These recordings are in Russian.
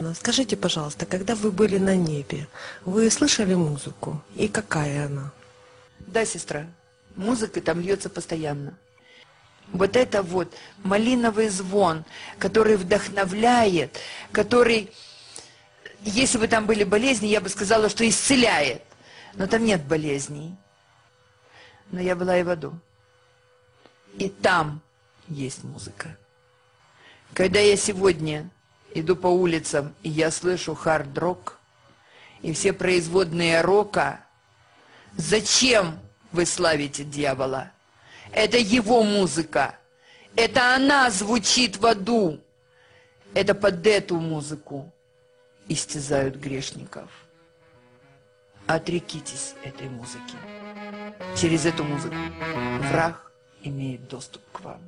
Алана, скажите, пожалуйста, когда вы были на небе, вы слышали музыку? И какая она? Да, сестра, музыка там льется постоянно. Вот это вот малиновый звон, который вдохновляет, который, если бы там были болезни, я бы сказала, что исцеляет. Но там нет болезней. Но я была и в аду. И там есть музыка. Когда я сегодня иду по улицам, и я слышу хард-рок, и все производные рока, зачем вы славите дьявола? Это его музыка. Это она звучит в аду. Это под эту музыку истязают грешников. Отрекитесь этой музыки. Через эту музыку враг имеет доступ к вам.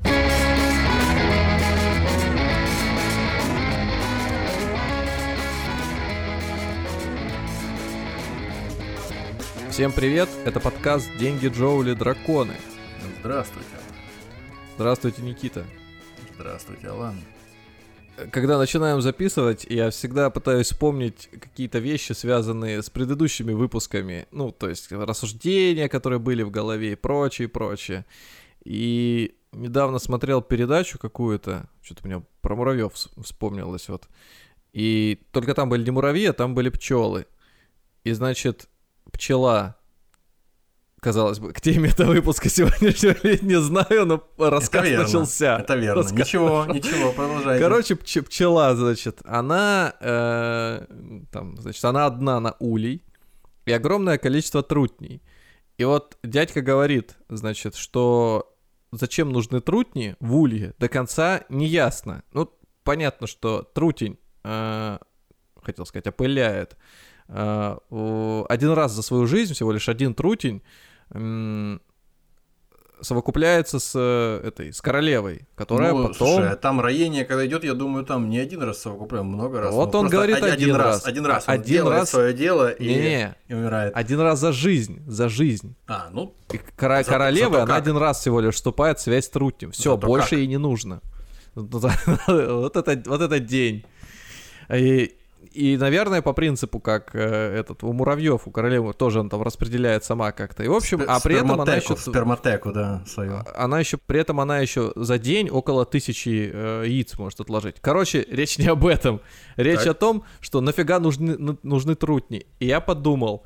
Всем привет, это подкаст «Деньги, Джоули, драконы». Здравствуйте. Здравствуйте, Никита. Здравствуйте, Алан. Когда начинаем записывать, я всегда пытаюсь вспомнить какие-то вещи, связанные с предыдущими выпусками. Ну, то есть рассуждения, которые были в голове и прочее, прочее. И недавно смотрел передачу какую-то, что-то мне про муравьев вспомнилось вот. И только там были не муравьи, а там были пчелы. И, значит, пчела, казалось бы, к теме этого выпуска сегодняшнего я не знаю, но рассказ начался. Это верно. Ничего, продолжайте. Короче, пчела, значит, она она одна на улей и огромное количество трутней. И вот дядька говорит, значит, что зачем нужны трутни в улье, до конца не ясно. Ну, понятно, что трутень, хотел сказать, опыляет. Один раз за свою жизнь, всего лишь один трутень, совокупляется с королевой, которая потом... Слушай, а там роение, когда идет, я думаю, там не один раз совокупляем, много раз. Вот он говорит один раз. Один раз он делает свое дело и умирает. Один раз за жизнь. И королева, она один раз всего лишь вступает в связь с трутнем. Все, больше ей не нужно. Вот это день. И, наверное, по принципу, как у муравьев, у королевы тоже она там распределяет сама как-то. И, в общем, при этом она еще... Сперматеку, да, свою. Она еще за день около 1000 яиц может отложить. Короче, речь не об этом. Речь о том, что нафига нужны трутни. И я подумал,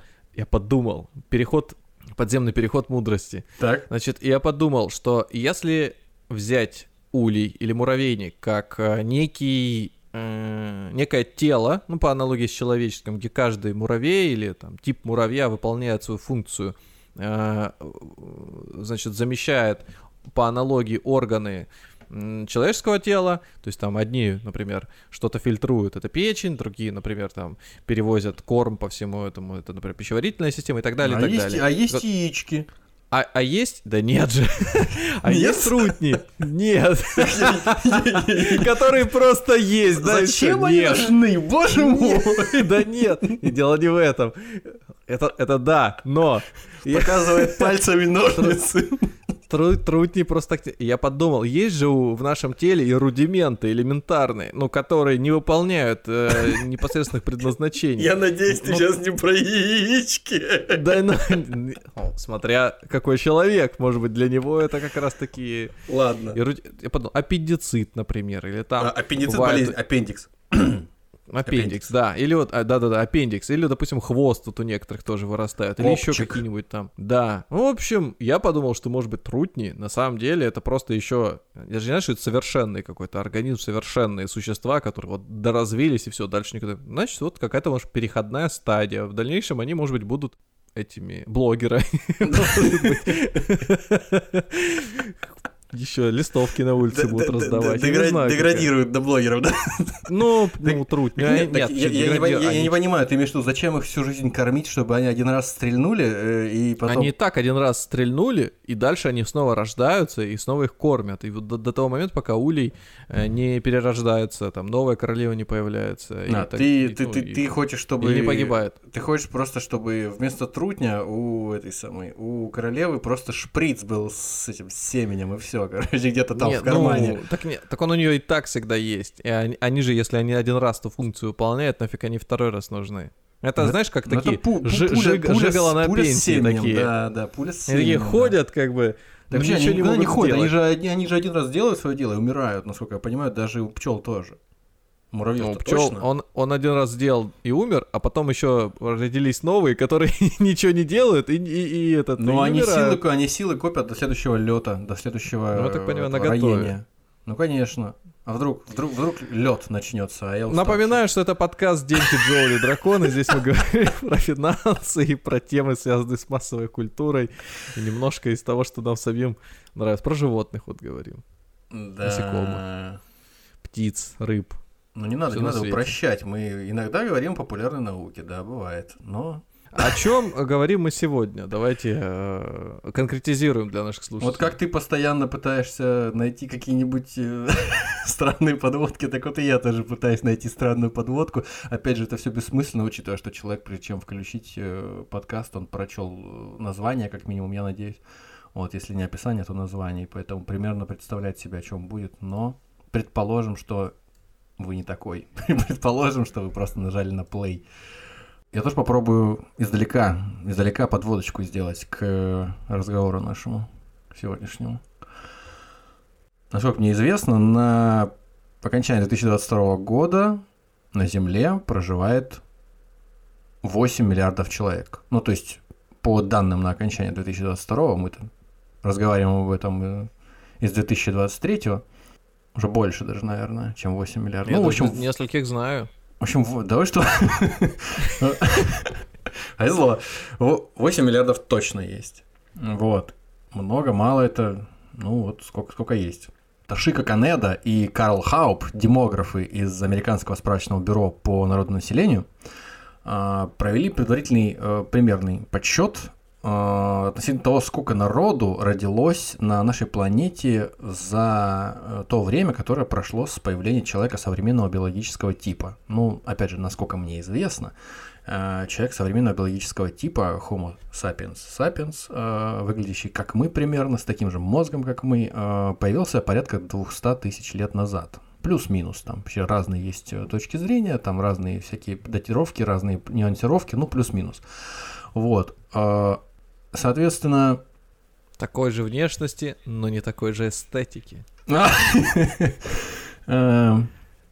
подземный переход мудрости. Так. Значит, я подумал, что если взять улей или муравейник как некое тело, ну, по аналогии с человеческим, где каждый муравей или там тип муравья выполняет свою функцию, значит, замещает по аналогии органы человеческого тела, то есть там одни, например, что-то фильтруют, это печень, другие, например, там перевозят корм по всему этому, это, например, пищеварительная система и так далее, далее. А есть яички. А есть? Да нет же. А есть трутни? Нет. Которые просто есть. Зачем они нужны? Боже мой. Да нет. И дело не в этом. Это да, но... Показывает пальцами ножницы. Трутни просто так... Я подумал, есть же в нашем теле и рудименты элементарные, ну, которые не выполняют непосредственных предназначений. Я надеюсь, ты сейчас не про яички. Да, смотря какой человек, может быть, для него это как раз таки... Ладно. Я подумал, аппендицит, например, или там... Аппендицит болезнь, аппендикс. Аппендикс, да, или вот, аппендикс, или, допустим, хвост тут у некоторых тоже вырастает, или еще какие-нибудь там, да. Ну, в общем, я подумал, что, может быть, трутни, на самом деле, это просто еще, я же не знаю, что это совершенный какой-то организм, совершенные существа, которые вот доразвились и все, дальше никуда. Значит, вот какая-то, может, переходная стадия, в дальнейшем они, может быть, будут этими блогерами. Еще листовки на улице будут раздавать. Деградируют до блогеров, да? Ну, трутни. Я не понимаю, ты имеешь в виду, зачем их всю жизнь кормить, чтобы они один раз стрельнули и потом... Они и так один раз стрельнули, и дальше они снова рождаются, и снова их кормят. И вот до того момента, пока улей не перерождается, там новая королева не появляется. Ты хочешь, чтобы... И не погибает. Ты хочешь просто, чтобы вместо трутня у королевы просто шприц был с этим семенем, и все. все, короче, где-то там в кармане. Так он у нее и так всегда есть. И они же, если они один раз эту функцию выполняют, нафиг они второй раз нужны. Это, знаешь, как такие жигало на пенсии такие. Да, пуля с семенем. Они ходят, как бы, так ничего они никуда не ходят. Они же один раз делают свое дело и умирают, насколько я понимаю, даже у пчел тоже. Муравьёв пчел, он один раз сделал и умер, а потом еще родились новые, которые ничего не делают и этот. Ну, они силы копят до следующего лета, до следующего я так понимаю, роения. Ну, конечно. А вдруг лед начнется, а я уставший. Напоминаю, что это подкаст «Деньги, Джоули, драконы». Здесь мы говорим про финансы и про темы, связанные с массовой культурой. И немножко из того, что нам самим нравится. Про животных вот говорим. Да. Насекомых, птиц, рыб. Ну, не надо упрощать. Мы иногда говорим о популярной науке, да, бывает. Но... О чем говорим мы сегодня? Давайте конкретизируем для наших слушателей. Вот как ты постоянно пытаешься найти какие-нибудь странные подводки, так вот и я тоже пытаюсь найти странную подводку. Опять же, это все бессмысленно, учитывая, что человек, прежде чем включить подкаст, он прочел название, как минимум, я надеюсь. Вот, если не описание, то название. Поэтому примерно представлять себе, о чем будет. Но предположим, что вы не такой. Предположим, что вы просто нажали на play. Я тоже попробую издалека подводочку сделать к разговору нашему сегодняшнему. Насколько мне известно, по окончании 2022 года на Земле проживает 8 миллиардов человек. Ну, то есть, по данным на окончание 2022, мы там разговариваем об этом из 2023, уже больше даже, наверное, чем 8 миллиардов. Я в общем, нескольких знаю. В общем, давай что... Повезло. 8 миллиардов точно есть. Вот. Много, мало это... Ну, вот сколько есть. Тошико Канеда и Карл Хауп, демографы из Американского справочного бюро по народному населению, провели предварительный примерный подсчет относительно того, сколько народу родилось на нашей планете за то время, которое прошло с появления человека современного биологического типа. Ну, опять же, насколько мне известно, человек современного биологического типа, Homo sapiens sapiens, выглядящий как мы примерно, с таким же мозгом, как мы, появился порядка 200 тысяч лет назад. Плюс-минус, там вообще разные есть точки зрения, там разные всякие датировки, разные нюансировки, ну, плюс-минус. Вот. Соответственно... Такой же внешности, но не такой же эстетики. В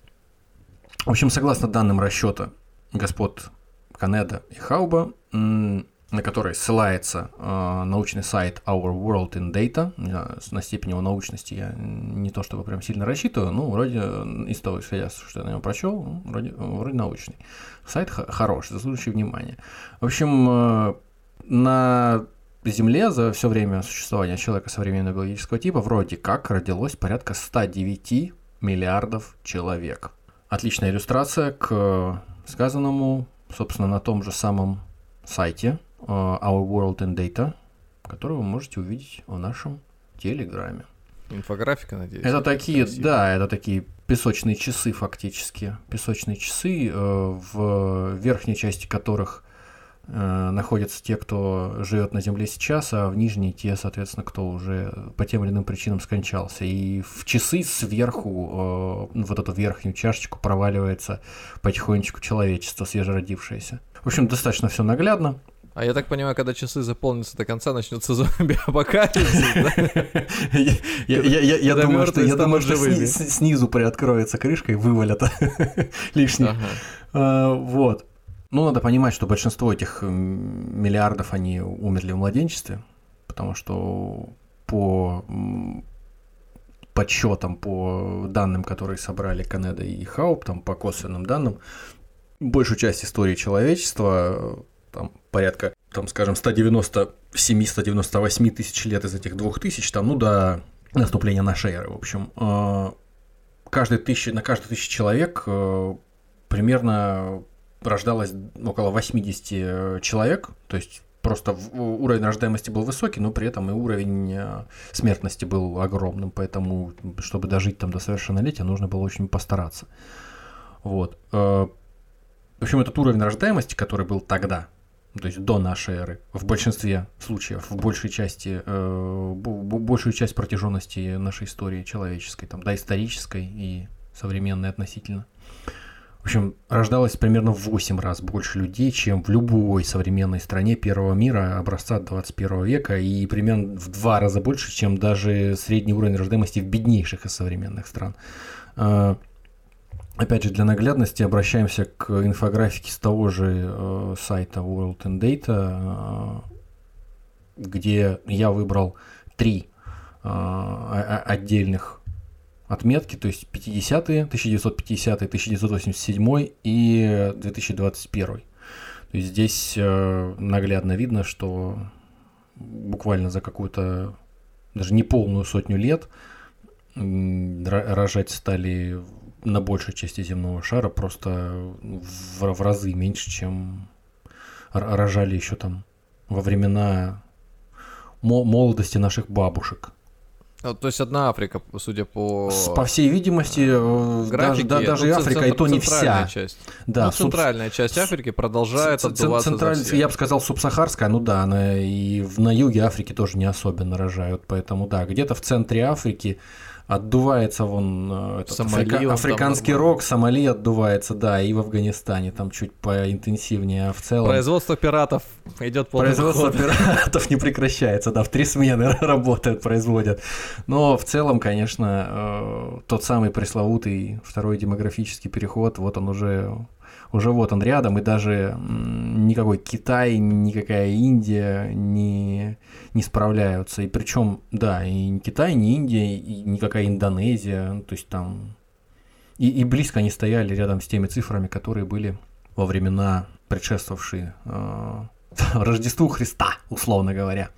общем, согласно данным расчета господ Канеда и Хауба, на который ссылается научный сайт Our World in Data, на степень его научности я не то чтобы прям сильно рассчитываю, но вроде из того, исходя, что я на него прочел, вроде научный. Сайт хороший, заслуживающий внимания. В общем, на Земле за все время существования человека современного биологического типа вроде как родилось порядка 109 миллиардов человек. Отличная иллюстрация к сказанному, собственно, на том же самом сайте Our World in Data, который вы можете увидеть в нашем Телеграме. Инфографика, надеюсь. Это такие, красиво. Да, это такие песочные часы фактически. Песочные часы, в верхней части которых находятся те, кто живет на Земле сейчас, а в нижней те, соответственно, кто уже по тем или иным причинам скончался. И в часы сверху, вот эту верхнюю чашечку, проваливается потихонечку человечество, свежеродившееся. В общем, достаточно все наглядно. А я так понимаю, когда часы заполнятся до конца, начнется зомби-апокалипсис, Я думаю, что снизу приоткроется крышка и вывалят лишнее. Вот. Ну, надо понимать, что большинство этих миллиардов, они умерли в младенчестве, потому что по подсчетам, по данным, которые собрали Канеда и Хауп, там, по косвенным данным, большую часть истории человечества, там, порядка, там, скажем, 197-198 тысяч лет из этих 2000, там, ну, до наступления нашей эры, в общем, на каждую тысячу человек примерно рождалось около 80 человек, то есть просто уровень рождаемости был высокий, но при этом и уровень смертности был огромным, поэтому, чтобы дожить там до совершеннолетия, нужно было очень постараться. Вот. В общем, этот уровень рождаемости, который был тогда, то есть до нашей эры, в большинстве случаев, в большей части, большую часть протяженности нашей истории человеческой, там, доисторической и современной относительно. В общем, рождалось примерно в 8 раз больше людей, чем в любой современной стране первого мира образца 21 века, и примерно в 2 раза больше, чем даже средний уровень рождаемости в беднейших из современных стран. Опять же, для наглядности обращаемся к инфографике с того же сайта World and Data, где я выбрал 3 отдельных отметки, то есть 50-е, 1950, 1987 и 2021. То есть здесь наглядно видно, что буквально за какую-то даже не полную сотню лет рожать стали на большей части земного шара просто в разы меньше, чем рожали еще там во времена молодости наших бабушек. То есть одна Африка, судя по всей видимости, графике, даже и Африка, и то не вся. Часть. Да, центральная часть Африки продолжает отдуваться за всех. Я бы сказал, субсахарская, ну да, она и на юге Африки тоже не особенно рожают, поэтому да, где-то в центре Африки отдувается вон африканский рог, Сомали отдувается, да, и в Афганистане там чуть поинтенсивнее, а в целом... Производство пиратов идет полным ходом. Производство пиратов не прекращается, да, в 3 смены работают, производят. Но в целом, конечно, тот самый пресловутый второй демографический переход, вот он уже вот он рядом, и даже никакой Китай, никакая Индия не справляются. И причем, да, и ни Китай, ни Индия, и никакая Индонезия, то есть там и близко они стояли рядом с теми цифрами, которые были во времена, предшествовавшие Рождеству Христа, условно говоря.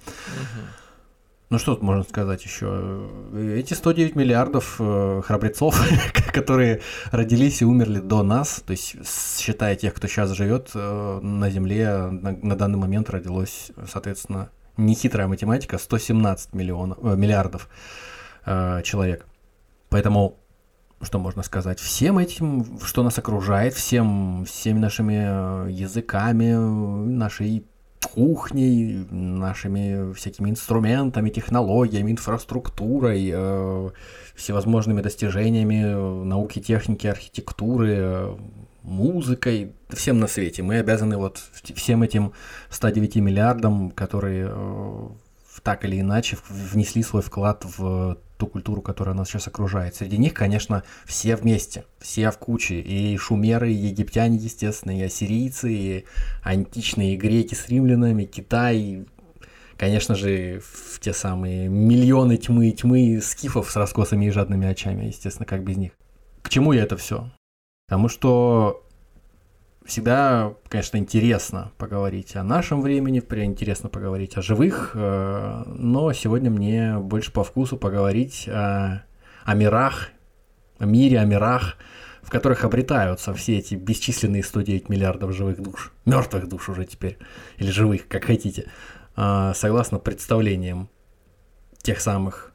Ну что тут можно сказать еще? Эти 109 миллиардов храбрецов, которые родились и умерли до нас, то есть считая тех, кто сейчас живет на Земле, на данный момент родилось, соответственно, нехитрая математика, 117 миллиардов человек. Поэтому, что можно сказать? Всем этим, что нас окружает, всеми нашими языками, нашей кухней, нашими всякими инструментами, технологиями, инфраструктурой, всевозможными достижениями науки, техники, архитектуры, музыкой, всем на свете. Мы обязаны вот всем этим 109 миллиардам, которые так или иначе внесли свой вклад в ту культуру, которая нас сейчас окружает. Среди них, конечно, все вместе, все в куче. И шумеры, и египтяне, естественно, и ассирийцы, и античные греки с римлянами, Китай, конечно же, в те самые миллионы тьмы скифов с раскосыми и жадными очами, естественно, как без них. К чему я это все? Потому что всегда, конечно, интересно поговорить о нашем времени, интересно поговорить о живых, но сегодня мне больше по вкусу поговорить о мирах, о мире, о мирах, в которых обретаются все эти бесчисленные 109 миллиардов живых душ, мертвых душ уже теперь, или живых, как хотите, согласно представлениям тех самых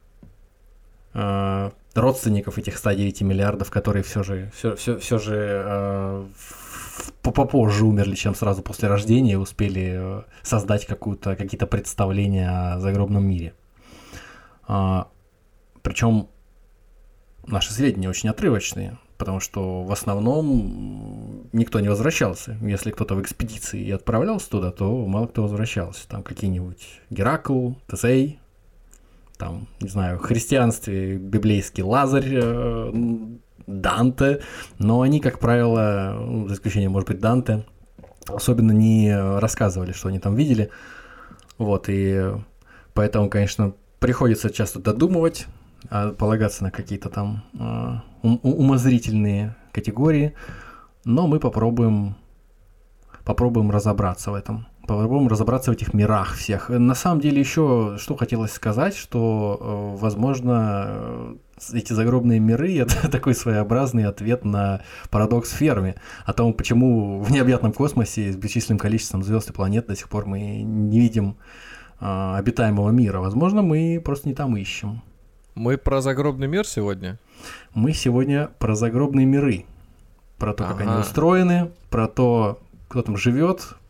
родственников этих 109 миллиардов, которые все же попозже умерли, чем сразу после рождения, и успели создать какие-то представления о загробном мире. Причем наши сведения очень отрывочные, потому что в основном никто не возвращался. Если кто-то в экспедиции и отправлялся туда, то мало кто возвращался. Там какие-нибудь Геракл, Тезей, там, не знаю, в христианстве библейский Лазарь, Данте, но они, как правило, за исключением, может быть, Данте, особенно не рассказывали, что они там видели. Вот, и поэтому, конечно, приходится часто додумывать, полагаться на какие-то там умозрительные категории, но мы попробуем разобраться в этом. Попробуем разобраться в этих мирах всех. На самом деле еще что хотелось сказать, что, возможно, эти загробные миры — это такой своеобразный ответ на парадокс Ферми, о том, почему в необъятном космосе с бесчисленным количеством звезд и планет до сих пор мы не видим обитаемого мира. Возможно, мы просто не там ищем. Мы про загробный мир сегодня? Мы сегодня про загробные миры. Про то, как они устроены, про то, кто там живет,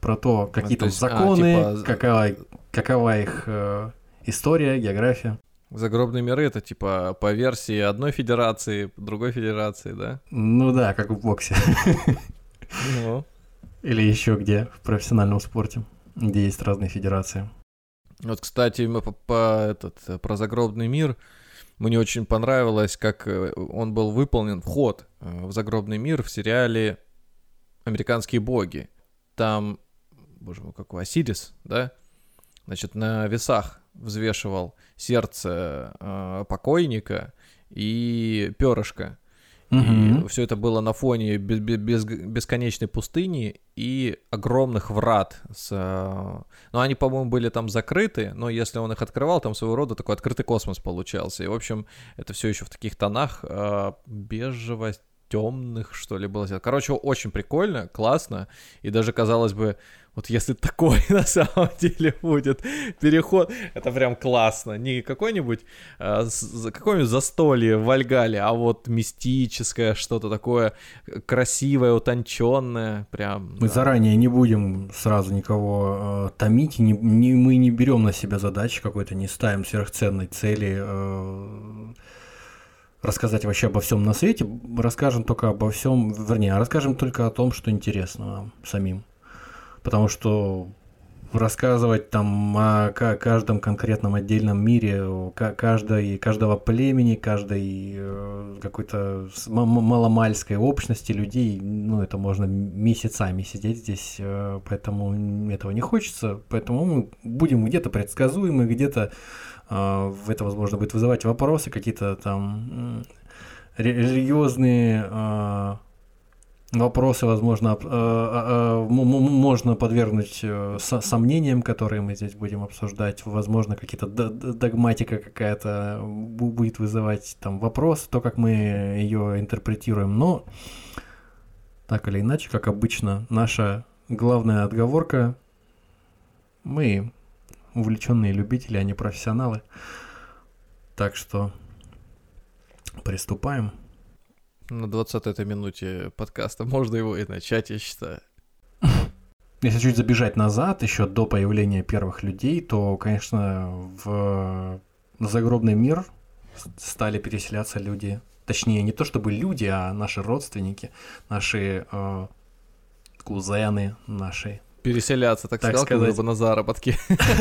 про то, какие То там есть, законы, типа, какова их история, география. загробные миры — это типа по версии одной федерации, другой федерации, да? Ну да, как в боксе. Ну. Или еще где, в профессиональном спорте, где есть разные федерации. Вот, кстати, мы про загробный мир. Мне очень понравилось, как он был выполнен, вход в загробный мир в сериале «Американские боги». Там, боже мой, какой Осирис, да? Значит, на весах взвешивал сердце покойника и перышко. И все это было на фоне бесконечной пустыни и огромных врат. Ну, они, по-моему, были там закрыты, но если он их открывал, там своего рода такой открытый космос получался. И, в общем, это все еще в таких тонах бежево-темных, что ли, было. Короче, очень прикольно, классно. И даже, казалось бы, вот если такой на самом деле будет переход, это прям классно. Не какое-нибудь застолье в Вальгалле, а вот мистическое, что-то такое красивое, утонченное. Прям. Мы заранее не будем сразу никого томить, мы не берем на себя задачи какой-то, не ставим сверхценной цели рассказать вообще обо всем на свете. Расскажем только обо всем, расскажем только о том, что интересно нам самим. Потому что рассказывать там о каждом конкретном отдельном мире, каждого племени, каждой какой-то маломальской общности людей, ну, это можно месяцами сидеть здесь, поэтому этого не хочется. Поэтому мы будем где-то предсказуемы, где-то это, возможно, будет вызывать вопросы, какие-то там религиозные вопросы, возможно, можно подвергнуть сомнениям, которые мы здесь будем обсуждать. Возможно, какие-то догматика какая-то будет вызывать там вопрос, то, как мы ее интерпретируем. Но, так или иначе, как обычно, наша главная отговорка — мы увлеченные любители, а не профессионалы. Так что приступаем. На 20-й минуте подкаста можно его и начать, я считаю. Если чуть забежать назад, еще до появления первых людей, то, конечно, в загробный мир стали переселяться люди. Точнее, не то чтобы люди, а наши родственники, наши кузены, наши... Переселяться, так сказал, как бы на заработки.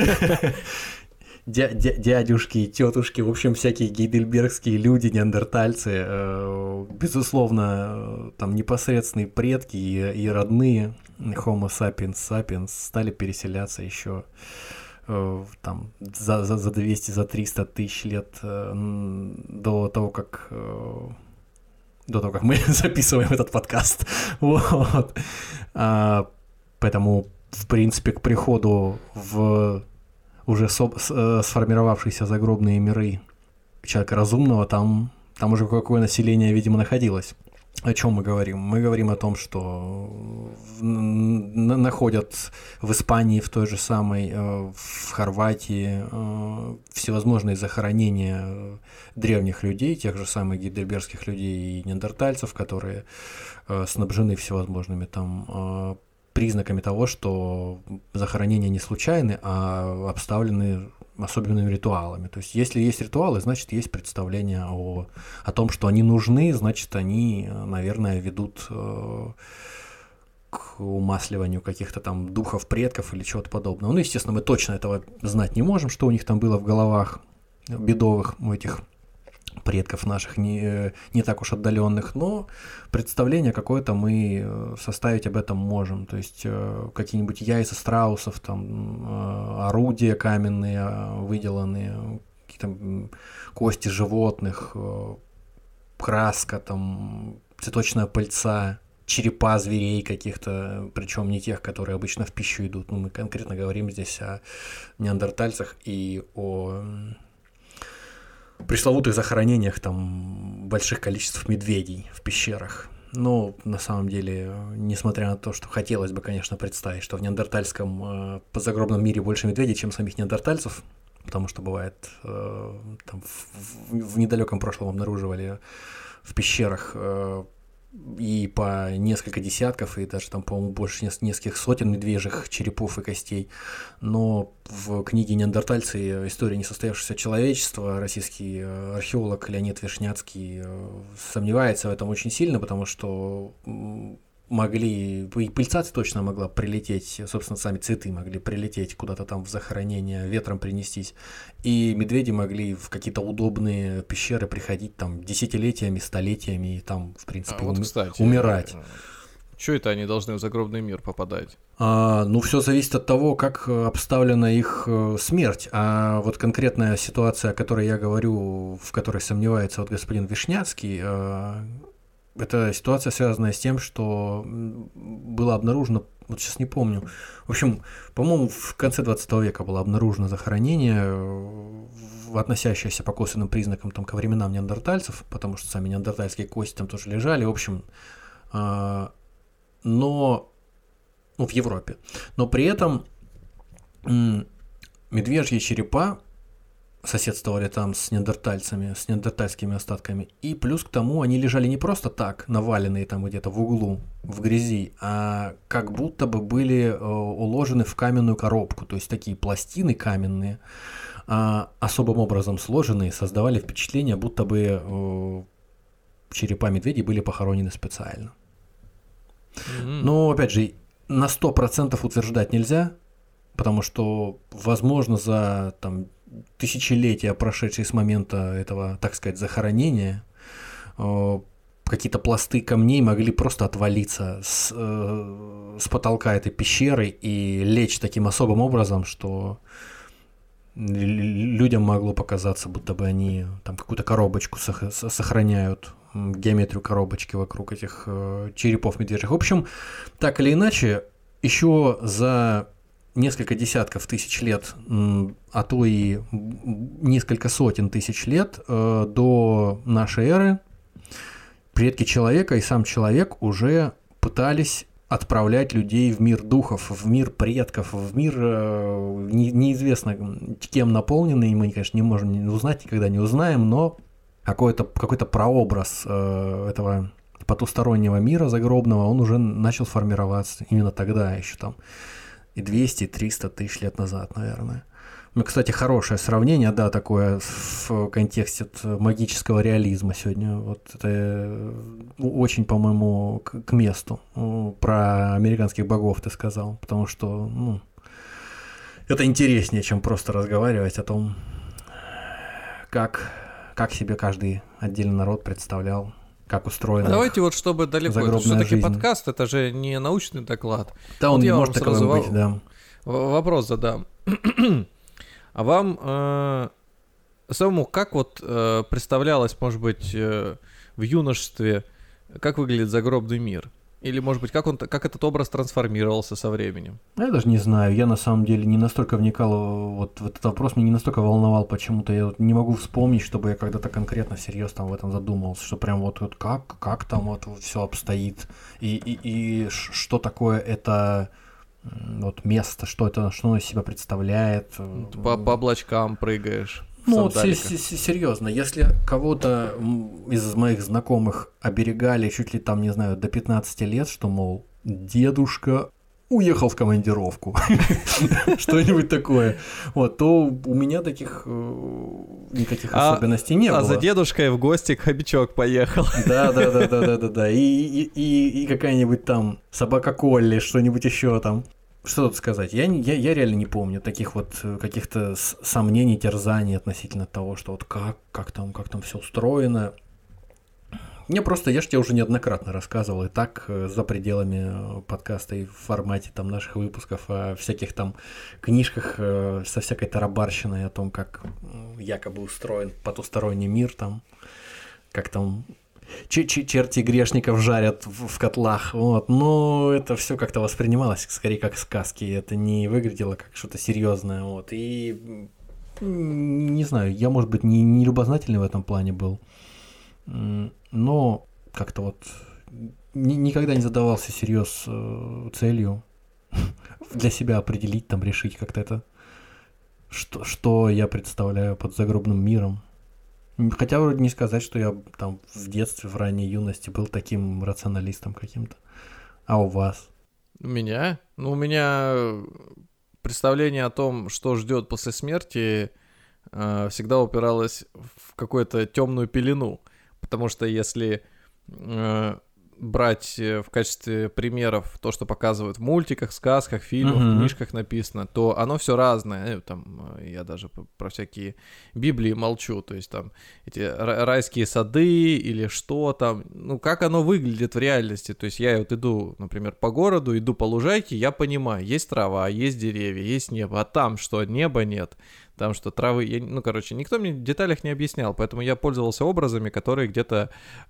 Дядюшки, тетушки, в общем, всякие гейдельбергские люди, неандертальцы, безусловно, там непосредственные предки и родные Homo sapiens sapiens стали переселяться еще там за 200, за 300 тысяч лет до того, как мы записываем этот подкаст. Вот. Поэтому, в принципе, к приходу в уже сформировавшиеся загробные миры человека разумного, там уже какое население, видимо, находилось. О чем мы говорим? Мы говорим о том, что находят в Испании, в той же самой, в Хорватии всевозможные захоронения древних людей, тех же самых гейдельбергских людей и неандертальцев, которые снабжены всевозможными там признаками того, что захоронения не случайны, а обставлены особенными ритуалами. То есть, если есть ритуалы, значит, есть представление о том, что они нужны, значит, они, наверное, ведут к умасливанию каких-то там духов предков или чего-то подобного. Ну, естественно, мы точно этого знать не можем, что у них там было в головах бедовых, у этих предков наших, не так уж отдаленных, но представление какое-то мы составить об этом можем. То есть какие-нибудь яйца страусов, там, орудия каменные, выделанные, какие-то кости животных, краска, там, цветочная пыльца, черепа зверей каких-то, причем не тех, которые обычно в пищу идут. Ну, мы конкретно говорим здесь о неандертальцах и о пресловутых захоронениях там больших количеств медведей в пещерах. Но на самом деле, несмотря на то, что хотелось бы, конечно, представить, что в неандертальском подзагробном мире больше медведей, чем самих неандертальцев, потому что бывает, там в недалеком прошлом обнаруживали в пещерах и по несколько десятков, и даже там, по-моему, больше нескольких сотен медвежьих черепов и костей. Но в книге «Неандертальцы. История несостоявшегося человечества» российский археолог Леонид Вишняцкий сомневается в этом очень сильно, потому что могли, и пыльца точно могла прилететь, собственно, сами цветы могли прилететь куда-то там в захоронение, ветром принестись, и медведи могли в какие-то удобные пещеры приходить там десятилетиями, столетиями, и там, в принципе, вот, кстати, умирать. Чё это они должны в загробный мир попадать? Ну, все зависит от того, как обставлена их смерть. А вот конкретная ситуация, о которой я говорю, в которой сомневается вот господин Вишняцкий, это ситуация, связанная с тем, что было обнаружено, вот сейчас не помню, в общем, по-моему, в конце 20 века было обнаружено захоронение, относящееся по косвенным признакам там, ко временам неандертальцев, потому что сами неандертальские кости там тоже лежали, в общем, но в Европе. Но при этом медвежьи черепа соседствовали там с неандертальцами, с неандертальскими остатками. И плюс к тому они лежали не просто так, наваленные там где-то в углу, в грязи, а как будто бы были уложены в каменную коробку. То есть такие пластины каменные, особым образом сложенные, создавали впечатление, будто бы черепа медведей были похоронены специально. Но, опять же, на 100% утверждать нельзя, потому что, возможно, за там тысячелетия, прошедшие с момента этого, так сказать, захоронения, какие-то пласты камней могли просто отвалиться с потолка этой пещеры и лечь таким особым образом, что людям могло показаться, будто бы они там какую-то коробочку сохраняют, геометрию коробочки вокруг этих черепов медвежьих. В общем, так или иначе, еще за несколько десятков тысяч лет, а то и несколько сотен тысяч лет до нашей эры предки человека и сам человек уже пытались отправлять людей в мир духов, в мир предков, в мир неизвестно кем наполненный, мы, конечно, не можем узнать, никогда не узнаем, но какой-то прообраз этого потустороннего мира загробного, он уже начал формироваться именно тогда, еще там и 200, и 300 тысяч лет назад, наверное. Ну, кстати, хорошее сравнение, да, такое в контексте магического реализма сегодня. Вот это очень, по-моему, к месту. Про американских богов ты сказал, потому что, это интереснее, чем просто разговаривать о том, как себе каждый отдельный народ представлял, как устроено. Давайте вот, чтобы далеко, это все-таки подкаст, это же не научный доклад. Да, он не может таковым быть, да. Вопрос задам. А вам самому как вот представлялось, может быть, в юношестве, как выглядит загробный мир? Или, может быть, как этот образ трансформировался со временем? Я даже не знаю. Я на самом деле не настолько вникал вот в этот вопрос, меня не настолько волновал почему-то. Я вот не могу вспомнить, чтобы я когда-то конкретно всерьез там в этом задумывался, что прям вот как там вот все обстоит и что такое это вот место, что оно из себя представляет. По облачкам прыгаешь. Ну, вот серьезно, если кого-то из моих знакомых оберегали чуть ли там, не знаю, до 15 лет, что, мол, дедушка уехал в командировку, что-нибудь такое, вот, то у меня таких никаких особенностей не было. А за дедушкой в гости к хомячок поехал. Да, и какая-нибудь там собака Колли, что-нибудь еще там. Что тут сказать? Я реально не помню таких вот каких-то сомнений, терзаний относительно того, что вот как там все устроено. Я же тебе уже неоднократно рассказывал и так за пределами подкаста и в формате там наших выпусков о всяких там книжках со всякой тарабарщиной о том, как якобы устроен потусторонний мир там, как там черти грешников жарят в котлах, вот, но это все как-то воспринималось скорее как сказки, это не выглядело как что-то серьезное, вот, и не знаю, я, может быть, не любознательный в этом плане был, но как-то вот никогда не задавался всерьез целью для себя определить, там, решить как-то это, что я представляю под загробным миром. Хотя вроде не сказать, что я там в детстве, в ранней юности был таким рационалистом каким-то. А у вас? У меня? Ну, у меня представление о том, что ждет после смерти, всегда упиралось в какую-то темную пелену. Потому что если брать в качестве примеров то, что показывают в мультиках, сказках, фильмах, книжках написано, то оно все разное. Там, я даже про всякие Библии молчу, то есть там эти райские сады или что там, ну как оно выглядит в реальности. То есть я вот иду, например, по городу, иду по лужайке, я понимаю, есть трава, есть деревья, есть небо, а там что, неба нет. Там что, травы... никто мне в деталях не объяснял, поэтому я пользовался образами, которые где-то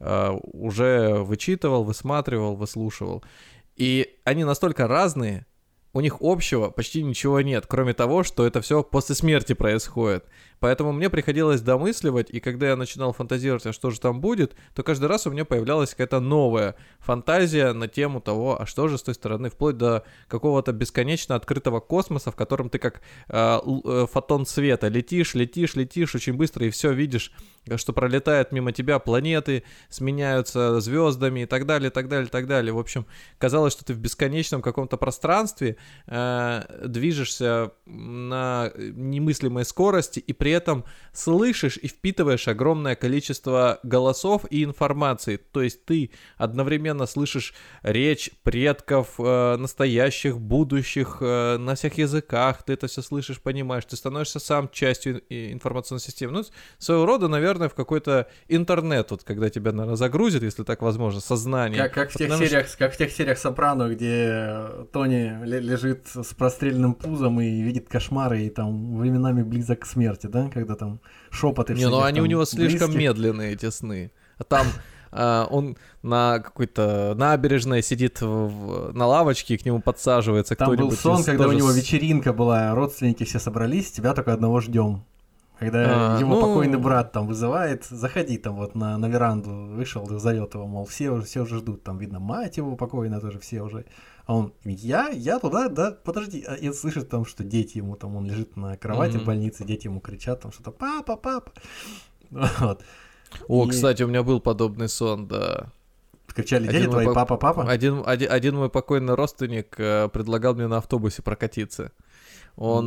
уже вычитывал, высматривал, выслушивал. И они настолько разные, у них общего почти ничего нет, кроме того, что это все после смерти происходит. Поэтому мне приходилось домысливать, и когда я начинал фантазировать, а что же там будет, то каждый раз у меня появлялась какая-то новая фантазия на тему того, а что же с той стороны, вплоть до какого-то бесконечно открытого космоса, в котором ты как фотон света летишь очень быстро, и все видишь, что пролетает мимо тебя планеты, сменяются звездами и так далее, так далее, так далее. В общем, казалось, что ты в бесконечном каком-то пространстве движешься на немыслимой скорости, и при этом слышишь и впитываешь огромное количество голосов и информации. То есть ты одновременно слышишь речь предков, настоящих, будущих, на всех языках, ты это все слышишь, понимаешь, ты становишься сам частью информационной системы. Ну, своего рода, наверное, в какой-то интернет, вот, когда тебя, наверное, загрузят, если так возможно, сознание. Как в тех сериях «Сопрано», где Тони лежит с простреленным пузом и видит кошмары, и там временами близок к смерти, да, когда там шепоты всяких. Не, ну они у него близких. слишком медленные, эти сны. А там он на какой-то набережной сидит на лавочке, и к нему подсаживается там кто-нибудь. Там был сон, когда у него вечеринка была, родственники все собрались, тебя только одного ждем. Когда его покойный брат там вызывает, заходи там вот на веранду, вышел, зовет его, мол, все уже ждут, там видно мать его покойная тоже, все уже. А он, я туда, да, подожди, и слышит там, что дети ему там, он лежит на кровати в больнице, дети ему кричат там что-то, папа. Вот. О, кстати, у меня был подобный сон, да. Кричали дети твои, папа. Один мой покойный родственник предлагал мне на автобусе прокатиться. Он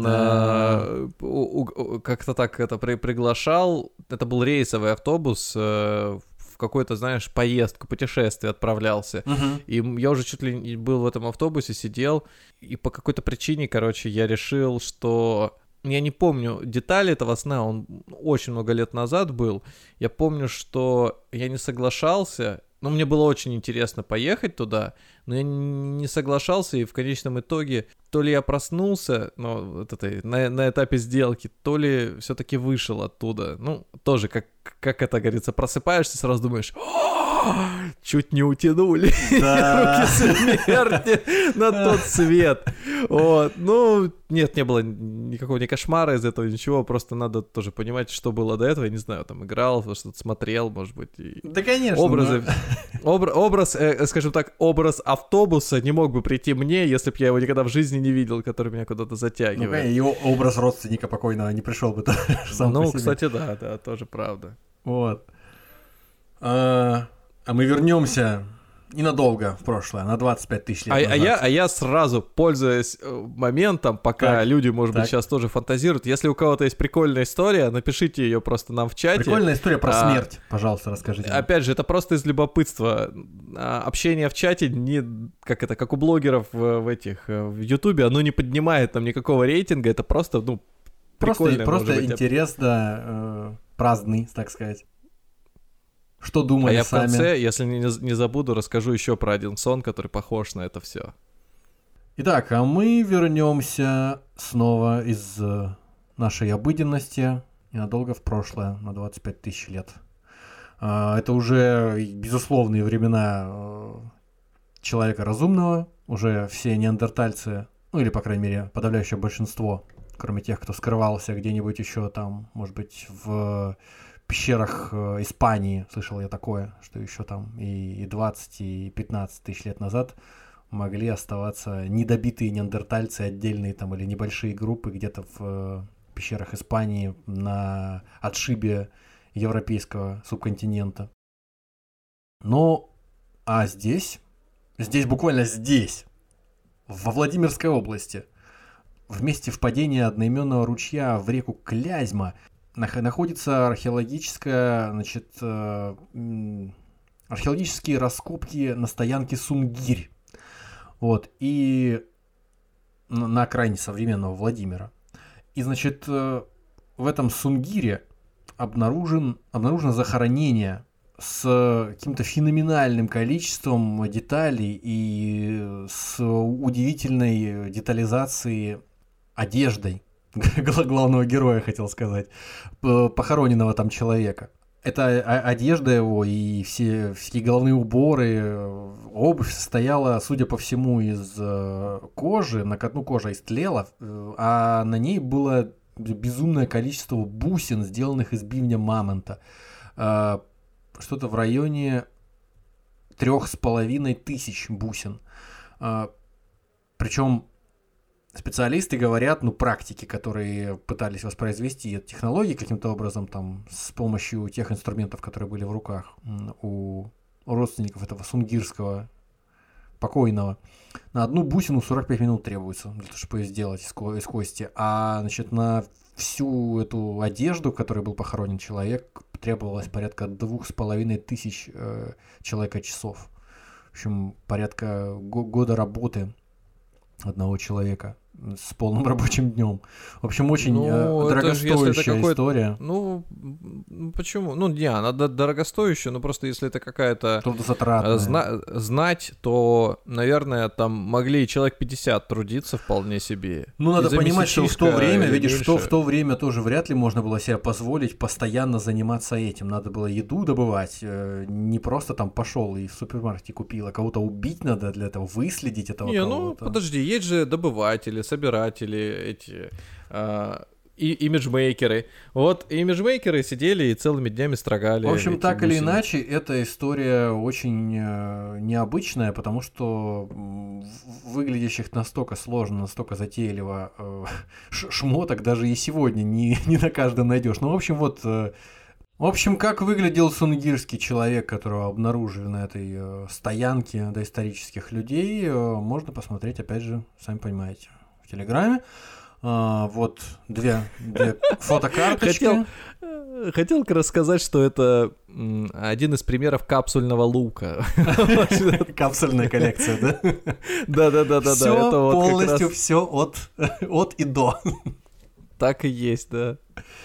как-то так это приглашал. Это был рейсовый автобус, в какую-то, знаешь, поездку, путешествие отправлялся. И я уже чуть ли не был в этом автобусе, сидел, и по какой-то причине, короче, я решил, что... Я не помню детали этого сна, он очень много лет назад был. Я помню, что я не соглашался. Ну, мне было очень интересно поехать туда, но я не соглашался, и в конечном итоге то ли я проснулся на этапе сделки, то ли все-таки вышел оттуда. Ну, тоже, как это говорится, просыпаешься, сразу думаешь... Чуть не утянули руки смерти на тот свет. Вот. Ну, нет, не было никакого ни кошмара из этого, ничего. Просто надо тоже понимать, что было до этого. Я не знаю, там играл, что-то смотрел, может быть. Да, конечно. Образы. Образ, скажем так, образ автобуса не мог бы прийти мне, если бы я его никогда в жизни не видел, который меня куда-то затягивает. Ну, его образ родственника покойного не пришел бы сам по себе. Ну, кстати, да, тоже правда. Вот. А мы вернемся ненадолго в прошлое, на 25 тысяч лет назад. А я сразу, пользуясь моментом, пока люди, может быть, сейчас тоже фантазируют, если у кого-то есть прикольная история, напишите ее просто нам в чате. Прикольная история про смерть, пожалуйста, расскажите. Опять же, это просто из любопытства. Общение в чате, как у блогеров в Ютубе, оно не поднимает нам никакого рейтинга, это просто, прикольно. Просто интерес, да, праздный, так сказать. Что думали сами. А я сами. в конце, если не забуду, расскажу еще про один сон, который похож на это все. Итак, а мы вернемся снова из нашей обыденности ненадолго в прошлое, на 25 тысяч лет. Это уже безусловные времена человека разумного. Уже все неандертальцы, ну или, по крайней мере, подавляющее большинство, кроме тех, кто скрывался где-нибудь еще там, может быть, в пещерах Испании, слышал я такое, что еще там и 20, и 15 тысяч лет назад могли оставаться недобитые неандертальцы, отдельные там или небольшие группы где-то в пещерах Испании на отшибе европейского субконтинента. Ну, а здесь буквально здесь, во Владимирской области, в месте впадения одноименного ручья в реку Клязьма находится археологические раскопки на стоянке Сунгирь. Вот, и на окраине современного Владимира. И, значит, в этом Сунгире обнаружено захоронение с каким-то феноменальным количеством деталей и с удивительной детализацией одеждой главного героя, хотел сказать, похороненного там человека. Это одежда его и все головные уборы, обувь состояла, судя по всему, из кожи, кожа истлела, а на ней было безумное количество бусин, сделанных из бивня мамонта. Что-то в районе 3500 бусин. Причем специалисты говорят, практики, которые пытались воспроизвести эту технологию каким-то образом там с помощью тех инструментов, которые были в руках у родственников этого сунгирского покойного. На одну бусину 45 минут требуется для того, чтобы ее сделать из кости. А, значит, на всю эту одежду, в которой был похоронен человек, требовалось порядка 2500 человека-часов. В общем, порядка года работы одного человека с полным рабочим днем. В общем, очень дорогостоящая история. Почему? Она дорогостоящая, но просто если это какая-то знать, то, наверное, там могли человек 50 трудиться вполне себе. Надо понимать, что в то время, в то время тоже вряд ли можно было себе позволить постоянно заниматься этим. Надо было еду добывать, не просто там пошел и в супермаркете купил, а кого-то убить надо для этого, выследить этого кого-то. Подожди, есть же добыватели, собиратели, эти имиджмейкеры. Вот имиджмейкеры сидели и целыми днями строгали. В общем, так или иначе, эта история очень необычная, потому что выглядящих настолько сложно, настолько затейливо шмоток даже и сегодня не на каждом найдешь. В общем, как выглядел сунгирский человек, которого обнаружили на этой стоянке доисторических людей, можно посмотреть, опять же, сами понимаете, в Телеграме. Вот две фотокарточки. Хотел рассказать, что это один из примеров капсульного лука. Капсульная коллекция, да? Да. Все полностью, все от и до. Так и есть, да.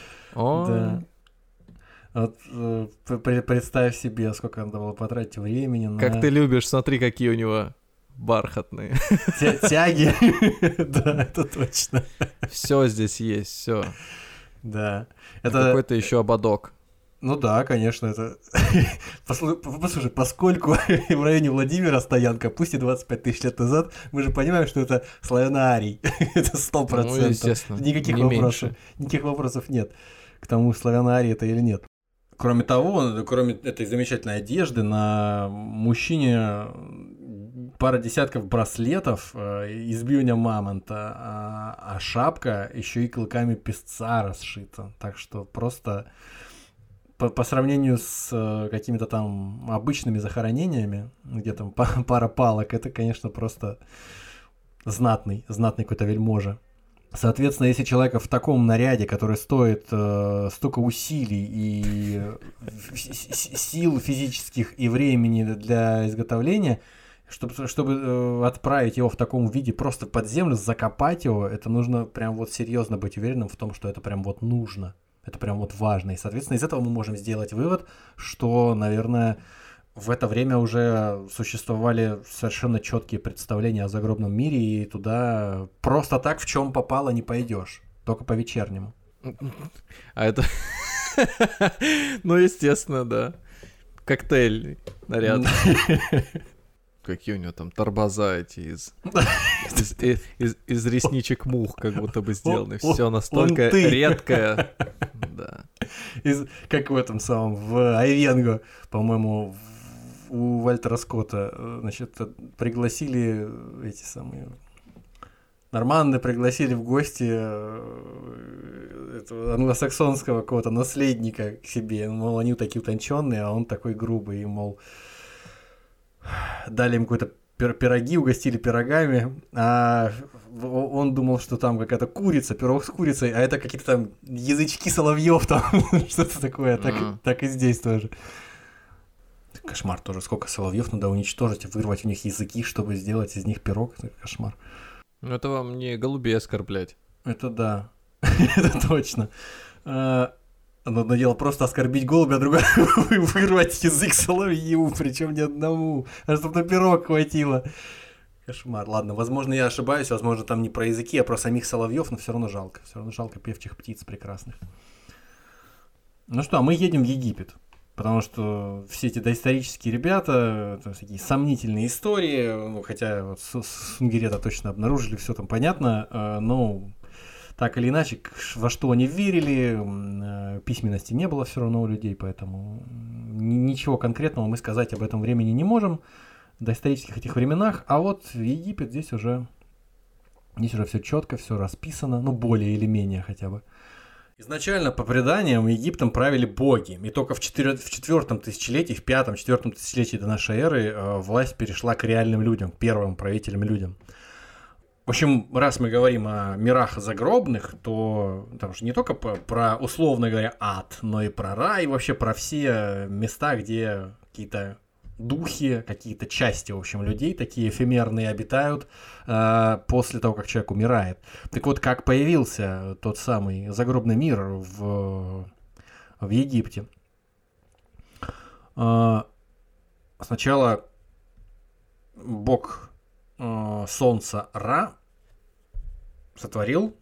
Да. Вот, представь себе, сколько надо было потратить времени на... Как ты любишь, смотри, какие у него бархатные. Тяги. Да, это точно. Все здесь есть, все. Да. Это какой-то еще ободок. Да, конечно, это... Послушай, поскольку в районе Владимира стоянка, пусть и 25 тысяч лет назад, мы же понимаем, что это славяно-арий. Это 100%. Естественно. Никаких вопросов нет к тому, славяно-арий это или нет. Кроме того, кроме этой замечательной одежды, на мужчине пара десятков браслетов из бивня мамонта, а шапка еще и клыками песца расшита. Так что просто по сравнению с какими-то там обычными захоронениями, где там пара палок, это, конечно, просто знатный какой-то вельможа. Соответственно, если человека в таком наряде, который стоит столько усилий и сил физических и времени для изготовления, чтобы отправить его в таком виде просто под землю, закопать его, это нужно прям вот серьезно быть уверенным в том, что это прям вот нужно, это прям вот важно. И, соответственно, из этого мы можем сделать вывод, что, наверное, в это время уже существовали совершенно четкие представления о загробном мире, и туда просто так в чем попало не пойдешь, только по вечернему. А это... естественно, да. Коктейльный наряд. Какие у него там торбоза эти из ресничек мух как будто бы сделаны. Все настолько редкое. Да. Как в этом самом, в Айвенго, по-моему, у Вальтера Скотта, значит, пригласили эти самые норманны пригласили в гости этого англосаксонского какого-то наследника к себе. Мол, они такие утонченные, а он такой грубый. И, мол, дали им какой-то пироги, угостили пирогами, а он думал, что там какая-то курица, пирог с курицей, а это какие-то там язычки соловьев, там что-то такое, так и здесь тоже. Кошмар тоже, сколько соловьев надо уничтожить, вырвать у них языки, чтобы сделать из них пирог, это кошмар. Ну это вам не голубей оскорблять. Это да, это точно. Одно дело просто оскорбить голубя, а другое вырвать язык соловью, причем ни одному, а чтобы на пирог хватило. Кошмар. Ладно, возможно, я ошибаюсь, возможно, там не про языки, а про самих соловьев, но все равно жалко. Все равно жалко певчих птиц прекрасных. Ну что, а мы едем в Египет, потому что все эти доисторические ребята, это такие сомнительные истории, ну, хотя вот Сунгирета точно обнаружили, все там понятно, но... Так или иначе, во что они верили, письменности не было все равно у людей, поэтому ничего конкретного мы сказать об этом времени не можем, в доисторических этих временах, а вот Египет здесь уже все четко, все расписано, ну более или менее хотя бы. Изначально, по преданиям, Египтом правили боги, и только в 4-м тысячелетии, в 5-4 тысячелетии до нашей эры власть перешла к реальным людям, к первым правителям людям. В общем, раз мы говорим о мирах загробных, то там же не только про, условно говоря, ад, но и про рай, вообще про все места, где какие-то духи, какие-то части, в общем, людей такие эфемерные обитают после того, как человек умирает. Так вот, как появился тот самый загробный мир в Египте? Сначала бог солнца Ра сотворил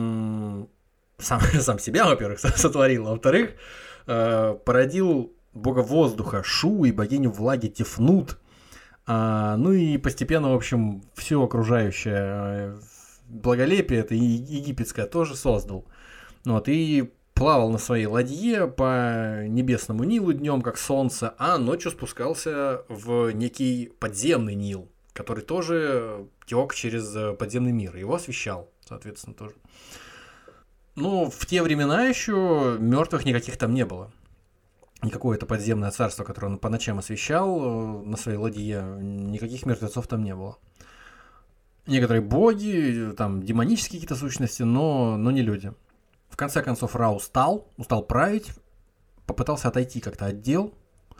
сам себя, во-первых, сотворил, а во-вторых, породил бога воздуха Шу и богиню влаги Тефнут. Ну и постепенно, в общем, все окружающее благолепие, это египетское, тоже создал. Вот, и плавал на своей ладье по небесному Нилу днем, как солнце, а ночью спускался в некий подземный Нил, который тоже тек через подземный мир, его освещал, соответственно, тоже. Но в те времена еще мертвых никаких там не было. Никакое это подземное царство, которое он по ночам освещал на своей ладье, никаких мертвецов там не было. Некоторые боги, там демонические какие-то сущности, но не люди. В конце концов Ра устал править, попытался отойти как-то от дел,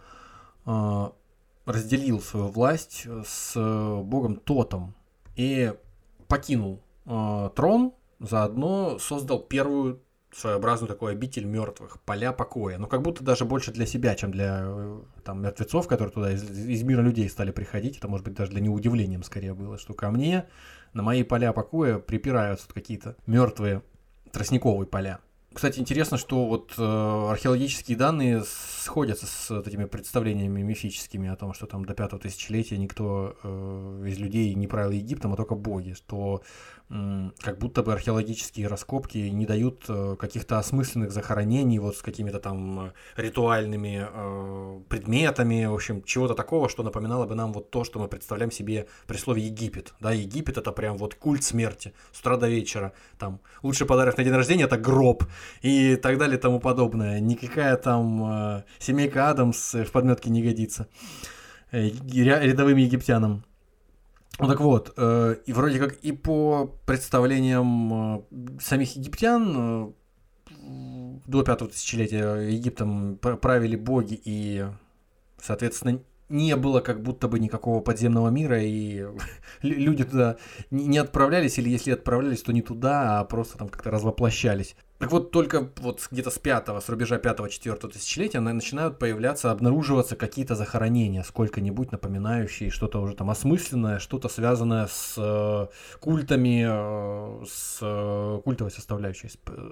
разделил свою власть с богом Тотом и покинул трон, заодно создал первую своеобразную такую обитель мертвых, поля покоя. Но как будто даже больше для себя, чем для там, мертвецов, которые туда из мира людей стали приходить. Это, может быть, даже для них удивлением скорее было, что ко мне на мои поля покоя припираются какие-то мертвые тростниковые поля. Кстати, интересно, что вот археологические данные сходятся с вот этими представлениями мифическими о том, что там до 5-го тысячелетия никто из людей не правил Египтом, а только боги, что как будто бы археологические раскопки не дают каких-то осмысленных захоронений вот с какими-то там ритуальными предметами, в общем, чего-то такого, что напоминало бы нам вот то, что мы представляем себе при слове Египет. Да, Египет — это прям вот культ смерти с утра до вечера. Там лучший подарок на день рождения — это гроб и так далее и тому подобное. Никакая там семейка Адамс в подметке не годится рядовым египтянам. Ну так вот, и вроде как и по представлениям самих египтян до 5-го тысячелетия Египтом правили боги, и, соответственно, не было как будто бы никакого подземного мира, и люди туда не отправлялись, или если отправлялись, то не туда, а просто там как-то развоплощались. Так вот, только вот где-то с рубежа 5-4 тысячелетия начинают появляться, обнаруживаться какие-то захоронения, сколько-нибудь напоминающие что-то уже там осмысленное, что-то связанное с культами, с культовой составляющей,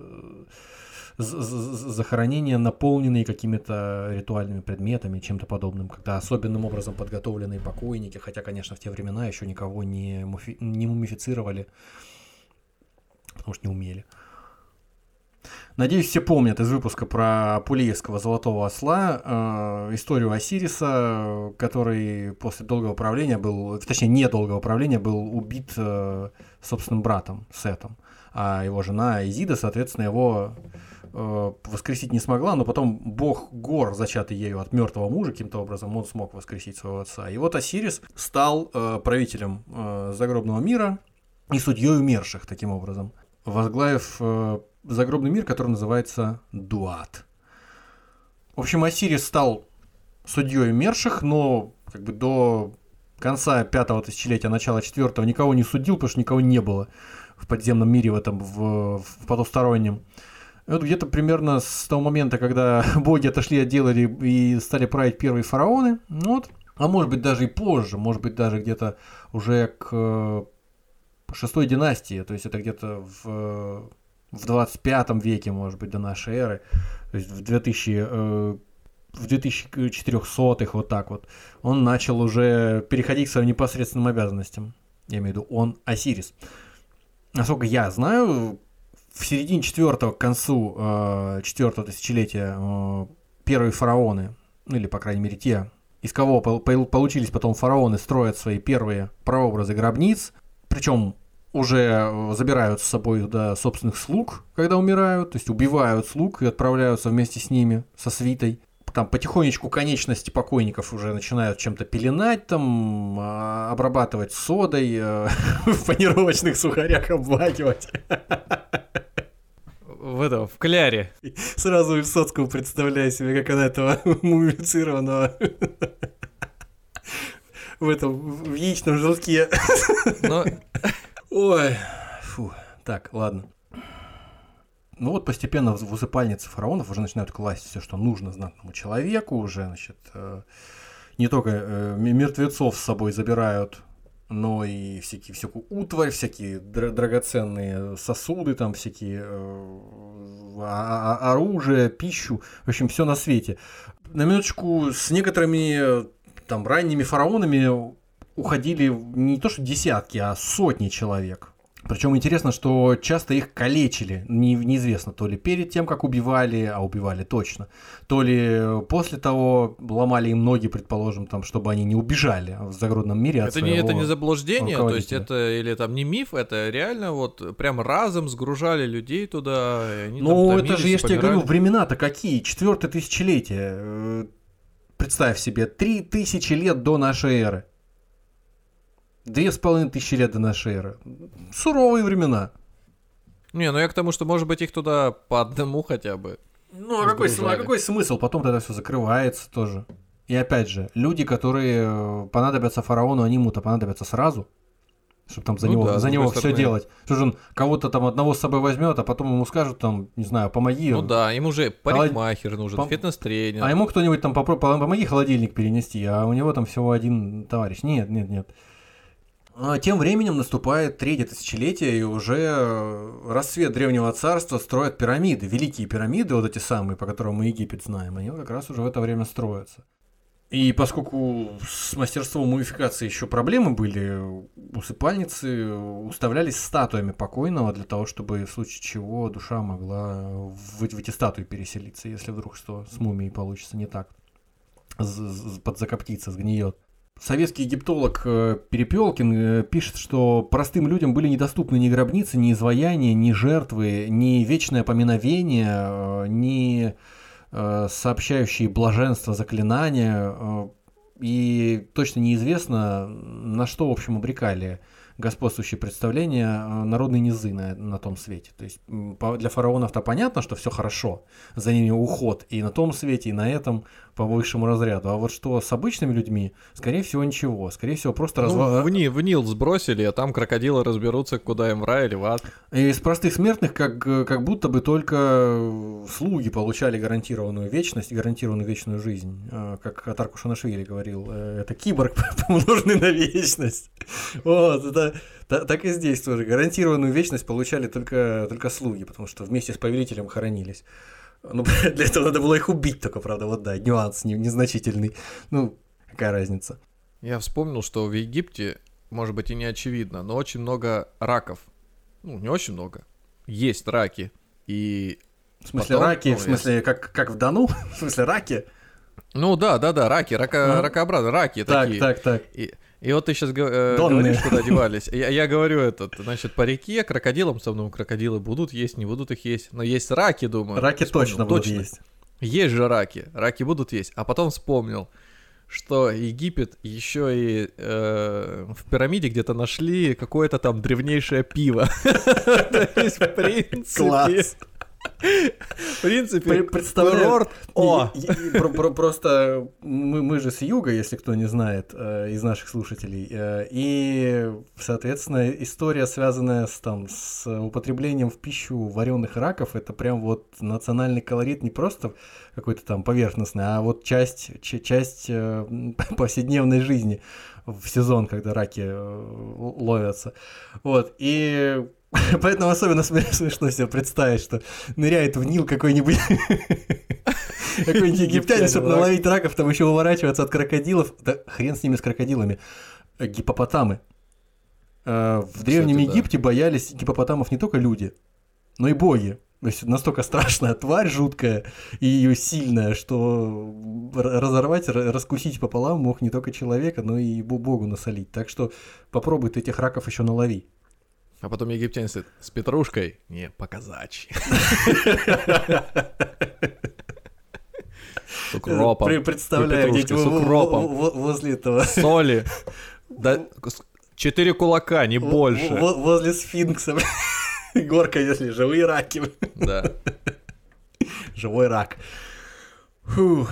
захоронения, наполненные какими-то ритуальными предметами, чем-то подобным, когда особенным образом подготовленные покойники, хотя, конечно, в те времена еще никого не мумифицировали, потому что не умели. Надеюсь, все помнят из выпуска про Апулеевского золотого осла историю Осириса, который после долгого правления был, точнее, недолгого правления был убит собственным братом Сетом, а его жена Изида, соответственно, его воскресить не смогла, но потом бог Гор, зачатый ею от мертвого мужа, каким-то образом он смог воскресить своего отца. И вот Осирис стал правителем загробного мира и судьей умерших, таким образом, возглавив загробный мир, который называется Дуат. В общем, Осирис стал судьей умерших, но как бы до конца 5-го тысячелетия, начала 4-го никого не судил, потому что никого не было в подземном мире, в этом, в потустороннем. И вот где-то примерно с того момента, когда боги отошли от дела и стали править первые фараоны, вот, а может быть даже и позже, может быть даже где-то уже к 6-й династии, то есть это где-то в 25 веке, может быть, до нашей эры, то есть в 2400-х, вот так вот, он начал уже переходить к своим непосредственным обязанностям. Я имею в виду, он Осирис. Насколько я знаю, в середине 4-го, к концу 4-го тысячелетия первые фараоны, ну или, по крайней мере, те, из кого получились потом фараоны, строят свои первые прообразы гробниц, причем уже забирают с собой туда собственных слуг, когда умирают, то есть убивают слуг и отправляются вместе с ними, со свитой. Там потихонечку конечности покойников уже начинают чем-то пеленать, там, обрабатывать содой, в панировочных сухарях обвакивать. В кляре. Сразу Высоцкого представляю себе, как она этого мумифицированного в яичном желтке. Ой, фу, так, ладно. Ну вот постепенно в усыпальнице фараонов уже начинают класть все, что нужно знатному человеку, уже, значит, не только мертвецов с собой забирают, но и всякую утварь, всякие драгоценные сосуды, там всякие оружие, пищу, в общем, все на свете. На минуточку, с некоторыми там ранними фараонами уходили не то что десятки, а сотни человек. Причем интересно, что часто их калечили, неизвестно, то ли перед тем, как убивали, а убивали точно, то ли после того ломали им ноги, предположим, там, чтобы они не убежали в загробном мире от своего это не заблуждение, то есть это или там не миф, это реально вот прям разом сгружали людей туда, и они ну, там это же, я же тебе говорю, времена-то какие, 4-е тысячелетие, представь себе, 3000 лет до нашей эры. 2500 лет до нашей эры. Суровые времена. Не, ну я к тому, что, может быть, их туда по одному хотя бы. Ну, а какой смысл? Потом тогда все закрывается тоже. И опять же, люди, которые понадобятся фараону, они ему-то понадобятся сразу, чтобы там за него все делать. Что же он кого-то там одного с собой возьмет, а потом ему скажут там, не знаю, помоги. Ну да, ему же парикмахер нужен, фитнес-тренер. А ему кто-нибудь там помоги холодильник перенести, а у него там всего один товарищ. Нет. Тем временем наступает 3-е тысячелетие, и уже расцвет Древнего Царства строят пирамиды. Великие пирамиды, вот эти самые, по которым мы Египет знаем, они как раз уже в это время строятся. И поскольку с мастерством мумификации еще проблемы были, усыпальницы уставлялись статуями покойного для того, чтобы в случае чего душа могла в эти статуи переселиться, если вдруг что с мумией получится не так, подзакоптится, сгниет. Советский египтолог Перепелкин пишет, что простым людям были недоступны ни гробницы, ни изваяния, ни жертвы, ни вечное поминовение, ни сообщающие блаженство заклинания, и точно неизвестно, на что, в общем, обрекали господствующие представления народные низы на том свете. То есть для фараонов-то понятно, что все хорошо, за ними уход и на том свете, и на этом по высшему разряду. А вот что с обычными людьми, скорее всего, ничего. Скорее всего, просто в Нил сбросили, а там крокодилы разберутся, куда им в рай или в ад. И из простых смертных как будто бы только слуги получали гарантированную вечность, гарантированную вечную жизнь. Как Атар Кушанашвили говорил, это киборг, помноженный на вечность. Вот, это так и здесь тоже. Гарантированную вечность получали только слуги, потому что вместе с повелителем хоронились. Ну, для этого надо было их убить только, правда, вот да, нюанс незначительный. Ну, какая разница. Я вспомнил, что в Египте, может быть и не очевидно, но очень много раков. Ну, не очень много. Есть раки. И В смысле Потом, раки, в смысле как в Дону? В смысле раки? Ну да, раки, ракообразные, раки такие. Так. И вот ты сейчас говоришь, куда девались. Я говорю значит, по реке крокодилам, со мной крокодилы будут есть, не будут их есть. Но есть раки, думаю. Раки точно будут есть. Есть же раки будут есть. А потом вспомнил, что Египет еще и в пирамиде где-то нашли какое-то там древнейшее пиво. То есть, в принципе... Класс. В принципе, представляю, курорт. Просто мы же с юга, если кто не знает, из наших слушателей, и, соответственно, история, связанная с употреблением в пищу вареных раков, это прям вот национальный колорит, не просто какой-то там поверхностный, а вот часть повседневной жизни в сезон, когда раки ловятся. Вот, и... Поэтому особенно смешно себе представить, что ныряет в Нил какой-нибудь египтянин, чтобы наловить раков, там еще уворачиваться от крокодилов. Да хрен с ними, с крокодилами. Гиппопотамы. В Древнем Египте боялись гиппопотамов не только люди, но и боги. То есть настолько страшная тварь, жуткая и сильная, что разорвать, раскусить пополам мог не только человека, но и богу насолить. Так что попробуй ты этих раков еще налови. А потом египтянин сидит с петрушкой. Не, по-казачьи. С укропом. Представляю, где-то возле этого... Соли. 4 кулака, не больше. Возле сфинкса. Горка, если живые раки. Да. Живой рак. Фух.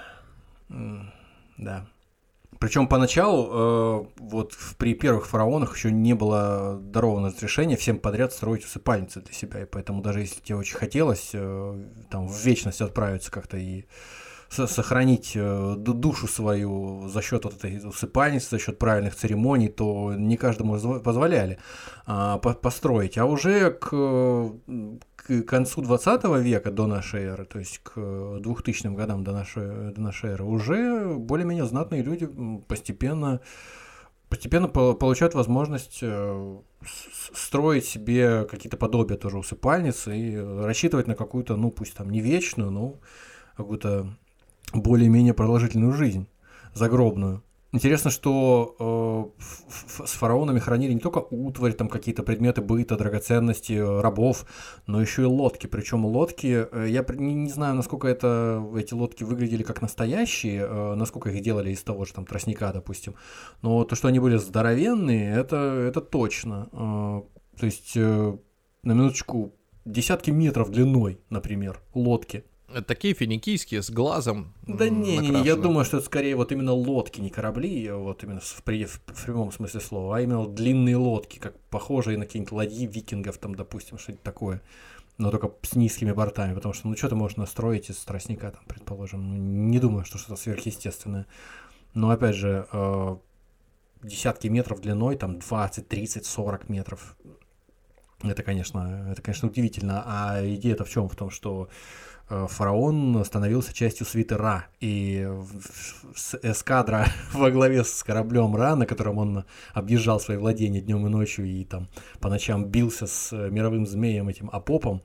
Да. Причем поначалу, вот при первых фараонах еще не было даровано разрешения всем подряд строить усыпальницы для себя, и поэтому даже если тебе очень хотелось там в вечность отправиться как-то и сохранить душу свою за счет вот этой усыпальницы, за счет правильных церемоний, то не каждому позволяли построить. А уже к концу 20 века до нашей эры, то есть к 2000 годам до нашей эры, уже более-менее знатные люди постепенно получают возможность строить себе какие-то подобия тоже усыпальниц и рассчитывать на какую-то, ну пусть там не вечную, но какую-то более-менее продолжительную жизнь, загробную. Интересно, что с фараонами хранили не только утварь, там какие-то предметы быта, драгоценности, рабов, но еще и лодки. Причем лодки, я не знаю, насколько эти лодки выглядели как настоящие, насколько их делали из того же там тростника, допустим. Но то, что они были здоровенные, это точно. То есть, на минуточку, десятки метров длиной, например, лодки. Такие финикийские, с глазом. Да не, я думаю, что это скорее вот именно лодки, не корабли, вот именно в прямом смысле слова, а именно вот длинные лодки, как похожие на какие-нибудь ладьи викингов, там, допустим, что-нибудь такое, но только с низкими бортами, потому что, ну, что ты можешь настроить из тростника, там, предположим, не думаю, что что-то сверхъестественное, но, опять же, десятки метров длиной, там, 20, 30, 40 метров, это, конечно, удивительно, а идея-то в чем? В том, что фараон становился частью свиты Ра, и эскадра во главе с кораблем Ра, на котором он объезжал свои владения днем и ночью и там по ночам бился с мировым змеем этим Апопом,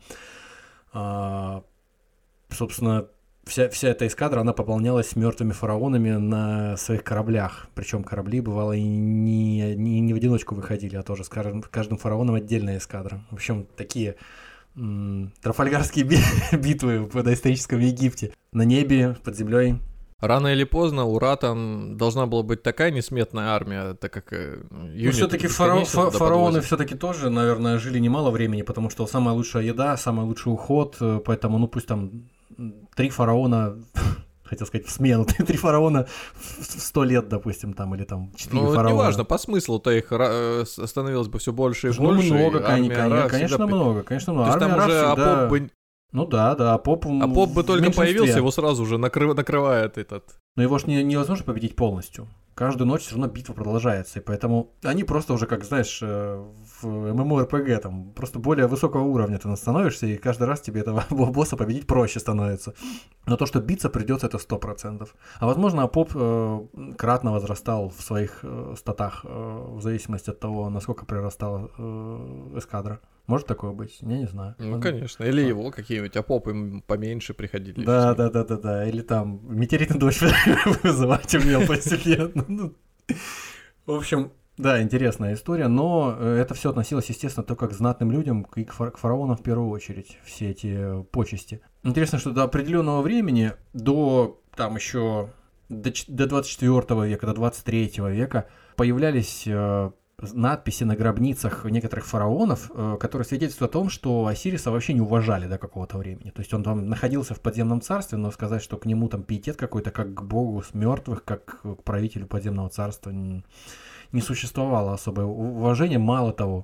собственно, вся эта эскадра, она пополнялась мертвыми фараонами на своих кораблях, причем корабли, бывало, и не в одиночку выходили, а тоже с каждым фараоном отдельная эскадра. В общем, такие трафальгарские битвы в доисторическом Египте. На небе, под землей. Рано или поздно у Ра там должна была быть такая несметная армия, так как ну, все-таки фараоны все-таки тоже, наверное, жили немало времени, потому что самая лучшая еда, самый лучший уход, поэтому, ну, пусть там 3 фараона... Хотел сказать, в смену. 3 фараона в 100 лет, допустим, там, или там 4 фараона. Ну, неважно, по смыслу-то их становилось бы все больше и больше. Ну, много, конечно, много. То есть там уже Апоп бы... Ну да, Апоп бы только появился, его сразу же накрывает этот... Но его же невозможно победить полностью. Каждую ночь все равно битва продолжается, и поэтому они просто уже, как, знаешь, в MMORPG, там, просто более высокого уровня ты становишься, и каждый раз тебе этого босса победить проще становится. Но то, что биться придется, это 100%. А возможно, Апоп кратно возрастал в своих статах, в зависимости от того, насколько прирастала эскадра. Может такое быть? Я не знаю. Ну, конечно. Или его какие-нибудь апопы поменьше приходили. Да. Или там метеоритный дождь вызывать умел постепенно. В общем, да, интересная история, но это все относилось, естественно, только к знатным людям и к фараонам в первую очередь, все эти почести. Интересно, что до определенного времени, до 24 века, до 23 века появлялись надписи на гробницах некоторых фараонов, которые свидетельствуют о том, что Осириса вообще не уважали до какого-то времени. То есть он там находился в подземном царстве, но сказать, что к нему там пиетет какой-то, как к богу с мертвых, как к правителю подземного царства, не существовало особое уважение. Мало того,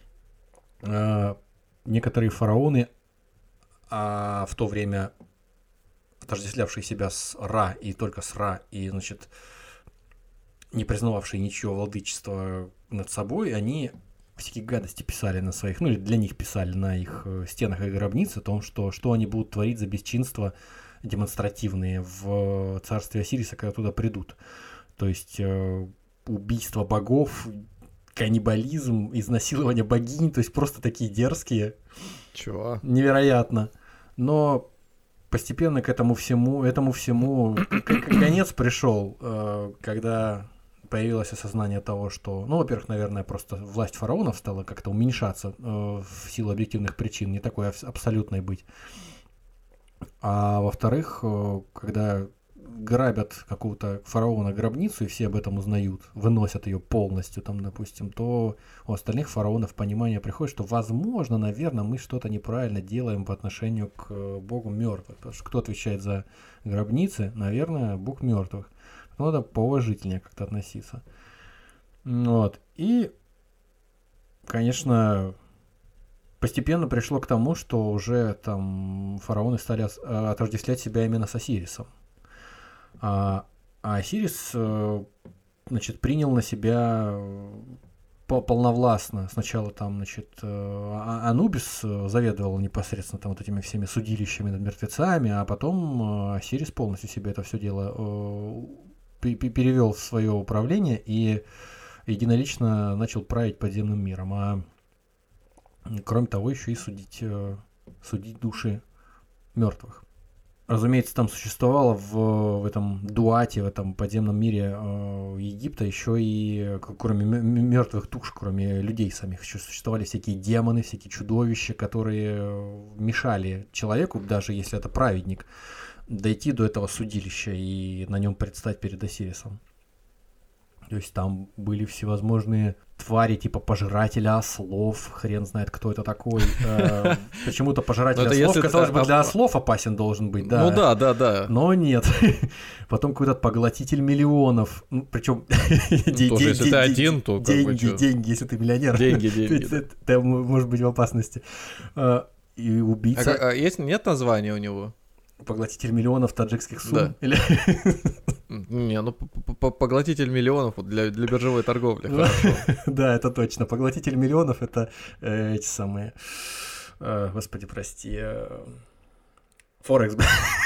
некоторые фараоны, в то время отождествлявшие себя с Ра и только с Ра, и, значит, не признававшие ничего владычества над собой, они всякие гадости писали на своих, ну или для них писали на их стенах и гробнице о том, что они будут творить за бесчинства демонстративные в царстве Осириса, когда туда придут. То есть убийство богов, каннибализм, изнасилование богинь, то есть просто такие дерзкие. Чего? Невероятно. Но постепенно к этому всему конец пришел, когда появилось осознание того, что, ну, во-первых, наверное, просто власть фараонов стала как-то уменьшаться в силу объективных причин, не такой абсолютной быть. А во-вторых, когда грабят какого-то фараона гробницу, и все об этом узнают, выносят ее полностью, там, допустим, то у остальных фараонов понимание приходит, что, возможно, наверное, мы что-то неправильно делаем по отношению к богу мертвых. Потому что кто отвечает за гробницы? Наверное, бог мертвых. Надо поуважительнее как-то относиться. Вот. И, конечно, постепенно пришло к тому, что уже там фараоны стали отождествлять себя именно с Осирисом. А Осирис, значит, принял на себя полновластно. Сначала там, значит, Анубис заведовал непосредственно там вот этими всеми судилищами над мертвецами, а потом Осирис полностью себе это все дело перевел в свое управление и единолично начал править подземным миром. А кроме того, еще и судить души мертвых. Разумеется, там существовало в этом дуате, в этом подземном мире Египта еще и, кроме мертвых душ, кроме людей самих, еще существовали всякие демоны, всякие чудовища, которые мешали человеку, даже если это праведник, дойти до этого судилища и на нем предстать перед Осирисом. То есть там были всевозможные твари типа пожирателя ослов, хрен знает, кто это такой. Почему-то пожиратель ослов, казалось бы, для ослов опасен должен быть, да. Ну да. Но нет. Потом какой-то поглотитель миллионов. Причем если ты один, то деньги, если ты миллионер. Деньги. Ты можешь быть в опасности. И убийца... Нет названия у него? Поглотитель миллионов таджикских сум? Да. Или... Не, ну поглотитель миллионов для биржевой торговли, хорошо. Да, это точно. Поглотитель миллионов — это эти самые... Господи, прости. Форекс.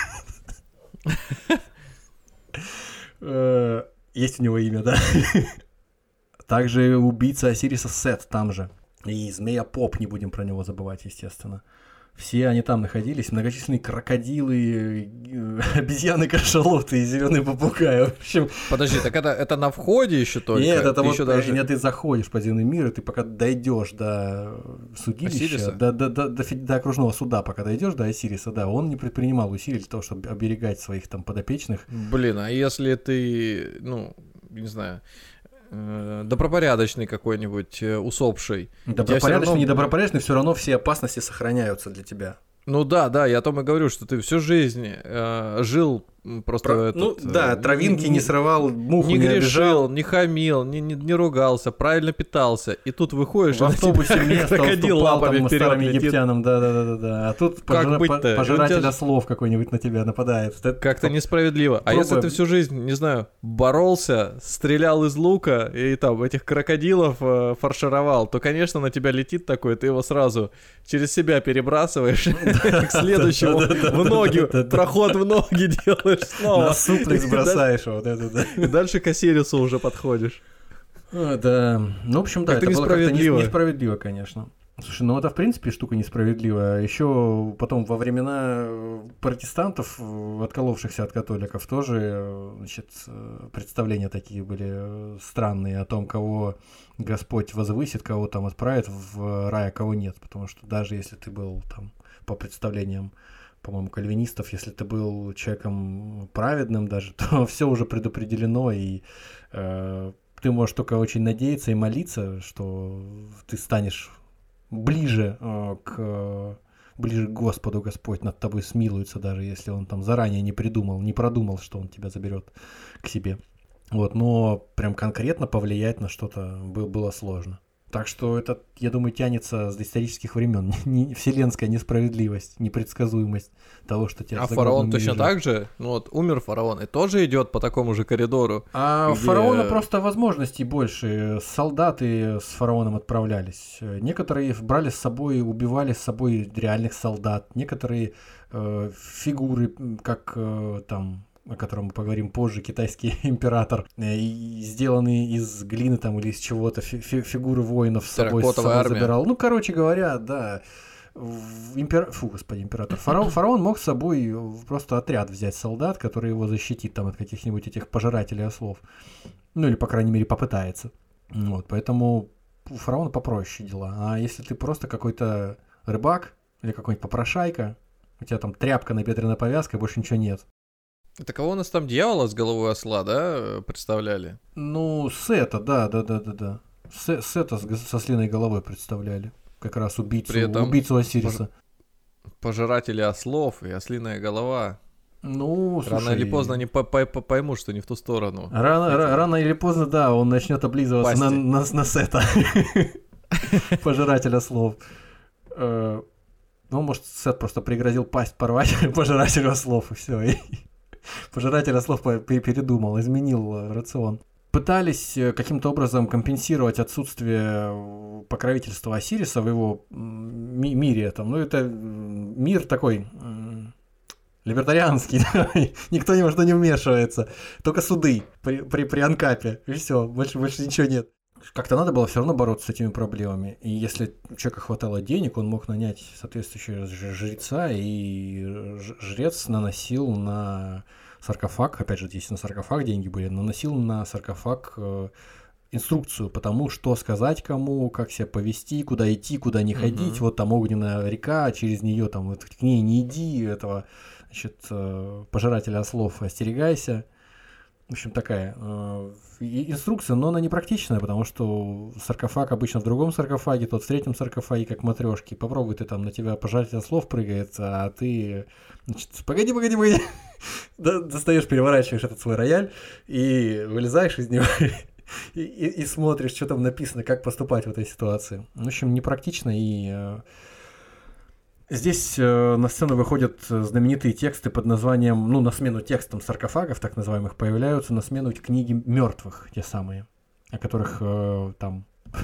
Есть у него имя, да. Также убийца Осириса Сет там же. И Змея Поп, не будем про него забывать, естественно. Все они там находились, многочисленные крокодилы, обезьяны-кашалоты и зеленые попугаи. В общем... Подожди, так это на входе еще только? Нет, это вот даже... ты заходишь в подземный мир, и ты пока дойдешь до судилища, до окружного суда, пока дойдешь до Осириса, да, он не предпринимал усилий для того, чтобы оберегать своих там подопечных. Блин, а если ты, ну, не знаю... добропорядочный какой-нибудь усопший. Добропорядочный, недобропорядочный, все равно все опасности сохраняются для тебя. Ну да, я о том и говорю, что ты всю жизнь жил просто... травинки не срывал, муху не грешил, обижал. не хамил, не ругался, правильно питался. И тут выходишь... В автобусе место уступал там старым египтянам, да. А тут пожиратель ослов какой-нибудь на тебя нападает. Как-то несправедливо. А если ты всю жизнь, не знаю, боролся, стрелял из лука и там этих крокодилов фаршировал, то, конечно, на тебя летит такой, ты его сразу через себя перебрасываешь к следующему в ноги, проход в ноги делаешь снова. На суплекс бросаешь вот это, да. И дальше к Осирису уже подходишь. Да, ну, в общем, да, это было как-то несправедливо, конечно. Слушай, ну это в принципе штука несправедливая. Еще потом во времена протестантов, отколовшихся от католиков, тоже, значит, представления такие были странные о том, кого Господь возвысит, кого там отправит в рай, а кого нет. Потому что даже если ты был там по представлениям, по-моему, кальвинистов, если ты был человеком праведным даже, то все уже предопределено, и ты можешь только очень надеяться и молиться, что ты станешь ближе к Господу, Господь над тобой смилуется, даже если он там заранее не продумал, что он тебя заберет к себе. Вот, но прям конкретно повлиять на что-то было сложно. Так что это, я думаю, тянется с доисторических времен. Вселенская несправедливость, непредсказуемость того, что тебя... А фараон точно так же? Ну вот умер фараон и тоже идет по такому же коридору. А где... у фараона просто возможностей больше. Солдаты с фараоном отправлялись. Некоторые брали с собой, убивали с собой реальных солдат. Некоторые фигуры, как там... о котором мы поговорим позже, китайский император, сделанные из глины там или из чего-то, фигуры воинов с собой забирал. Ну, короче говоря, да, император. Фараон мог с собой просто отряд взять солдат, который его защитит там от каких-нибудь этих пожирателей ослов. Ну, или, по крайней мере, попытается. Вот, поэтому у фараона попроще дела. А если ты просто какой-то рыбак или какой-нибудь попрошайка, у тебя там тряпка на бедренной повязке, больше ничего нет. Это кого у нас там дьявола с головой осла, да, представляли? Ну, Сета, да. Сета со ослиной головой представляли. Как раз убийцу Осириса. Пожиратели ослов и ослиная голова. Ну, слушай... Рано или поздно они поймут, что не в ту сторону. Рано или поздно, да, он начнет облизываться на Сета. Пожиратель ослов. Ну, может, Сет просто пригрозил пасть порвать пожирателю ослов, и все. Пожиратель ослов передумал, изменил рацион. Пытались каким-то образом компенсировать отсутствие покровительства Осириса в его мире. Там. Ну, это мир такой либертарианский, никто ни во что не вмешивается. Только суды при Анкапе, и все, больше ничего нет. Как-то надо было все равно бороться с этими проблемами. И если у человека хватало денег, он мог нанять соответствующего жреца, и жрец наносил на саркофаг, опять же, если на саркофаг деньги были, наносил на саркофаг инструкцию по тому, что сказать кому, как себя повести, куда идти, куда не ходить. Вот там огненная река, через нее там вот, к ней не иди, этого, значит, пожирателя ослов остерегайся. В общем, такая инструкция, но она непрактичная, потому что саркофаг обычно в другом саркофаге, тот в третьем саркофаге, как матрешки. Попробуй ты там, на тебя пожиратель ослов прыгает, а ты, значит, погоди, достаешь, переворачиваешь этот свой рояль и вылезаешь из него и смотришь, что там написано, как поступать в этой ситуации. В общем, непрактично, и здесь на сцену выходят знаменитые тексты под названием, ну, на смену текстам саркофагов, так называемых, появляются на смену книги мертвых, те самые, о которых там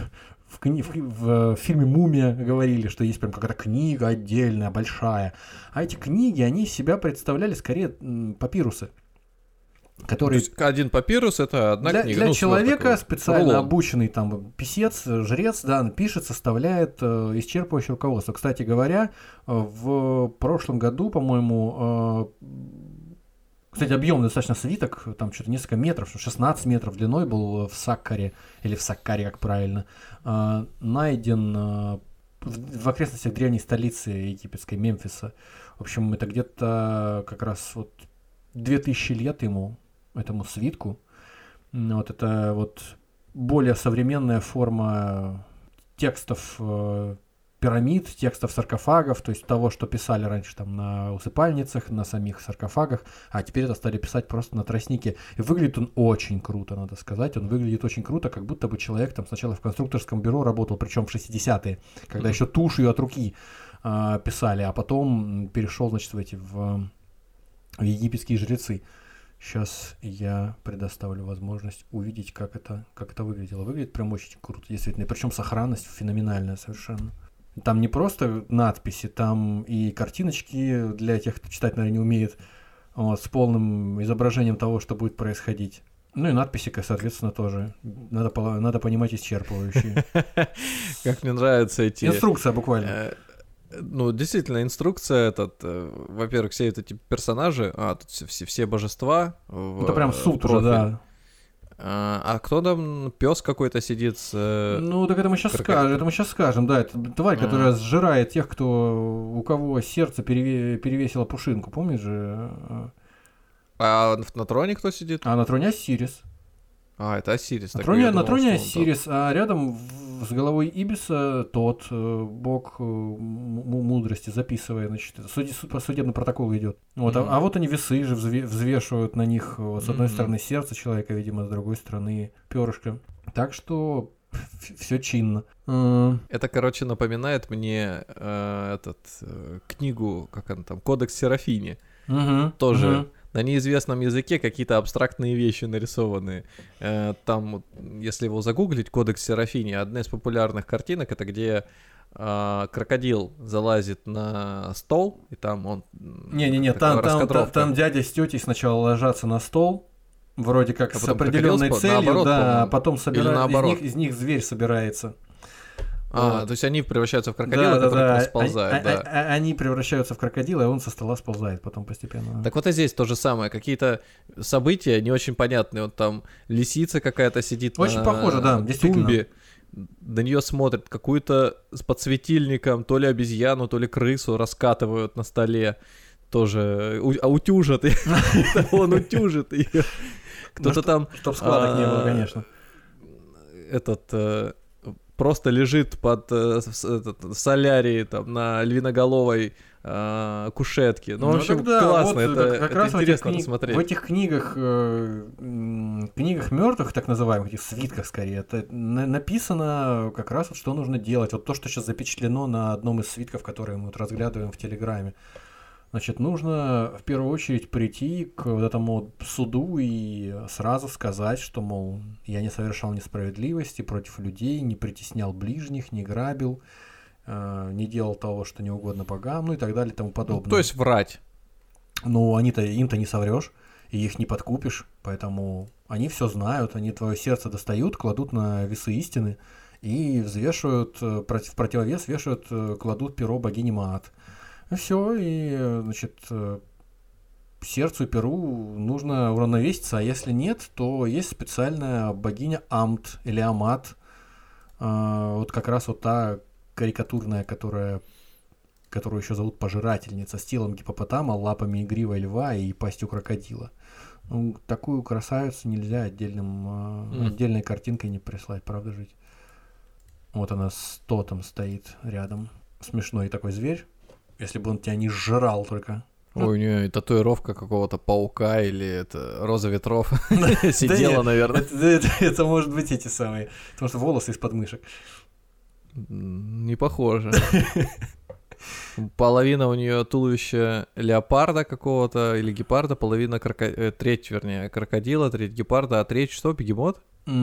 в фильме «Мумия» говорили, что есть прям какая-то книга отдельная, большая. А эти книги, они из себя представляли скорее папирусы. Который... Один папирус — это одна книга. Для человека, такой, специально рулон. Обученный там писец, жрец, да, пишет, составляет исчерпывающее руководство. Кстати говоря, в прошлом году, по-моему, кстати, объемный достаточно свиток, там что-то несколько метров, 16 метров длиной был в Саккаре, или в Саккаре, как правильно, найден в окрестностях древней столицы египетской, Мемфиса. В общем, это где-то как раз вот 2000 лет ему, этому свитку. Вот это вот более современная форма текстов пирамид, текстов саркофагов, то есть того, что писали раньше там на усыпальницах, на самих саркофагах, а теперь это стали писать просто на тростнике. И выглядит он очень круто, надо сказать. Он выглядит очень круто, как будто бы человек там сначала в конструкторском бюро работал, причем в 60-е, когда еще тушью от руки писали, а потом перешел, значит, в египетские жрецы. Сейчас я предоставлю возможность увидеть, как это выглядело. Выглядит прям очень круто, действительно. Причем сохранность феноменальная совершенно. Там не просто надписи, там и картиночки для тех, кто читать, наверное, не умеет, вот, с полным изображением того, что будет происходить. Ну и надписи, соответственно, тоже. Надо понимать исчерпывающие. Как мне нравятся эти... Инструкция буквально. Ну, действительно, инструкция во-первых, все эти персонажи, тут все божества. Это прям суд уже, да. А кто там, пес какой-то сидит с... Ну, так это мы сейчас скажем, да, это тварь, которая сжирает тех, у кого сердце перевесило пушинку, помнишь же? А на троне кто сидит? А на троне Осирис. Это Осирис. На троне Осирис, а рядом с головой Ибиса тот бог мудрости, записывая, значит, судебный протокол идет. Вот, а вот они весы же взвешивают на них, вот, с одной стороны сердце человека, видимо, с другой стороны перышко. Так что все чинно. Это, короче, напоминает мне книгу, как она там, «Кодекс Серафини». Тоже... На неизвестном языке какие-то абстрактные вещи нарисованы. Там, если его загуглить, «Кодекс Серафини», одна из популярных картинок, это где крокодил залазит на стол, и там он... Не-не-не, там дядя с тетей сначала ложатся на стол, вроде как с определенной целью, наоборот, да, а потом из них зверь собирается. То есть они превращаются в крокодила, который сползает. Они превращаются в крокодила, и он со стола сползает потом постепенно. Так вот и здесь то же самое. Какие-то события не очень понятные. Вот там лисица какая-то сидит очень похоже, да, действительно. Тумбе. На нее смотрят, какую-то с подсветильником, то ли обезьяну, то ли крысу раскатывают на столе. Тоже утюжат. Он утюжит ее. Кто-то там... Чтоб складок не было, конечно. Просто лежит под солярии там, на львиноголовой кушетке. Ну, в общем, классно, вот, это интересно смотреть. В этих книгах мертвых, так называемых, этих свитках скорее, это написано как раз вот, что нужно делать. Вот то, что сейчас запечатлено на одном из свитков, которые мы вот разглядываем в Телеграме. Значит, нужно в первую очередь прийти к вот этому суду и сразу сказать, что, мол, я не совершал несправедливости против людей, не притеснял ближних, не грабил, не делал того, что не угодно богам, ну и так далее и тому подобное. Ну, то есть врать. Ну, им-то не соврешь, и их не подкупишь, поэтому они все знают, они твое сердце достают, кладут на весы истины и взвешивают, в противовес вешают, кладут перо богини Маат. И все, и, значит, сердцу и перу нужно уравновеситься, а если нет, то есть специальная богиня Амт или Амат, вот как раз вот та карикатурная, которую еще зовут Пожирательница, с телом гиппопотама, лапами и гривой льва и пастью крокодила. Ну, такую красавицу нельзя отдельной картинкой не прислать, правда жить? Вот она с тотом стоит рядом, смешной такой зверь. Если бы он тебя не сжирал только. Ой, у нее татуировка какого-то паука или это роза ветров сидела, наверное. Это может быть эти самые, потому что волосы из подмышек. Не похоже. Половина у нее туловища леопарда какого-то или гепарда, половина треть, вернее, крокодила, треть гепарда, а треть что, бегемот?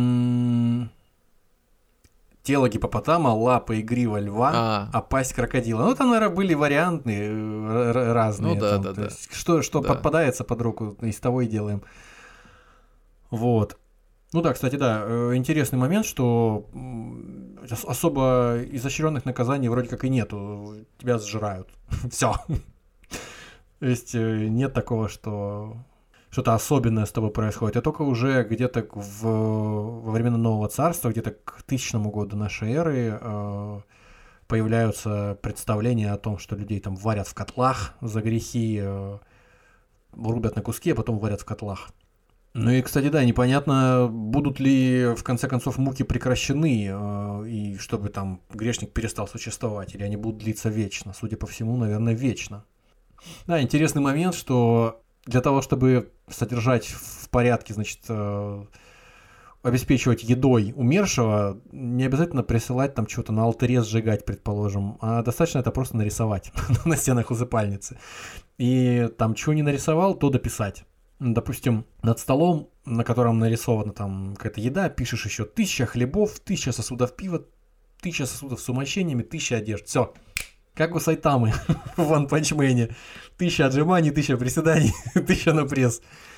Тело гиппопотама, лапы и грива льва, а пасть крокодила. Ну, там, наверное, были варианты разные. Ну, да, там, да, да. Что подпадается под руку, из того и делаем. Вот. Ну да, кстати, да, интересный момент, что особо изощренных наказаний вроде как и нету. Тебя сжирают. Все. То есть нет такого, что... что-то особенное с тобой происходит. А только уже где-то во времена Нового Царства, где-то к 1000 году нашей эры появляются представления о том, что людей там варят в котлах за грехи, рубят на куски, а потом варят в котлах. Ну и, кстати, да, непонятно, будут ли в конце концов муки прекращены, и чтобы там грешник перестал существовать, или они будут длиться вечно. Судя по всему, наверное, вечно. Да, интересный момент, что для того, чтобы содержать в порядке, значит, обеспечивать едой умершего, не обязательно присылать там что-то на алтаре сжигать, предположим, а достаточно это просто нарисовать на стенах усыпальницы. И там чего не нарисовал, то дописать. Допустим, над столом, на котором нарисована там какая-то еда, пишешь еще 1000 хлебов, 1000 сосудов пива, 1000 сосудов с умощениями, 1000 одежд. Все. Как у Сайтамы в One Punch Man. 1000 отжиманий, 1000 приседаний, 1000 на пресс.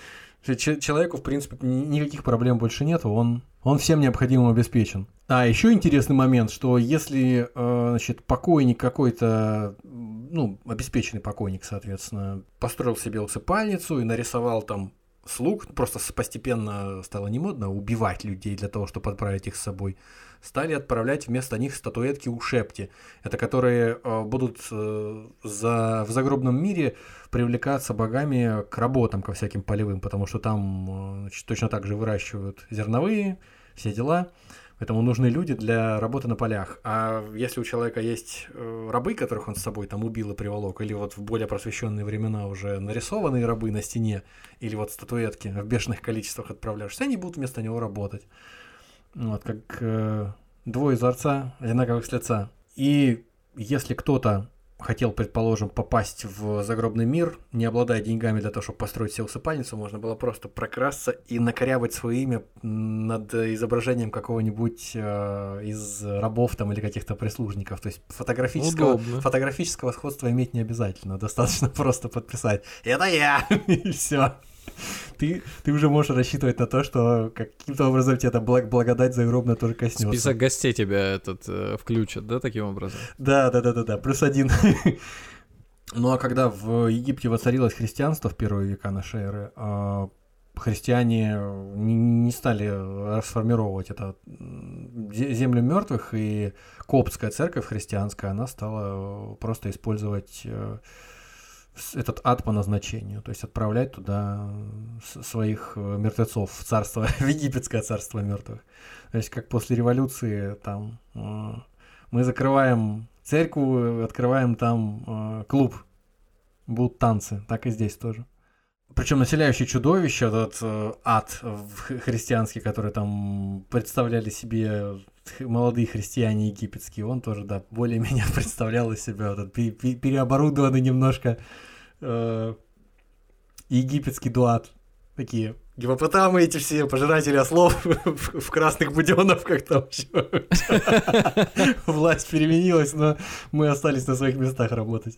Человеку, в принципе, никаких проблем больше нет, он всем необходимым обеспечен. А еще интересный момент, что если, значит, покойник какой-то, ну, обеспеченный покойник, соответственно, построил себе усыпальницу и нарисовал там слуг, просто постепенно стало немодно убивать людей для того, чтобы отправить их с собой, стали отправлять вместо них статуэтки ушепти. Это которые будут в загробном мире привлекаться богами к работам, ко всяким полевым, потому что там, значит, точно так же выращивают зерновые, все дела. Поэтому нужны люди для работы на полях. А если у человека есть рабы, которых он с собой там убил и приволок, или вот в более просвещенные времена уже нарисованные рабы на стене, или вот статуэтки в бешеных количествах отправляешь, все они будут вместо него работать. Вот, как двое из орца, одинаковых с лица. И если кто-то хотел, предположим, попасть в загробный мир, не обладая деньгами для того, чтобы построить себе усыпальницу, можно было просто прокрасться и накорябать свое имя над изображением какого-нибудь из рабов там или каких-то прислужников. То есть фотографического сходства иметь не обязательно, достаточно просто подписать «Это я!» и все. Ты уже можешь рассчитывать на то, что каким-то образом тебе эта благодать загробная тоже коснется. Список гостей тебя включат, да, таким образом? Да, +1. Ну а когда в Египте воцарилось христианство в первые века нашей эры, христиане не стали расформировать это землю мертвых, и коптская церковь христианская, она стала просто использовать этот ад по назначению, то есть отправлять туда своих мертвецов в царство, в египетское царство мертвых. То есть как после революции там мы закрываем церковь, открываем там клуб, будут танцы, так и здесь тоже. Причем населяющие чудовища, этот ад христианский, который там представляли себе молодые христиане египетские, он тоже, да, более-менее представлял из себя этот переоборудованный немножко египетский дуат. Такие гипопотамы эти все, пожиратели ослов в красных буденовках там еще. Власть переменилась, но мы остались на своих местах работать.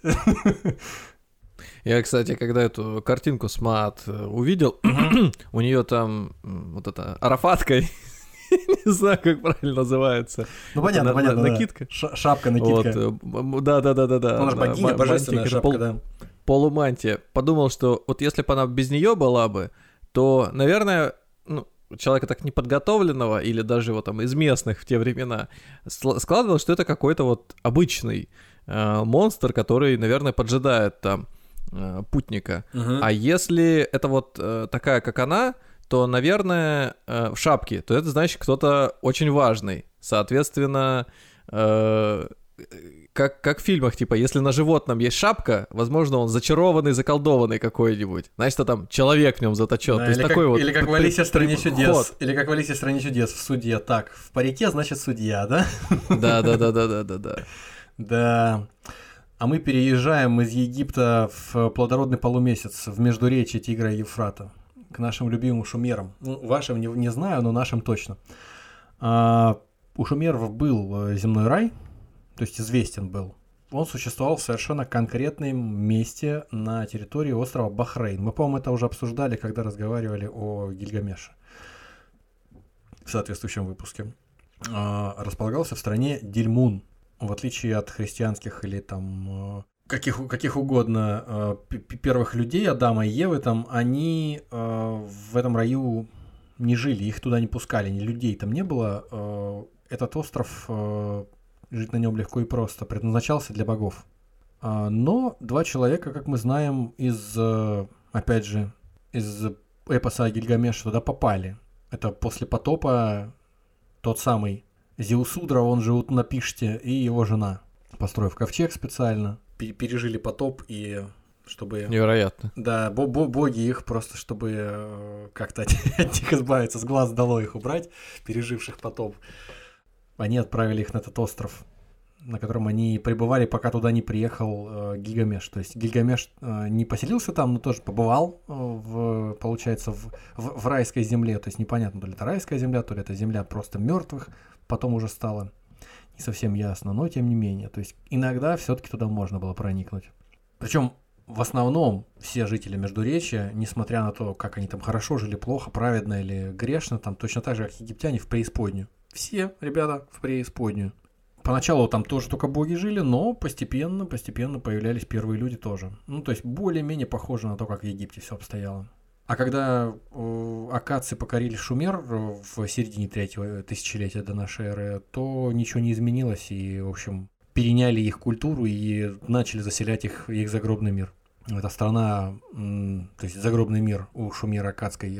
Я, кстати, когда эту картинку с Маат увидел, у нее там вот эта арафатка, не знаю, как правильно называется. Ну, понятно, накидка. Шапка-накидка. Да. Она же богиня, божественная шапка, да. Полумантия. Подумал, что вот если бы она без нее была бы, то, наверное, ну, человека так неподготовленного или даже его там из местных в те времена складывалось, что это какой-то вот обычный монстр, который, наверное, поджидает там путника. А если это вот такая, как она, то, наверное, в шапке, то это значит кто-то очень важный. Соответственно, как в фильмах, типа, если на животном есть шапка, возможно, он зачарованный, заколдованный какой-нибудь. Значит, там человек в нем заточен. Да, то есть такой вот. Или как в Алисе в стране чудес. Или как в Алисе в стране чудес в суде. Так, в парике, значит, судья, да? Да. Да. А мы переезжаем из Египта в плодородный полумесяц, в междуречье Тигра и Ефрата, к нашим любимым шумерам. Ну, вашим не знаю, но нашим точно. У шумеров был земной рай, то есть известен был. Он существовал в совершенно конкретном месте на территории острова Бахрейн. Мы, по-моему, это уже обсуждали, когда разговаривали о Гильгамеше в соответствующем выпуске. Располагался в стране Дильмун. В отличие от христианских или там каких угодно первых людей, Адама и Евы, там они в этом раю не жили, их туда не пускали, ни людей там не было. Этот остров, жить на нем легко и просто, предназначался для богов. Но два человека, как мы знаем, опять же, из эпоса Гильгамеша туда попали. Это после потопа тот самый Зеусудра, он же Утнапишти, и его жена, построив ковчег специально, пережили потоп, и чтобы... Невероятно. Да, боги их просто, чтобы как-то от них избавиться, с глаз долой их убрать, переживших потоп, они отправили их на этот остров, на котором они пребывали, пока туда не приехал Гильгамеш. То есть Гильгамеш не поселился там, но тоже побывал, получается, в райской земле. То есть непонятно, то ли это райская земля, то ли это земля просто мертвых. Потом уже стало не совсем ясно, но тем не менее. То есть иногда все-таки туда можно было проникнуть. Причем в основном все жители Междуречья, несмотря на то, как они там хорошо жили, плохо, праведно или грешно, там точно так же, как египтяне, в преисподнюю. Все ребята в преисподнюю. Поначалу там тоже только боги жили, но постепенно появлялись первые люди тоже. Ну, то есть более-менее похоже на то, как в Египте все обстояло. А когда аккадцы покорили Шумер в середине 3-го тысячелетия до нашей эры, то ничего не изменилось, и, в общем, переняли их культуру и начали заселять их загробный мир. Эта страна, то есть загробный мир у шумеро-аккадской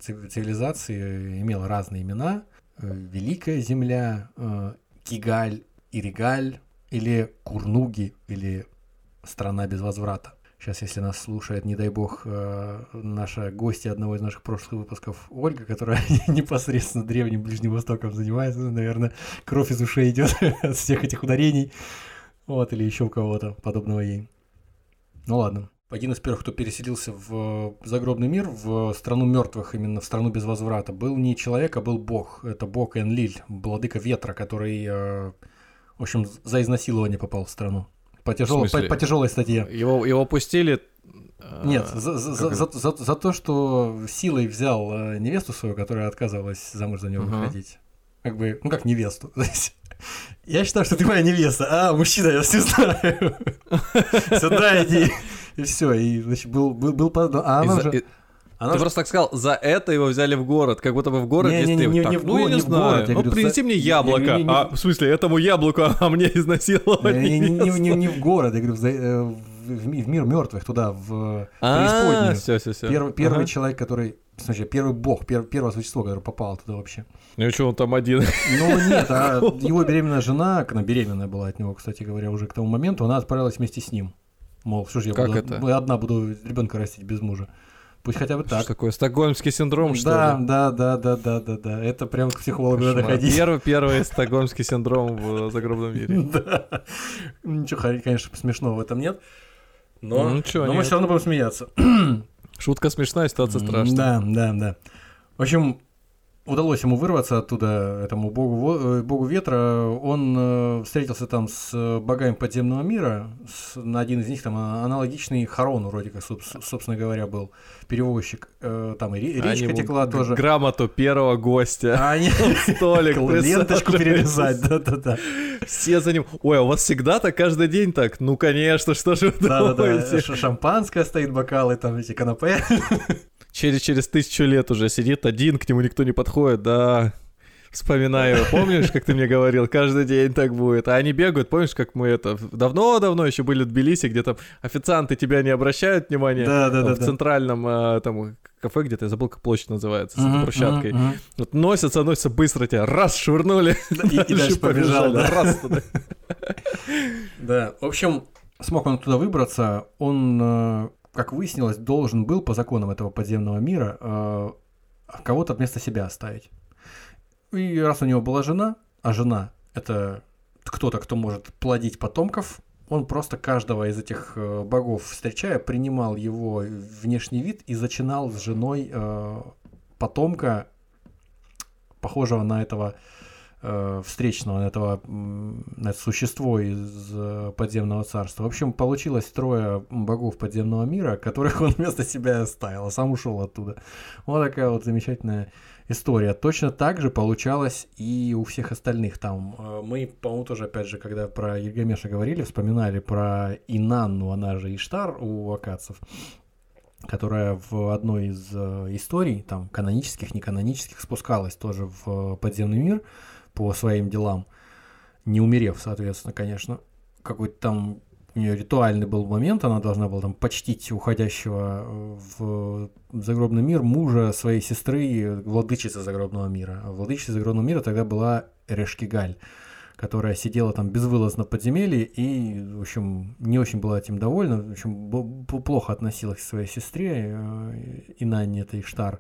цивилизации имела разные имена. Великая земля, Кигаль, Иригаль, или Курнуги, или страна без возврата. Сейчас, если нас слушает, не дай бог, наша гостья одного из наших прошлых выпусков, Ольга, которая непосредственно Древним Ближним Востоком занимается, наверное, кровь из ушей идет от всех этих ударений, вот, или еще у кого-то подобного ей. Ну ладно. Один из первых, кто переселился в загробный мир, в страну мертвых, именно в страну без возврата, был не человек, а был бог. Это бог Энлиль, владыка ветра, который, в общем, за изнасилование попал в страну. По тяжелой статье. Его пустили? Нет, за то, что силой взял невесту свою, которая отказывалась замуж за него выходить. Как бы, ну как невесту. Я считаю, что ты моя невеста. А, мужчина, я все знаю. Сюда иди. И все. И, значит, был а она уже... Ты просто так сказал, за это его взяли в город, как будто бы в город есть ты. Не в город. Ну, принеси мне яблоко. В смысле, этому яблоку, а мне изнасиловали. Не в город, я говорю, в мир мертвых, туда, в преисподнюю. Все. Первый человек, который... Смотри, первый бог, первое существо, которое попало туда вообще. Ну и что, он там один? Ну нет, а его беременная жена, она беременная была от него, кстати говоря, уже к тому моменту, она отправилась вместе с ним. Мол, что ж я одна буду ребенка растить без мужа. Пусть хотя бы так. Что такое, стокгольмский синдром, что ли? Да. Это прям к психологу надо ходить. Первый стокгольмский синдром в загробном мире. Да. Ничего, конечно, смешного в этом нет. Но мы все равно будем смеяться. Шутка смешная, ситуация страшная. Да. В общем, удалось ему вырваться оттуда, этому богу ветра. Он встретился там с богами подземного мира. Один из них там аналогичный Харону, вроде как, собственно говоря, был перевозчик. Там и речка текла тоже. Грамоту первого гостя. Столик. Ленточку перерезать, да. Все за ним. Ой, а у вас всегда так каждый день так? Ну, конечно, что же вы думаете? Да. Шампанское стоит, бокалы, там эти канапе. Через 1000 лет уже сидит один, к нему никто не подходит, да. Вспоминаю, помнишь, как ты мне говорил, каждый день так будет. А они бегают, помнишь, как мы давно-давно еще были в Тбилиси, где там официанты тебя не обращают внимания. Да. В центральном там кафе где-то, я забыл, как площадь называется, с этой брусчаткой. Вот носятся быстро тебя, раз, швырнули. И дальше побежал, да. Раз туда. Да, в общем, смог он туда выбраться, он... как выяснилось, должен был по законам этого подземного мира кого-то вместо себя оставить. И раз у него была жена, а жена – это кто-то, кто может плодить потомков, он просто каждого из этих богов, встречая, принимал его внешний вид и зачинал с женой потомка, похожего на этого встречного, на это существо из подземного царства. В общем, получилось 3 богов подземного мира, которых он вместо себя оставил, а сам ушел оттуда. Вот такая вот замечательная история. Точно так же получалось и у всех остальных там. Мы, по-моему, тоже, опять же, когда про Гильгамеша говорили, вспоминали про Инанну, она же Иштар у аккадцев, которая в одной из историй, там, канонических, неканонических, спускалась тоже в подземный мир по своим делам, не умерев, соответственно, конечно. Какой-то там у нее ритуальный был момент, она должна была там почтить уходящего в загробный мир мужа своей сестры, владычицы загробного мира. А владычицей загробного мира тогда была Эрешкигаль, которая сидела там безвылазно в подземелье и, в общем, не очень была этим довольна, в общем, плохо относилась к своей сестре, Инанне, это Иштар.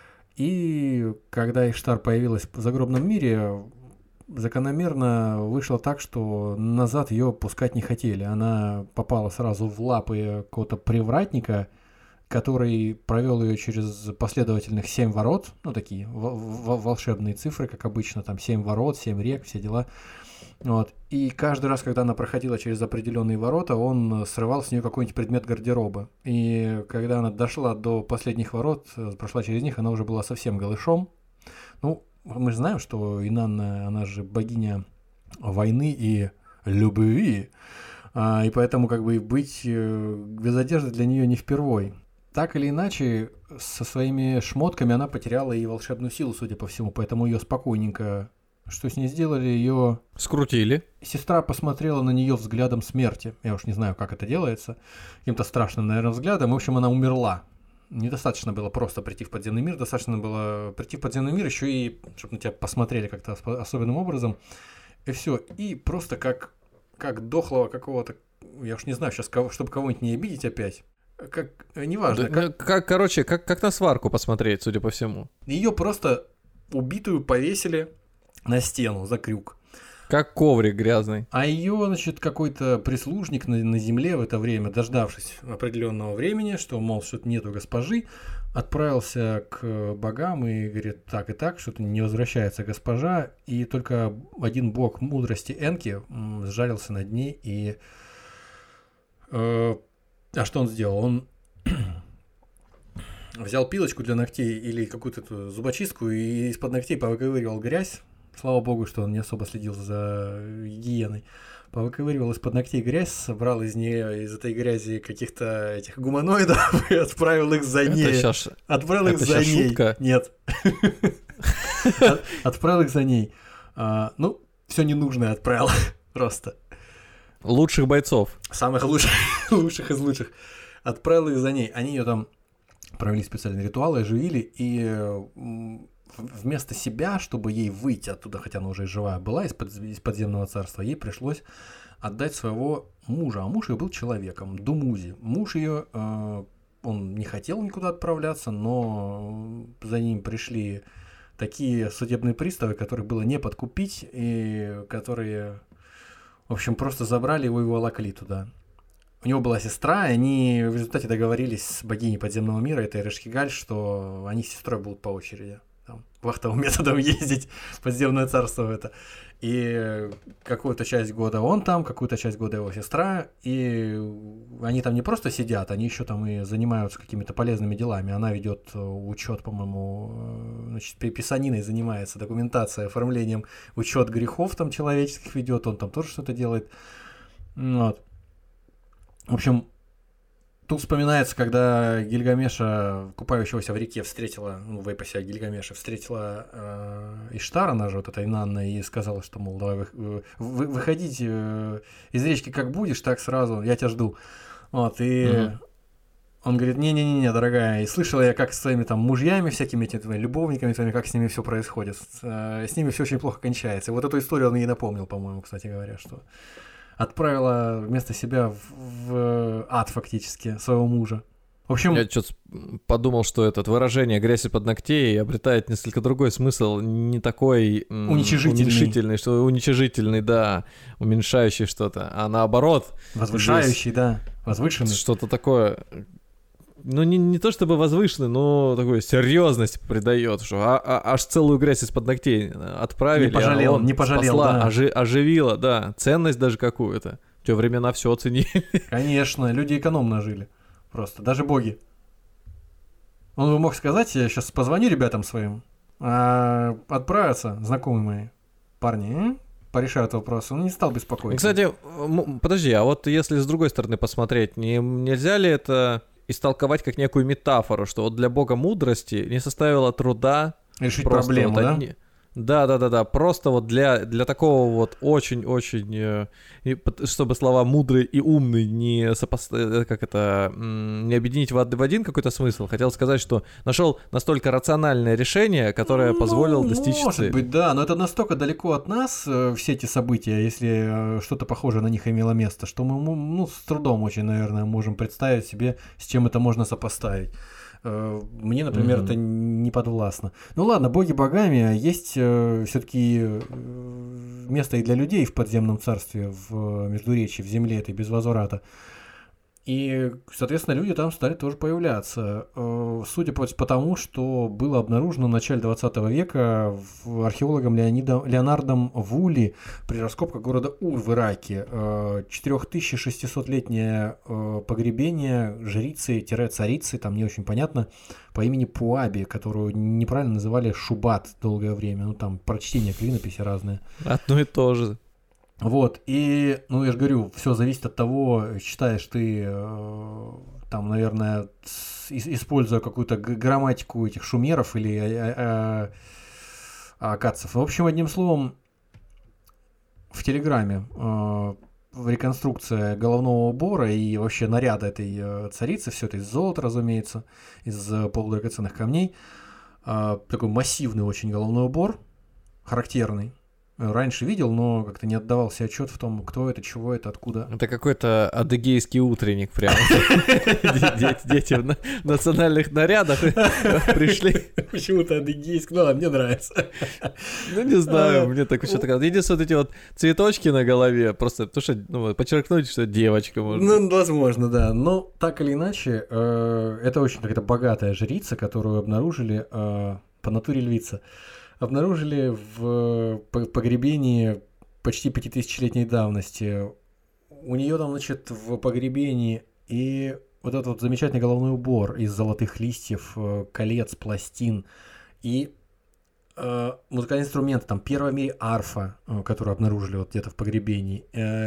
И когда Иштар появилась в загробном мире, закономерно вышло так, что назад ее пускать не хотели. Она попала сразу в лапы какого-то привратника, который провел ее через последовательных 7 ворот, ну, такие волшебные цифры, как обычно, там 7 ворот, 7 рек, все дела. Вот. И каждый раз, когда она проходила через определенные ворота, он срывал с нее какой-нибудь предмет гардероба. И когда она дошла до последних ворот, прошла через них, она уже была совсем голышом. Ну, мы же знаем, что Инанна, она же богиня войны и любви, и поэтому как бы быть без одежды для нее не впервой. Так или иначе, со своими шмотками она потеряла и волшебную силу, судя по всему, поэтому ее спокойненько, что с ней сделали, ее скрутили. Сестра посмотрела на нее взглядом смерти. Я уж не знаю, как это делается, каким-то страшным, наверное, взглядом. В общем, она умерла. Недостаточно было просто прийти в подземный мир, достаточно было прийти в подземный мир, еще и чтобы на тебя посмотрели как-то особенным образом. И все. И просто как дохлого какого-то, я уж не знаю сейчас, чтобы кого-нибудь не обидеть опять. Как, неважно. Да, короче, как на сварку посмотреть, судя по всему. Ее просто убитую повесили на стену за крюк. Как коврик грязный. А ее, значит, какой-то прислужник на земле в это время, дождавшись определенного времени, что, мол, что-то нету госпожи, отправился к богам и говорит, так и так, что-то не возвращается госпожа, и только один бог мудрости Энки сжалился над ней и... А что он сделал? Он взял пилочку для ногтей или какую-то зубочистку и из-под ногтей повыковыривал грязь. Слава богу, что он не особо следил за гигиеной. Повыковыривал из-под ногтей грязь, собрал из этой грязи каких-то этих гуманоидов и отправил их за ней. Отправил их за ней. Шутка? Нет. Отправил их за ней. Ну, все ненужное отправил просто. Лучших бойцов. Самых лучших из лучших. Отправил их за ней. Они ее там провели специальные ритуалы, оживили, и вместо себя, чтобы ей выйти оттуда, хотя она уже живая была из подземного царства, ей пришлось отдать своего мужа. А муж ее был человеком, Думузи. Муж ее, он не хотел никуда отправляться, но за ним пришли такие судебные приставы, которых было не подкупить, и которые... В общем, просто забрали его и волокли туда. У него была сестра, и они в результате договорились с богиней подземного мира, этой Решкигаль, что они с сестрой будут по очереди там, вахтовым методом ездить в подземное царство это. И какую-то часть года он там, какую-то часть года его сестра, и они там не просто сидят, они еще там и занимаются какими-то полезными делами. Она ведет учет, по-моему, значит, писаниной занимается, документацией, оформлением, учет грехов там человеческих ведет, он там тоже что-то делает. Вот. В общем, тут вспоминается, когда Гильгамеша, купающегося в реке, встретила, ну, в эпосе Гильгамеша, встретила Иштар, она же вот эта Инанна, и сказала, что, мол, давай выходите из речки как будешь, так сразу, я тебя жду. Вот, и он говорит, не-не-не, дорогая, и слышала я, как с своими там мужьями, всякими этими любовниками твоими, как с ними все происходит, с ними все очень плохо кончается. И вот эту историю он ей напомнил, по-моему, кстати говоря, что... Отправила вместо себя в ад фактически своего мужа. В общем... Я что-то подумал, что это выражение «грязь из-под ногтей» обретает несколько другой смысл, не такой уменьшительный, что уничижительный, да, уменьшающий что-то, а наоборот... Возвышающий, да, возвышенный. Что-то такое... Ну, не то чтобы возвышенный, но такую серьезность придает, что аж целую грязь из-под ногтей отправили. Не пожалел, спасла, да. Оживила, да, ценность даже какую-то. В те времена все оценили. Конечно, люди экономно жили, просто, даже боги. Он бы мог сказать, я сейчас позвоню ребятам своим, отправятся, знакомые мои парни, порешают вопрос, он не стал беспокоиться. Кстати, подожди, а вот если с другой стороны посмотреть, нельзя ли это... истолковать как некую метафору, что вот для бога мудрости не составило труда решить проблему, вот да? Просто вот для такого вот очень-очень, чтобы слова «мудрый» и «умный» не объединить в один какой-то смысл, хотел сказать, что нашел настолько рациональное решение, которое позволило достичь цели. Может быть, да, но это настолько далеко от нас, все эти события, если что-то похожее на них имело место, что мы с трудом очень, наверное, можем представить себе, с чем это можно сопоставить. Мне, например, это не подвластно. Ну ладно, боги богами, есть все-таки место и для людей в подземном царстве, в Междуречии, в земле этой без возврата. И, соответственно, люди там стали тоже появляться. Судя по тому, что было обнаружено в начале 20 века археологом Леонардом Вулли при раскопках города Ур в Ираке. 4600-летнее погребение жрицы-царицы, там не очень понятно, по имени Пуаби, которую неправильно называли Шубат долгое время. Ну, там прочтения клинописи разные. Одно и то же. Вот, и, ну, я же говорю, все зависит от того, считаешь ты, там, наверное, используя какую-то грамматику этих шумеров или аккадцев. В общем, одним словом, в Телеграме реконструкция головного убора и вообще наряда этой царицы, все это из золота, разумеется, из полудрагоценных камней, такой массивный очень головной убор, характерный. Раньше видел, но как-то не отдавал себе отчет в том, кто это, чего это, откуда. Это какой-то адыгейский утренник прям. Дети в национальных нарядах пришли. Почему-то адыгейский, ну ладно, мне нравится. Ну не знаю, мне так еще так. Единственное, вот эти вот цветочки на голове, просто потому что подчеркнуть, что девочка может. Ну, возможно, да. Но так или иначе, это очень какая-то богатая жрица, которую обнаружили по натуре львица. Обнаружили в погребении почти 5000-летней давности. У нее там, значит, в погребении и вот этот вот замечательный головной убор из золотых листьев, колец, пластин и музыкальные инструменты. Там первая в мире арфа, которую обнаружили вот где-то в погребении.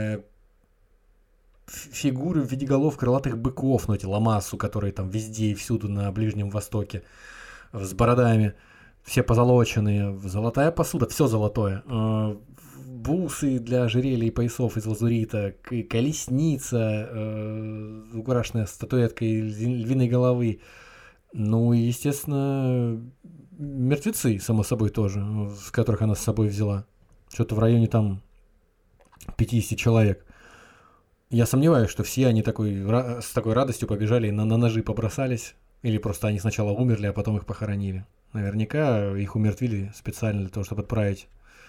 Фигуры в виде голов крылатых быков, ну эти ламассу, которые там везде и всюду на Ближнем Востоке, с бородами. Все позолоченные, золотая посуда, все золотое. Бусы для ожерелья и поясов из лазурита, колесница, украшенная статуэткой львиной головы. Ну и, естественно, мертвецы, само собой, тоже, с которых она с собой взяла. Что-то в районе там 50 человек. Я сомневаюсь, что все они с такой радостью побежали и на ножи побросались. Или просто они сначала умерли, а потом их похоронили. Наверняка их умертвили специально для того, чтобы отправить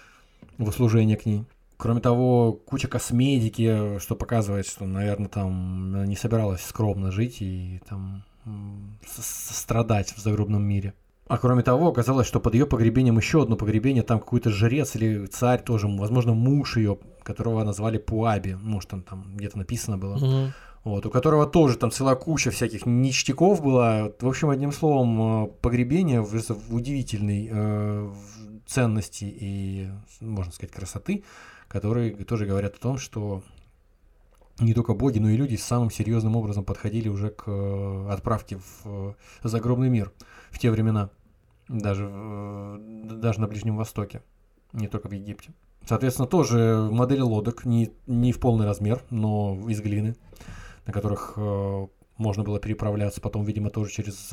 в услужение к ней. Кроме того, куча косметики, что показывает, что, наверное, там не собиралась скромно жить и там страдать в загробном мире. А кроме того, оказалось, что под ее погребением еще одно погребение, там какой-то жрец или царь тоже, возможно, муж ее, которого назвали Пуаби, может, там где-то написано было. Угу. Вот, у которого тоже там целая куча всяких ништяков была. В общем, одним словом, погребение в удивительной ценности и, можно сказать, красоты, которые тоже говорят о том, что не только боги, но и люди самым серьезным образом подходили уже к отправке в загробный мир в те времена, даже на Ближнем Востоке, не только в Египте. Соответственно, тоже модели лодок не в полный размер, но из глины, на которых можно было переправляться, потом, видимо, тоже через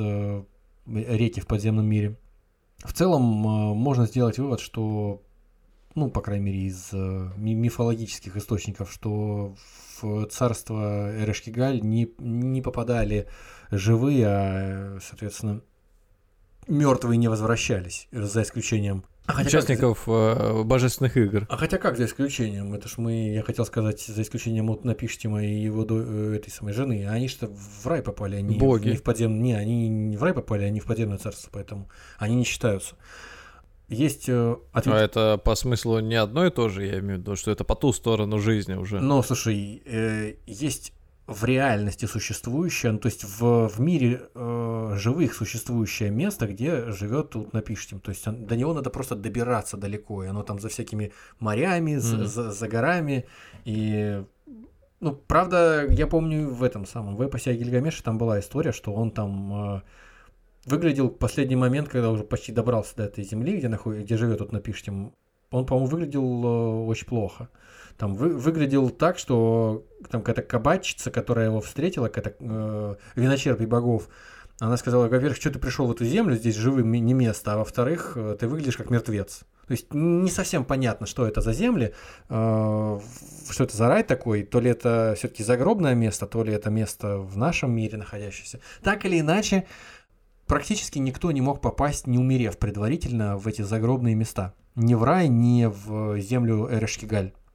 реки в подземном мире. В целом, можно сделать вывод, что, ну, по крайней мере, из мифологических источников, что в царство Эрешкигаль не попадали живые, а, соответственно, мертвые не возвращались, за исключением участников божественных игр. А хотя как за исключением? Это ж я хотел сказать, за исключением вот Напиштима и его этой самой жены. Они что в рай попали, они боги. Не в подземное. Не, они не в рай попали, они в подземное царство, поэтому они не считаются. Есть ответ. А это по смыслу не одно и то же, я имею в виду, что это по ту сторону жизни уже. Ну, слушай, есть в реальности существующее, ну, то есть в мире живых существующее место, где живет тут Напиштим. То есть до него надо просто добираться далеко, и оно там за всякими морями, за горами. И, ну, правда, я помню в этом самом, в эпосе о Гильгамеше там была история, что он там выглядел в последний момент, когда уже почти добрался до этой земли, где живет тут Напиштим. Он, по-моему, выглядел очень плохо. Там выглядел так, что там какая-то кабачица, которая его встретила, какая-то виночерпий богов, она сказала: во-первых, что ты пришел в эту землю, здесь живым не место, а во-вторых, ты выглядишь как мертвец. То есть не совсем понятно, что это за земли, что это за рай такой, то ли это все-таки загробное место, то ли это место в нашем мире находящееся. Так или иначе, практически никто не мог попасть, не умерев предварительно, в эти загробные места. Ни в рай, ни в землю Эрешкигаль.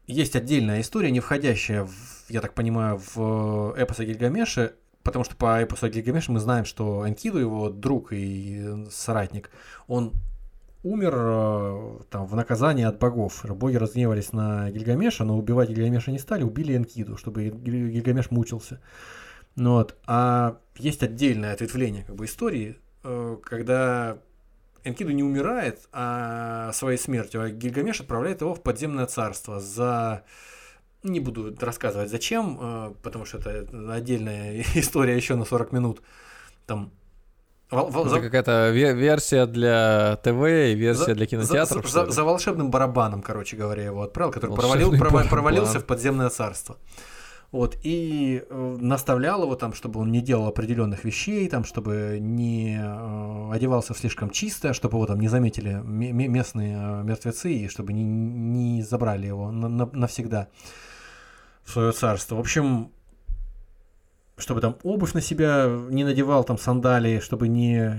есть отдельная история, не входящая, я так понимаю, в эпос о Гильгамеше, потому что по эпосу о Гильгамеше мы знаем, что Энкиду, его друг и соратник, он умер там, в наказании от богов. Боги разгневались на Гильгамеша, но убивать Гильгамеша не стали, убили Энкиду, чтобы Гильгамеш мучился. Вот. А есть отдельное ответвление как бы, истории, когда Энкиду не умирает своей смертью, а Гильгамеш отправляет его в подземное царство за... Не буду рассказывать зачем, потому что это отдельная история еще на 40 минут. Там... Это какая-то версия для ТВ и версия для кинотеатров. За волшебным барабаном, короче говоря, его отправил, который провалился в подземное царство. Вот, и наставлял его там, чтобы он не делал определенных вещей, там, чтобы не одевался слишком чисто, чтобы его там не заметили местные мертвецы, и чтобы не забрали его навсегда в свое царство. В общем, чтобы там обувь на себя не надевал, там сандалии, чтобы не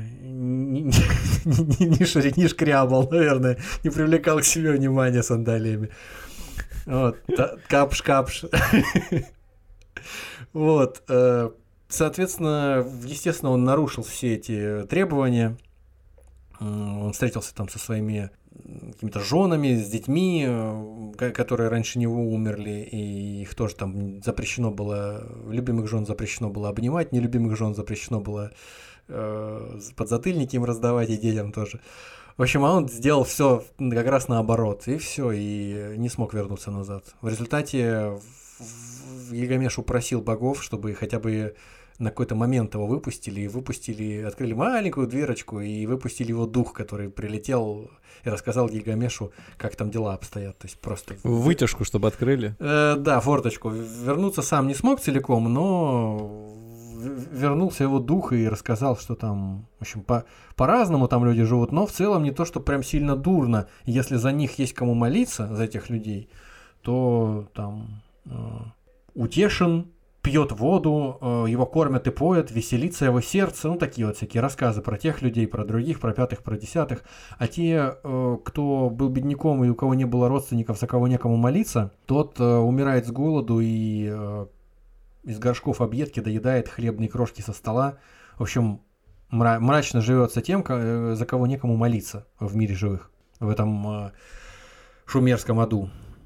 шкрябал, наверное, не привлекал к себе внимания сандалиями. Вот, капш. Вот, соответственно, естественно, он нарушил все эти требования. Он встретился там со своими какими-то женами, с детьми, которые раньше него умерли, и их тоже там запрещено было, любимых жен запрещено было обнимать, нелюбимых жен запрещено было подзатыльники им раздавать, и детям тоже. В общем, а он сделал все как раз наоборот, и все, и не смог вернуться назад. В результате Гильгамеш упросил богов, чтобы хотя бы на какой-то момент его выпустили, открыли маленькую дверочку и выпустили его дух, который прилетел и рассказал Гильгамешу, как там дела обстоят. То есть просто... Вытяжку, чтобы открыли? Да, форточку. Вернуться сам не смог целиком, но вернулся его дух и рассказал, что там, в общем, по-разному там люди живут, но в целом не то, что прям сильно дурно. Если за них есть кому молиться, за этих людей, то там утешен, пьет воду, его кормят и поят, веселится его сердце, ну такие вот всякие рассказы про тех людей, про других, про пятых, про десятых. А те, кто был бедняком и у кого не было родственников, за кого некому молиться, тот умирает с голоду и из горшков объедки доедает хлебные крошки со стола. В общем, мрачно живется тем, за кого некому молиться в мире живых, в этом шумерском аду.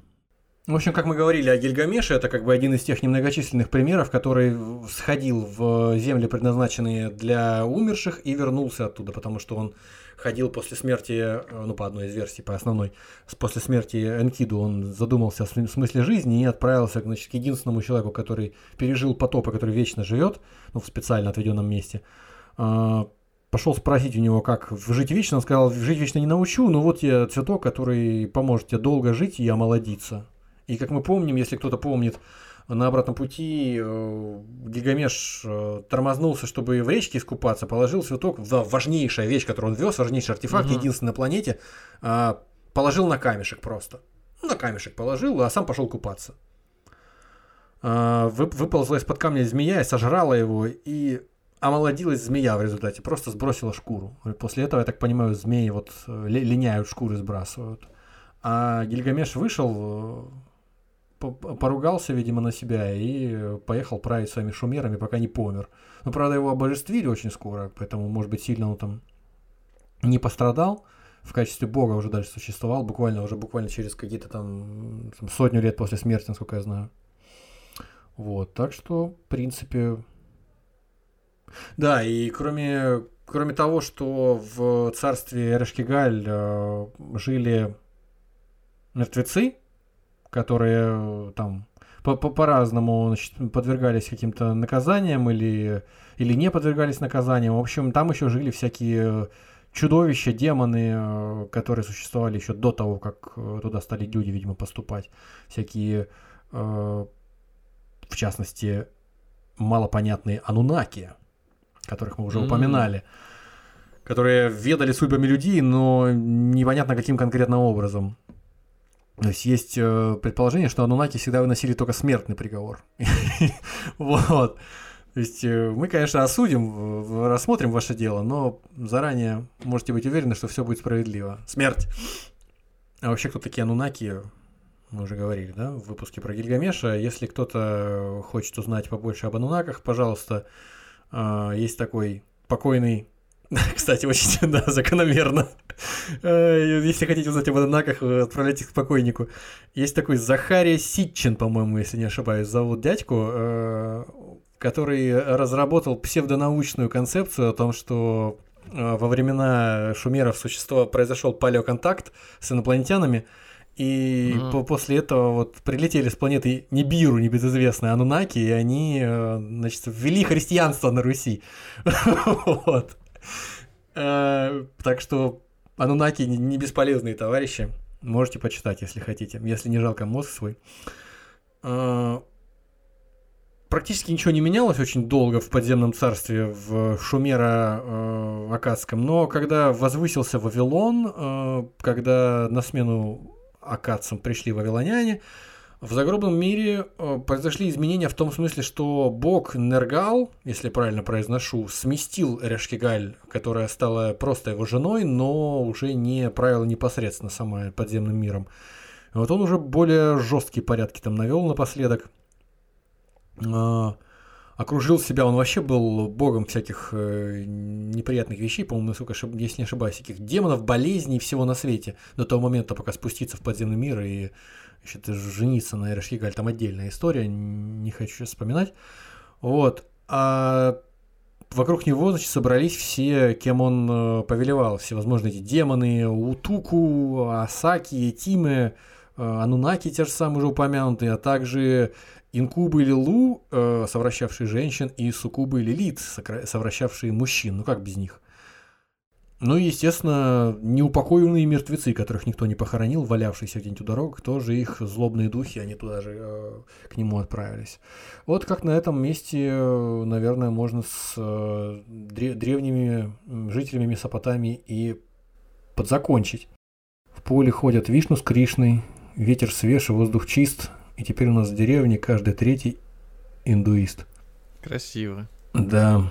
В общем, как мы говорили о Гильгамеше, это как бы один из тех немногочисленных примеров, который сходил в земли, предназначенные для умерших, и вернулся оттуда, потому что он ходил после смерти, ну, по одной из версий, по основной, после смерти Энкиду он задумался о смысле жизни и отправился, значит, к единственному человеку, который пережил потоп и который вечно живет, ну, в специально отведенном месте. Пошел спросить у него, как жить вечно. Он сказал, жить вечно не научу, но вот тебе цветок, который поможет тебе долго жить и омолодиться. И как мы помним, если кто-то помнит, на обратном пути Гильгамеш тормознулся, чтобы в речке искупаться, положил цветок, важнейшая вещь, которую он вез, важнейший артефакт, единственный на планете, положил на камешек просто. На камешек положил, а сам пошел купаться. Выползла из-под камня змея и сожрала его, и омолодилась змея в результате, просто сбросила шкуру. После этого, я так понимаю, змеи вот линяют, шкуры сбрасывают. А Гильгамеш вышел, поругался, видимо, на себя и поехал править своими шумерами, пока не помер. Но, правда, его обожествили очень скоро, поэтому, может быть, сильно он там не пострадал. В качестве бога уже дальше существовал, буквально через какие-то там 100 лет после смерти, насколько я знаю. Вот, так что, в принципе... Да, и кроме того, что в царстве Эрешкигаль жили мертвецы, которые там по-разному, значит, подвергались каким-то наказаниям или не подвергались наказаниям. В общем, там еще жили всякие чудовища, демоны, которые существовали еще до того, как туда стали люди, видимо, поступать. Всякие, в частности, малопонятные анунаки, которых мы уже упоминали, которые ведали судьбами людей, но непонятно каким конкретным образом. То есть предположение, что анунаки всегда выносили только смертный приговор. Вот. То есть мы, конечно, осудим, рассмотрим ваше дело, но заранее можете быть уверены, что все будет справедливо. Смерть! А вообще, кто такие анунаки, Мы уже говорили, да, в выпуске про Гильгамеша. Если кто-то хочет узнать побольше об ануннаках, пожалуйста, есть такой покойный, кстати, очень да, закономерно. Если хотите узнать об ануннаках, отправляйтесь к покойнику. Есть такой Захария Ситчин, по-моему, если не ошибаюсь, зовут дядьку, который разработал псевдонаучную концепцию о том, что во времена шумеров произошел палеоконтакт с инопланетянами, и после этого вот прилетели с планеты Нибиру, небезызвестной Ануннаки, и они, значит, ввели христианство на Руси. Вот. Так что Ануннаки не бесполезные товарищи. Можете почитать, если хотите, если не жалко мозг свой. Практически ничего не менялось очень долго в подземном царстве в Шумеро-Аккадском, но когда возвысился Вавилон, когда на смену аккадцам пришли вавилоняне, в загробном мире произошли изменения в том смысле, что бог Нергал, если правильно произношу, сместил Эрешкигаль, которая стала просто его женой, но уже не правила непосредственно сама подземным миром. Вот он уже более жесткие порядки там навел напоследок. Окружил себя, он вообще был богом всяких неприятных вещей, по-моему, если не ошибаюсь, всяких демонов, болезней, всего на свете, до того момента, пока спуститься в подземный мир и еще жениться на Эрешкигаль, там отдельная история, не хочу сейчас вспоминать. Вот. А вокруг него, значит, собрались все, кем он повелевал, всевозможные эти демоны, Утуку, Асаки, Тимы, Ануннаки, те же самые уже упомянутые, а также инкубы Лилу, совращавшие женщин, и суккубы Лилит, совращавшие мужчин. Ну как без них? Ну и, естественно, неупокоенные мертвецы, которых никто не похоронил, валявшиеся где-нибудь у дорог, тоже их злобные духи, они туда же к нему отправились. Вот как на этом месте, наверное, можно с древними жителями Месопотамии и подзакончить. В поле ходят Вишну с Кришной, ветер свеж, воздух чист, и теперь у нас в деревне каждый третий индуист. Красиво. Да.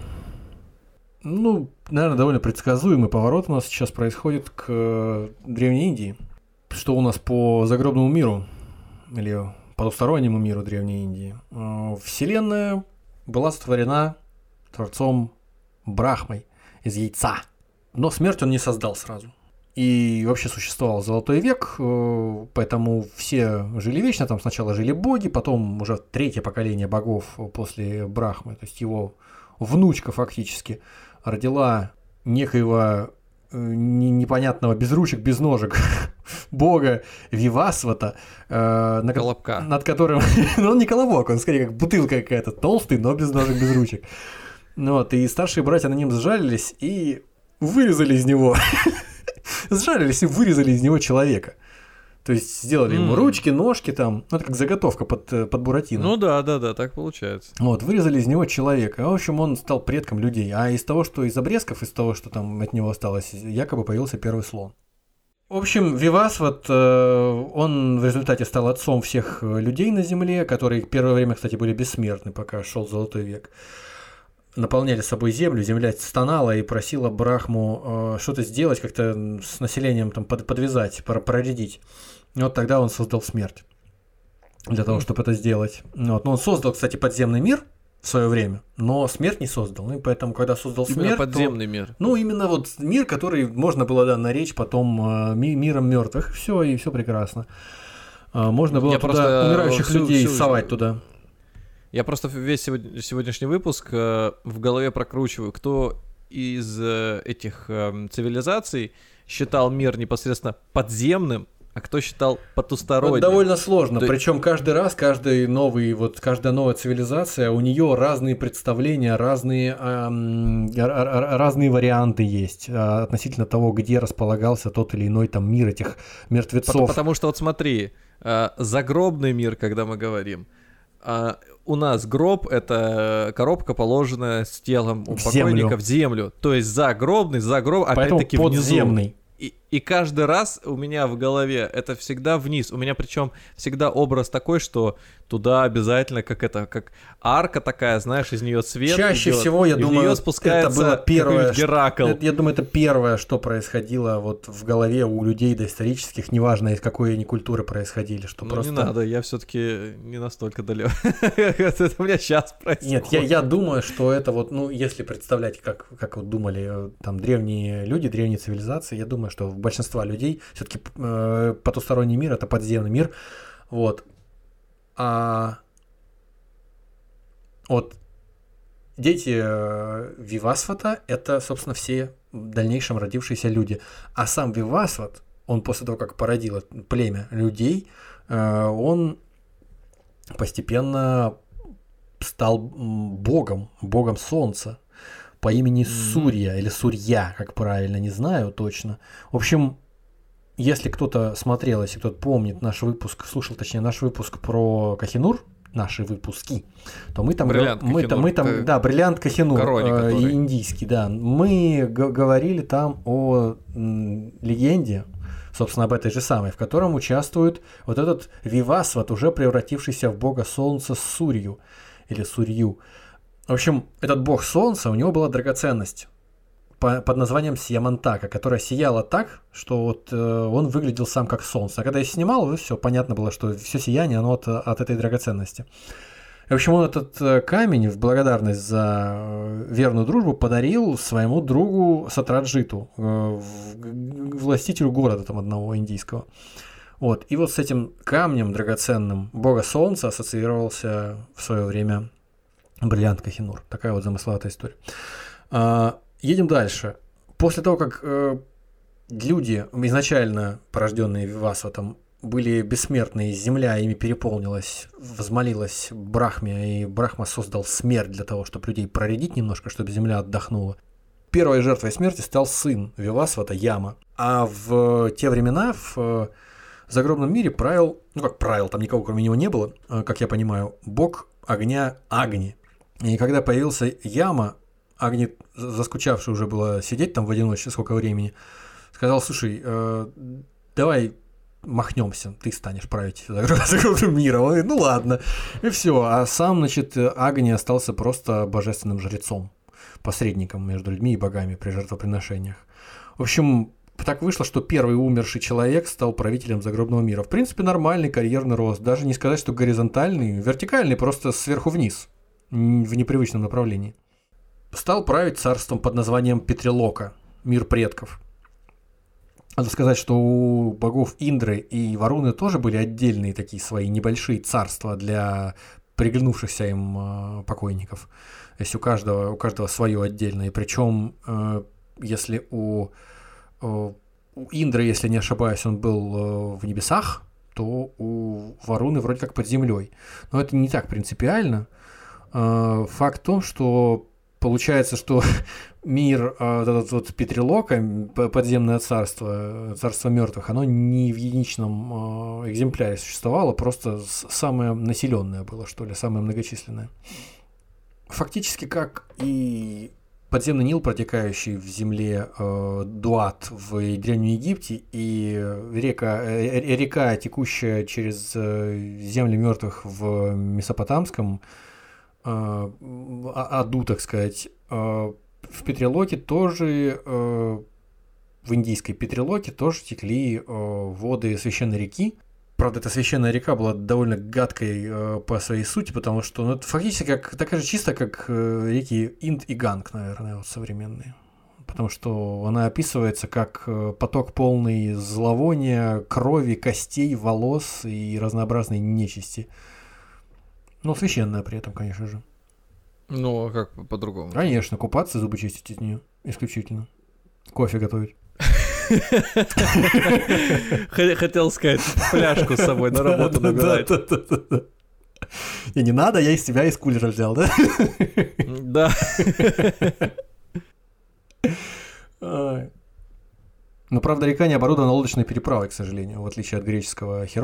Ну, наверное, довольно предсказуемый поворот у нас сейчас происходит к Древней Индии. Что у нас по загробному миру, или потустороннему миру Древней Индии? Вселенная была сотворена Творцом Брахмой из яйца. Но смерть он не создал сразу. И вообще существовал Золотой век, поэтому все жили вечно. Там сначала жили боги, потом уже третье поколение богов после Брахмы, то есть его внучка фактически родила некоего непонятного без ручек, без ножек бога Вивасвата, над которым... Ну, он не колобок, он скорее как бутылка какая-то, толстый, но без ножек, без ручек. Вот, и старшие братья на нем сжалились и вырезали из него... Сжалились и вырезали из него человека. То есть сделали ему ручки, ножки там, ну это как заготовка под Буратино. Ну да, так получается. Вот, вырезали из него человека. В общем, он стал предком людей. А из того, что из обрезков, из того, что там от него осталось, якобы появился первый слон. В общем, Вивасват, он в результате стал отцом всех людей на Земле, которые первое время, кстати, были бессмертны, пока шел Золотой век. Наполняли собой землю, земля стонала и просила Брахму что-то сделать, как-то с населением там подвязать, проредить. И вот тогда он создал смерть для того, чтобы это сделать. Вот. Но он создал, кстати, подземный мир в свое время, но смерть не создал. И поэтому, когда создал смерть... Именно подземный мир. Ну, именно вот мир, который можно было наречь потом миром мертвых. И все прекрасно. Можно было туда умирающих людей совать туда. Я просто весь сегодняшний выпуск в голове прокручиваю, кто из этих цивилизаций считал мир непосредственно подземным, а кто считал потусторонним. Это довольно сложно, причем каждый раз, каждая новая цивилизация, у нее разные представления, разные варианты есть относительно того, где располагался тот или иной там мир этих мертвецов. Потому что вот смотри, загробный мир, когда мы говорим, у нас гроб — это коробка, положенная с телом у покойника в землю. То есть загробный, опять-таки подземный. внизу. И каждый раз у меня в голове это всегда вниз. У меня причем всегда образ такой, что туда обязательно как арка такая, знаешь, из нее свет Чаще идет, всего, я думаю, это было первое, Геракл. Я думаю, это первое, что происходило вот в голове у людей доисторических, неважно, из какой они культуры происходили, что просто... не надо, я все-таки не настолько далек. Это у меня сейчас происходит. Нет, я думаю, что это вот, ну, если представлять, как вот думали там древние люди, древние цивилизации, я думаю, что у большинства людей все-таки потусторонний мир — это подземный мир, вот. Вот дети Вивасвата — это, собственно, все в дальнейшем родившиеся люди. А сам Вивасват, он после того, как породил племя людей, он постепенно стал богом солнца по имени Сурья, или Сурья, как правильно, не знаю точно. В общем, если кто-то смотрел, если кто-то помнит наш выпуск, слушал, точнее, наш выпуск про Кохинур, наши выпуски, то мы там... Да, бриллиант Кохинур, индийский, да. Мы говорили там о легенде, собственно, об этой же самой, в котором участвует вот этот Вивасват, уже превратившийся в бога солнца Сурью, или Сурью. В общем, этот бог солнца, у него была драгоценность под названием Сьямантака, которая сияла так, что вот он выглядел сам как солнце. А когда я снимал, все понятно было, что все сияние, оно от этой драгоценности. В общем, он этот камень в благодарность за верную дружбу подарил своему другу Сатраджиту, властителю города там одного индийского. Вот. И вот с этим камнем драгоценным бога солнца ассоциировался в свое время бриллиант Кохинур. Такая вот замысловатая история. Едем дальше. После того, как люди, изначально порожденные Вивасватом, были бессмертны, и земля ими переполнилась, возмолилась Брахме, и Брахма создал смерть для того, чтобы людей проредить немножко, чтобы земля отдохнула. Первой жертвой смерти стал сын Вивасвата, Яма. А в те времена в загробном мире правил, там никого кроме него не было, как я понимаю, бог огня Агни. И когда появился Яма, Агни, заскучавший уже было сидеть там в одиночестве сколько времени, сказал: слушай, давай махнемся, ты станешь править загробным миром. Он говорит: ну ладно. И все. А сам, значит, Агни остался просто божественным жрецом, посредником между людьми и богами при жертвоприношениях. В общем, так вышло, что первый умерший человек стал правителем загробного мира. В принципе, нормальный карьерный рост. Даже не сказать, что горизонтальный, вертикальный, просто сверху вниз, в непривычном направлении. Стал править царством под названием Петрилока, мир предков. Надо сказать, что у богов Индры и Варуны тоже были отдельные такие свои небольшие царства для приглянувшихся им покойников. То есть у каждого свое отдельное. Причем, если у Индры, если не ошибаюсь, он был в небесах, то у Варуны вроде как под землей. Но это не так принципиально. Факт в том, что получается, что мир, этот вот Петрилока, подземное царство, царство мертвых, оно не в единичном экземпляре существовало, просто самое населенное было, что ли, самое многочисленное. Фактически, как и подземный Нил, протекающий в земле Дуат в Древнем Египте, и река, текущая через земли мертвых в Месопотамском аду, так сказать, в Петрилоке тоже, в индийской Петрилоке тоже текли воды священной реки. Правда, эта священная река была довольно гадкой по своей сути, потому что это фактически такая же чисто, как реки Инд и Ганг, наверное, вот современные. Потому что она описывается как поток полный зловония, крови, костей, волос и разнообразной нечисти. Но священная при этом, конечно же. Ну, а как по-другому? Конечно, купаться, зубы чистить из нее исключительно. Кофе готовить. Хотел сказать, фляжку с собой на работу набирать. И не надо, я из тебя из кулера взял, да? Да. Но, правда, река не оборудована лодочной переправой, к сожалению, в отличие от греческого Херона.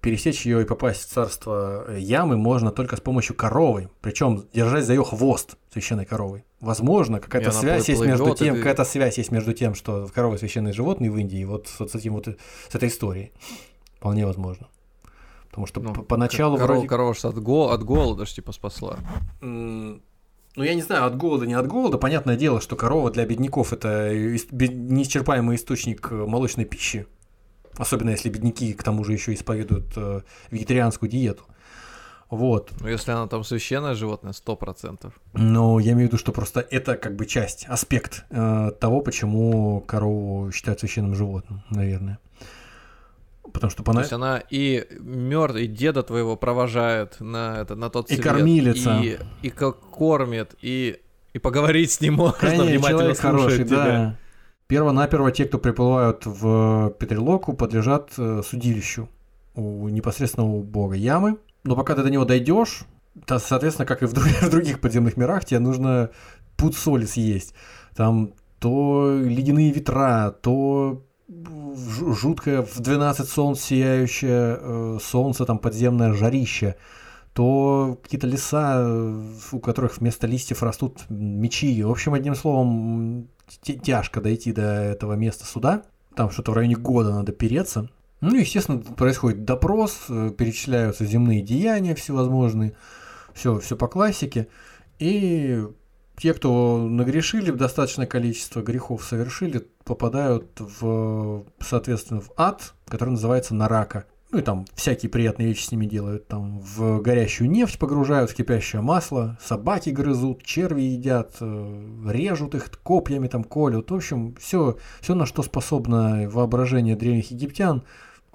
пересечь ее и попасть в царство Ямы можно только с помощью коровы, причем держать за ее хвост священной коровой. Возможно, какая-то связь есть между тем, какая-то связь есть между тем, что корова священные животные в Индии, вот с этим вот с этой историей. Вполне возможно. Потому что поначалу корова от голода ж типа спасла. Ну, я не знаю, от голода, не от голода. Понятное дело, что корова для бедняков – это неисчерпаемый источник молочной пищи. Особенно если бедняки, к тому же, еще исповедуют вегетарианскую диету. Вот. Ну, если она там священное животное, 100%. Но я имею в виду, что просто это как бы часть, аспект того, почему корову считают священным животным, наверное. Потому что То есть она и и деда твоего провожает на тот свет. И кормилица. И кормит, и поговорить с ним можно, конечно, внимательно слушает хороший, тебя. Да. Перво-наперво те, кто приплывают в Петрилоку, подлежат судилищу у непосредственного бога Ямы. Но пока ты до него дойдешь, то, соответственно, как и в других подземных мирах, тебе нужно пуд соли съесть. Там то ледяные ветра, то жуткое в 12 солнц сияющее солнце, там подземное жарище, то какие-то леса, у которых вместо листьев растут мечи. В общем, одним словом, тяжко дойти до этого места суда. Там что-то в районе года надо переться. Ну, естественно, происходит допрос, перечисляются земные деяния всевозможные, все по классике. И те, кто нагрешили, достаточное количество грехов совершили, попадают соответственно, в ад, который называется Нарака. Ну и там всякие приятные вещи с ними делают. Там в горящую нефть погружают, в кипящее масло, собаки грызут, черви едят, режут их копьями, там колют. В общем, все, на что способно воображение древних египтян,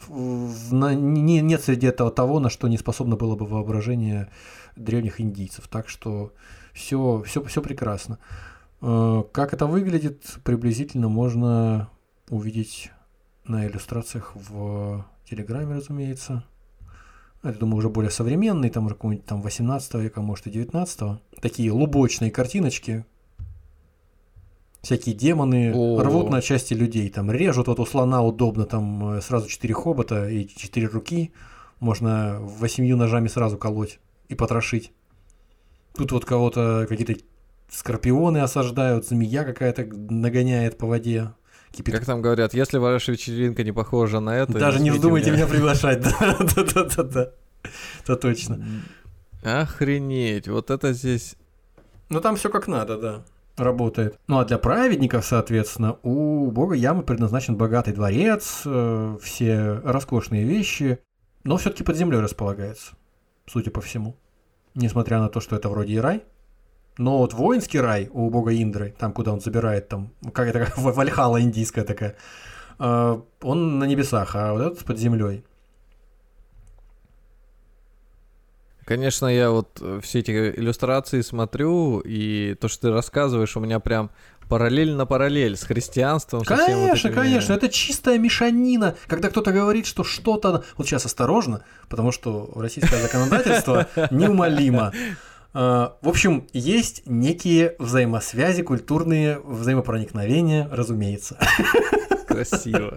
нет среди этого того, на что не способно было бы воображение древних индийцев. Так что все прекрасно. Как это выглядит, приблизительно можно увидеть на иллюстрациях в Телеграме, разумеется. Это, думаю, уже более современный, там уже какого-нибудь там 18 века, может и 19. Такие лубочные картиночки. Всякие демоны рвут на части людей, там режут, вот у слона удобно, там сразу 4 хобота и 4 руки. Можно 8 ножами сразу колоть и потрошить. Тут вот кого-то какие-то скорпионы осаждают, змея какая-то нагоняет по воде. Кипит. Как там говорят, если ваша вечеринка не похожа на это... Даже не вздумайте меня приглашать, да. Это точно. Охренеть, вот это здесь... Ну там все как надо, да, работает. Ну а для праведников, соответственно, у бога Ямы предназначен богатый дворец, все роскошные вещи, но все-таки под землей располагается, судя по всему. Несмотря на то, что это вроде и рай. Но вот воинский рай у бога Индры, там, куда он забирает, там, какая-то Вальхалла индийская такая, он на небесах, а вот этот под землей. Конечно, я вот все эти иллюстрации смотрю, и то, что ты рассказываешь, у меня прям параллель с христианством. Конечно, это чистая мешанина. Когда кто-то говорит, что что-то... Вот сейчас осторожно, потому что российское законодательство неумолимо. В общем, есть некие взаимосвязи, культурные взаимопроникновения, разумеется. Красиво.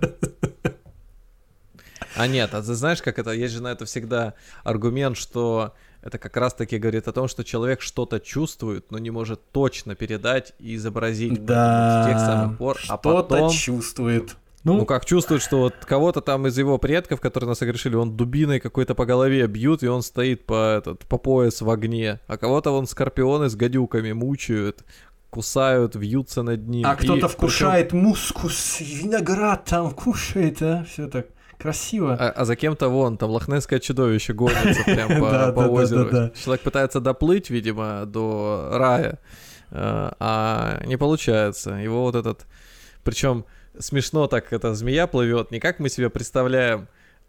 А нет, а ты знаешь, как это? Есть же на это всегда аргумент, что это как раз-таки говорит о том, что человек что-то чувствует, но не может точно передать и изобразить да, с тех самых пор, а потом... потом... чувствует. Ну, как чувствует, что вот кого-то там из его предков, которые нас согрешили, он дубиной какой-то по голове бьют, и он стоит по пояс в огне. А кого-то вон скорпионы с гадюками мучают, кусают, вьются над ним. А кто-то вкушает мускус, виноград там кушает, а? Все так красиво. А за кем-то вон, там лохнесское чудовище гонится прям по озеру. Человек пытается доплыть, видимо, до рая, а не получается. Его вот этот... Причем смешно так эта змея плывет, не как мы себе представляем,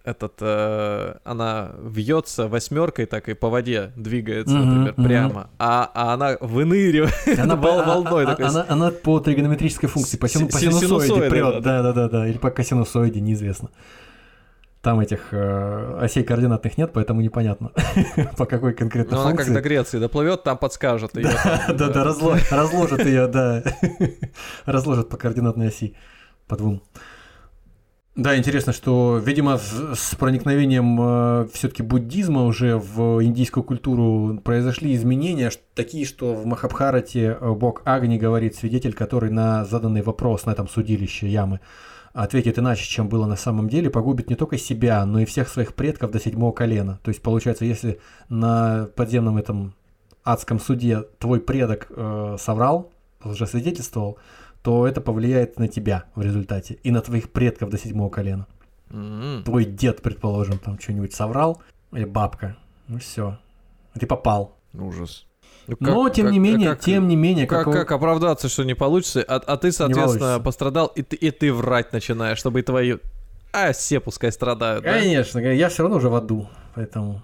она вьется восьмеркой, так и по воде двигается, например, прямо, а она выныривает волной. Она по тригонометрической функции, по синусоиде прет, да, или по косинусоиде, неизвестно. Там этих осей координатных нет, поэтому непонятно, по какой конкретно функции. Но она как до Греции доплывет, там подскажет ее. Да, разложит ее, да. Разложит по координатной оси, по двум. Да, интересно, что, видимо, с проникновением все-таки буддизма уже в индийскую культуру произошли изменения, такие, что в Махабхарате бог Агни говорит: свидетель, который на заданный вопрос на этом судилище ямы ответит иначе, чем было на самом деле, погубит не только себя, но и всех своих предков до 7-го колена. То есть, получается, если на подземном этом адском суде твой предок соврал, лжесвидетельствовал, то это повлияет на тебя в результате и на твоих предков до 7-го колена. Твой дед, предположим, там что-нибудь соврал, или бабка, ну все, ты попал. Ужас. Но тем не менее, как оправдаться, что не получится, а ты, соответственно, пострадал, и ты врать начинаешь, чтобы и твои... все пускай страдают, Конечно, да? Я все равно уже в аду, поэтому...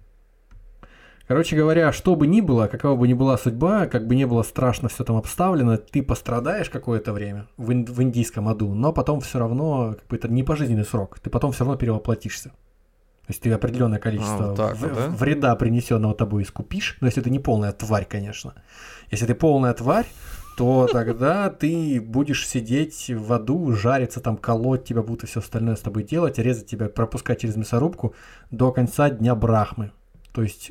Короче говоря, что бы ни было, какова бы ни была судьба, как бы ни было страшно все там обставлено, ты пострадаешь какое-то время в индийском аду, но потом все равно, как бы это не пожизненный срок, ты потом все равно перевоплотишься. То есть ты определенное количество вреда, принесенного тобой, искупишь, но если ты не полная тварь, конечно. Если ты полная тварь, то тогда ты будешь сидеть в аду, жариться там, колоть тебя, будут и все остальное с тобой делать, резать тебя, пропускать через мясорубку до конца дня Брахмы. То есть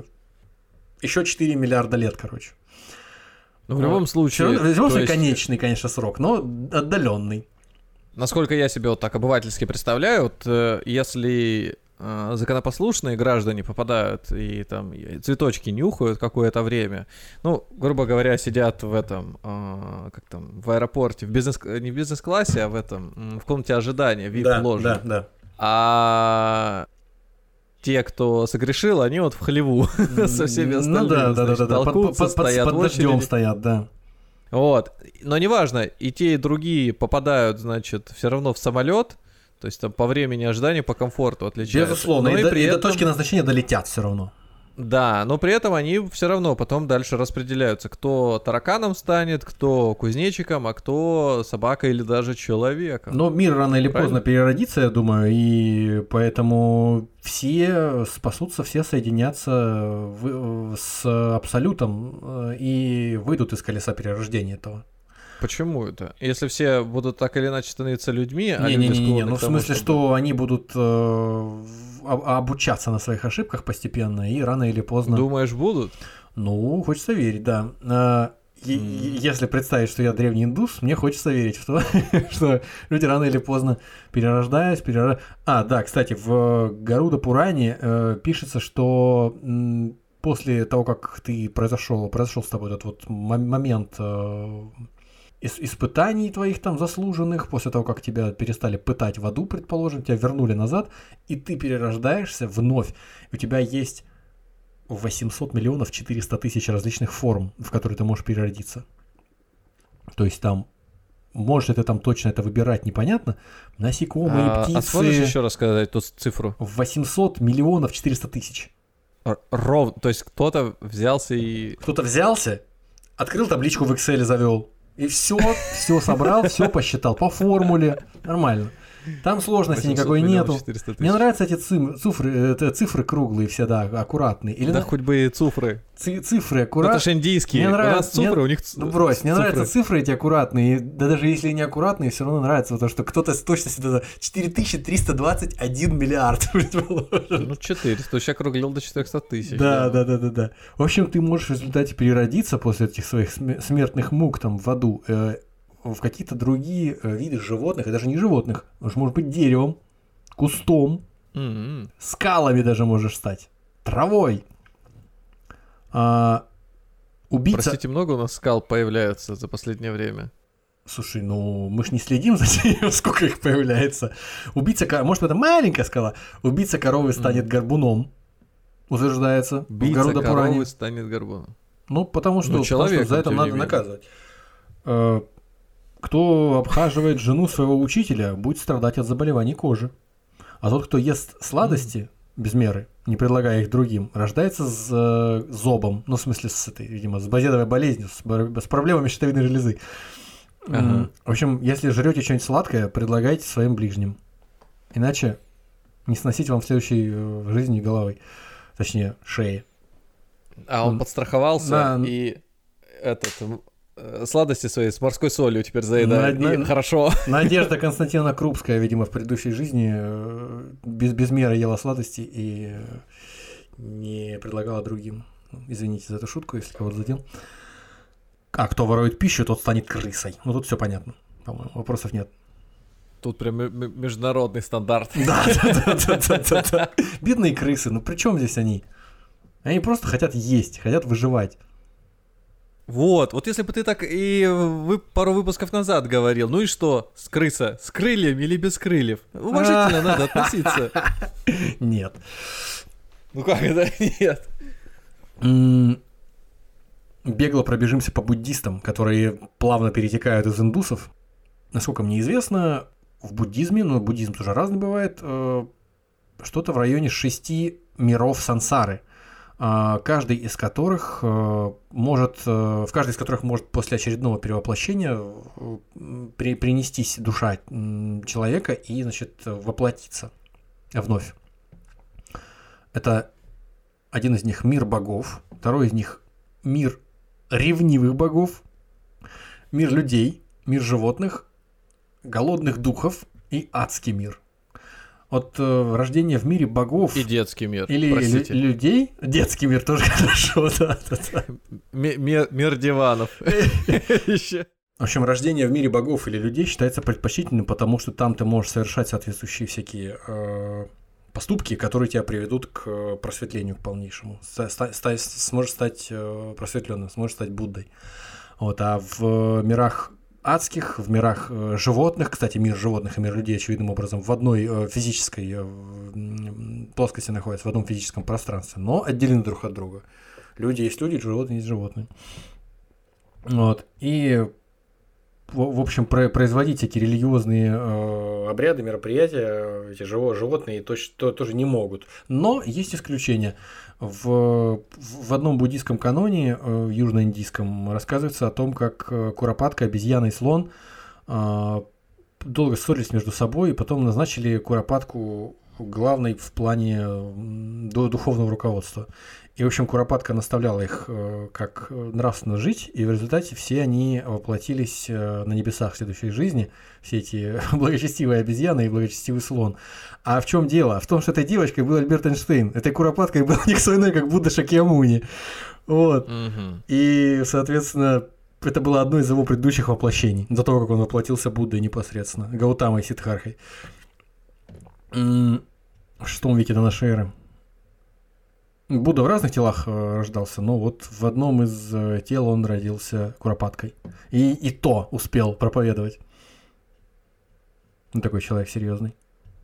еще 4 миллиарда лет, короче. Но в любом случае... В любом случае конечный, конечно, срок, но отдаленный. Насколько я себе вот так обывательски представляю, вот, если законопослушные граждане попадают и там цветочки нюхают какое-то время, ну, грубо говоря, сидят в этом, в аэропорте, не в бизнес-классе, а в комнате ожидания, VIP-ложи. Да. А те, кто согрешил, они вот в хлеву со всеми остальными, толкутся, стоят в очереди. Под дождем стоят, да. Вот, но неважно, и те, и другие попадают, значит, все равно в самолет, то есть там по времени ожидания, по комфорту отличаются. Безусловно, и до точки назначения долетят все равно. Да, но при этом они все равно потом дальше распределяются, кто тараканом станет, кто кузнечиком, а кто собакой или даже человеком. Но мир рано или поздно переродится, я думаю, и поэтому все спасутся, все соединятся с Абсолютом и выйдут из колеса перерождения этого. Почему это? Если все будут так или иначе становиться людьми, Не, ну в смысле, что они будут обучаться на своих ошибках постепенно, и рано или поздно... Думаешь, будут? Ну, хочется верить, да. Если представить, что я древний индус, мне хочется верить в то, что люди рано или поздно перерождаются. Да, кстати, в Гаруда Пуране пишется, что после того, как произошел с тобой этот вот момент... испытаний твоих там заслуженных, после того, как тебя перестали пытать в аду, предположим, тебя вернули назад, и ты перерождаешься вновь. У тебя есть 800 миллионов 400 тысяч различных форм, в которые ты можешь переродиться. То есть там, можешь ли ты там точно это выбирать, непонятно. Насекомые, птицы... А сможешь еще раз сказать ту цифру? 800 миллионов 400 тысяч. То есть кто-то взялся и... Кто-то взялся, открыл табличку в Excel, завел. И все собрал, все посчитал по формуле. Нормально. Там сложности никакой нету. Мне нравятся эти цифры круглые все, да, аккуратные. Или хоть бы и цифры. Цифры аккуратные. Это ж индийские. У нас цифры, у них цифры. Брось, мне нравятся цифры эти аккуратные. Да даже если не аккуратные, все равно нравится, потому что кто-то с точностью 4321 миллиард. Ну, 400. То есть округлил до 400 тысяч. Да. В общем, ты можешь в результате переродиться после этих своих смертных мук там в аду в какие-то другие виды животных, и даже не животных, может быть деревом, кустом, скалами даже можешь стать, травой. Убийца... Простите, много у нас скал появляется за последнее время? Слушай, ну мы ж не следим за тем, сколько их появляется. Может, это маленькая скала. Убийца коровы станет горбуном, утверждается. Убийца коровы станет горбуном. Ну, потому что за это надо наказывать. Кто обхаживает жену своего учителя, будет страдать от заболеваний кожи. А тот, кто ест сладости без меры, не предлагая их другим, рождается с зобом. Ну, в смысле, с базедовой болезнью, с проблемами щитовидной железы. В общем, если жрете что-нибудь сладкое, предлагайте своим ближним. Иначе не сносить вам в следующей жизни головой. Точнее, шеи. А он подстраховался и сладости свои с морской солью теперь заедает. И хорошо. Надежда Константиновна Крупская, видимо, в предыдущей жизни без меры ела сладости и не предлагала другим. Извините за эту шутку, если кого-то задел. А кто ворует пищу, тот станет крысой. Ну, тут все понятно, по-моему, вопросов нет. Тут прям международный стандарт. Да. Бедные крысы, ну при чем здесь они? Они просто хотят есть, хотят выживать. Вот если бы ты так и пару выпусков назад говорил, ну и что, крыса, с крыльями или без крыльев? Уважительно надо относиться. Нет. Ну как это нет? Бегло пробежимся по буддистам, которые плавно перетекают из индусов. Насколько мне известно, в буддизме, но буддизм тоже разный бывает, что-то в районе 6 миров сансары, каждый из которых может после очередного перевоплощения принестись душа человека и, значит, воплотиться вновь. Это один из них мир богов, второй из них мир ревнивых богов, мир людей, мир животных, голодных духов и адский мир. От рождения в мире богов... И детский мир, или людей. Детский мир тоже хорошо, да. Мир диванов. В общем, рождение в мире богов или людей считается предпочтительным, потому что там ты можешь совершать соответствующие всякие поступки, которые тебя приведут к просветлению, к полнейшему. Сможешь стать просветленным, сможешь стать Буддой. Вот, а в мирах адских, в мирах животных, кстати, мир животных и мир людей очевидным образом в одной физической плоскости находятся, в одном физическом пространстве, но отделены друг от друга. Люди есть люди, животные есть животные. Вот, и в общем, производить эти религиозные обряды, мероприятия, эти животные тоже не могут. Но есть исключения. В одном буддийском каноне, южноиндийском, рассказывается о том, как куропатка, обезьяна и слон долго ссорились между собой, и потом назначили куропатку главной в плане духовного руководства. И, в общем, куропатка наставляла их, как нравственно жить, и в результате все они воплотились на небесах в следующей жизни, все эти благочестивые обезьяны и благочестивый слон. А в чем дело? В том, что этой девочкой был Альберт Эйнштейн, этой куропаткой был никто иной, как Будда Шакьямуни. Вот. И, соответственно, это было одно из его предыдущих воплощений, до того, как он воплотился Буддой непосредственно, Гаутамой Сиддхартхой. В 6 веке до нашей эры. Будда в разных телах рождался, но вот в одном из тел он родился куропаткой. И то успел проповедовать. Ну, такой человек серьезный.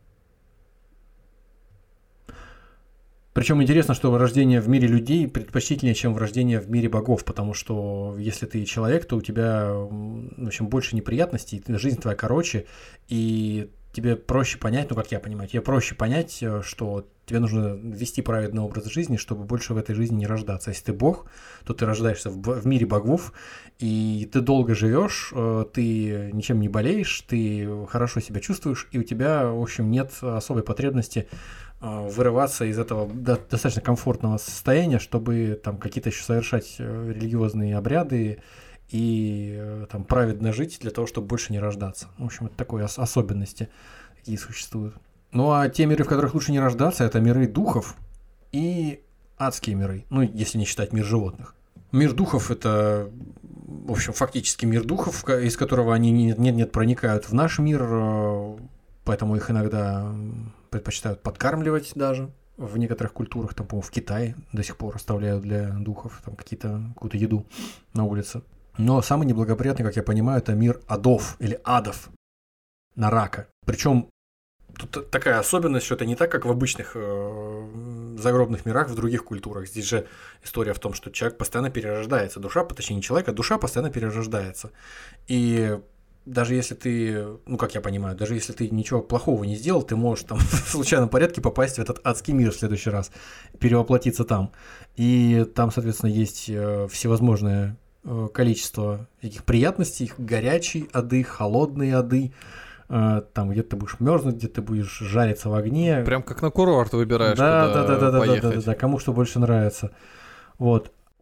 Причем интересно, что рождение в мире людей предпочтительнее, чем рождение в мире богов, потому что если ты человек, то у тебя, в общем, больше неприятностей, жизнь твоя короче, и тебе проще понять, ну, как я понимаю, тебе проще понять, что тебе нужно вести праведный образ жизни, чтобы больше в этой жизни не рождаться. Если ты бог, то ты рождаешься в мире богов, и ты долго живешь, ты ничем не болеешь, ты хорошо себя чувствуешь, и у тебя, в общем, нет особой потребности вырываться из этого достаточно комфортного состояния, чтобы там какие-то еще совершать религиозные обряды и там праведно жить для того, чтобы больше не рождаться. В общем, это такой особенности, какие существуют. Ну а те миры, в которых лучше не рождаться, это миры духов и адские миры, ну если не считать мир животных. Мир духов – это, в общем, фактически мир духов, из которого они нет проникают в наш мир, поэтому их иногда предпочитают подкармливать даже. В некоторых культурах, там, по-моему, в Китае до сих пор оставляют для духов там какую-то еду на улице. Но самый неблагоприятный, как я понимаю, это мир адов или адов, нарака. Причем тут такая особенность, что это не так, как в обычных загробных мирах в других культурах. Здесь же история в том, что человек постоянно перерождается. Душа, точнее не человек, а душа постоянно перерождается. И даже если ты, ну как я понимаю, даже если ты ничего плохого не сделал, ты можешь там в случайном порядке попасть в этот адский мир в следующий раз, перевоплотиться там. И там, соответственно, есть всевозможное количество таких приятностей, горячие ады, холодные ады, там где-то ты будешь мерзнуть, где-то ты будешь жариться в огне. Прям как на курорт выбираешь, куда поехать. Да, кому что больше нравится. Вот.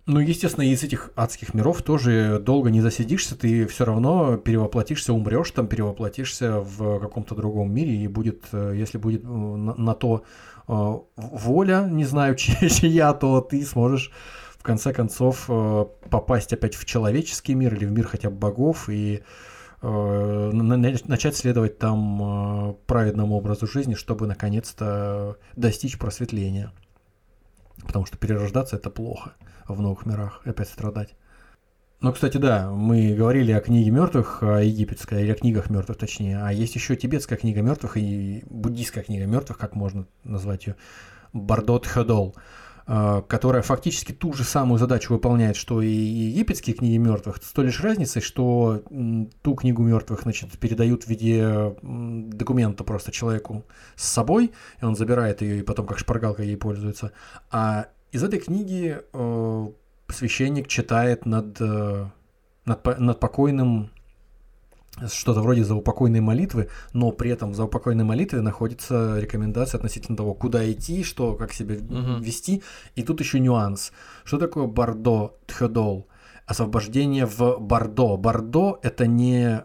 Ну, естественно, из этих адских миров тоже долго не засидишься, ты все равно перевоплотишься, умрешь там, перевоплотишься в каком-то другом мире, и будет, если будет на то воля, не знаю, чья, то ты сможешь в конце концов попасть опять в человеческий мир или в мир хотя бы богов и начать следовать там праведному образу жизни, чтобы наконец-то достичь просветления. Потому что перерождаться это плохо в новых мирах, опять страдать. Ну, кстати, да, мы говорили о книге мертвых, о египетской, или о книгах мертвых, точнее. А есть еще тибетская книга мертвых и буддийская книга мертвых, как можно назвать ее, Бардо Тходол, которая фактически ту же самую задачу выполняет, что и египетские книги мертвых, с той лишь разницей, что ту книгу мертвых, значит, передают в виде документа просто человеку с собой, и он забирает ее и потом как шпаргалкой ей пользуется. А из этой книги священник читает над покойным что-то вроде заупокойной молитвы, но при этом в заупокойной молитве находится рекомендация относительно того, куда идти, что, как себя вести. И тут еще нюанс. Что такое Бардо Тходол? Освобождение в Бордо. Бордо это не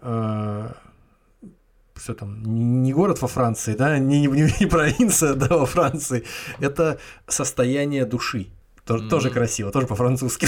что там, не город во Франции, да, не провинция, да, во Франции. Это состояние души. Тоже красиво, тоже по-французски.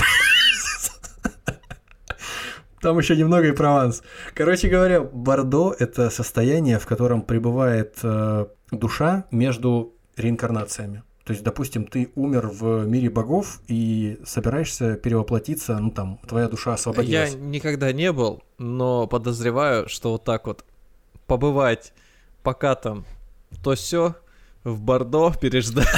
Там еще немного и Прованс. Короче говоря, Бордо – это состояние, в котором пребывает душа между реинкарнациями. То есть, допустим, ты умер в мире богов и собираешься перевоплотиться, ну там, твоя душа освободилась. Я никогда не был, но подозреваю, что вот так вот побывать, пока там то сё в Бордо переждать,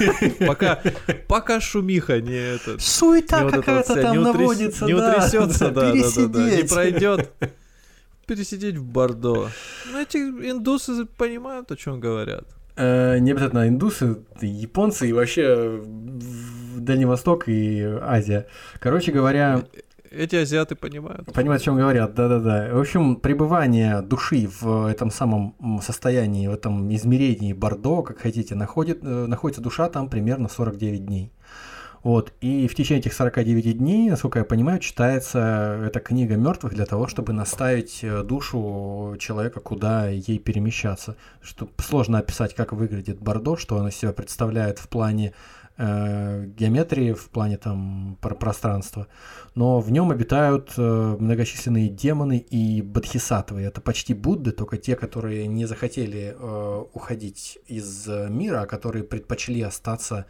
пока шумиха не суета какая-то там наводится, не утрясется, да, не пройдет, пересидеть в Бордо. Ну, эти индусы понимают, о чем говорят. Не обязательно индусы, японцы и вообще Дальний Восток и Азия. Короче говоря... Эти азиаты понимают. Понимают, о чем говорят, да-да-да. В общем, пребывание души в этом самом состоянии, в этом измерении Бордо, как хотите, находится душа там примерно 49 дней. Вот. И в течение этих 49 дней, насколько я понимаю, читается эта книга мертвых для того, чтобы наставить душу человека, куда ей перемещаться. Что сложно описать, как выглядит Бордо, что оно из себя представляет в плане геометрии, в плане там пространства, но в нем обитают многочисленные демоны и бодхисаттвы. Это почти Будды, только те, которые не захотели уходить из мира, а которые предпочли остаться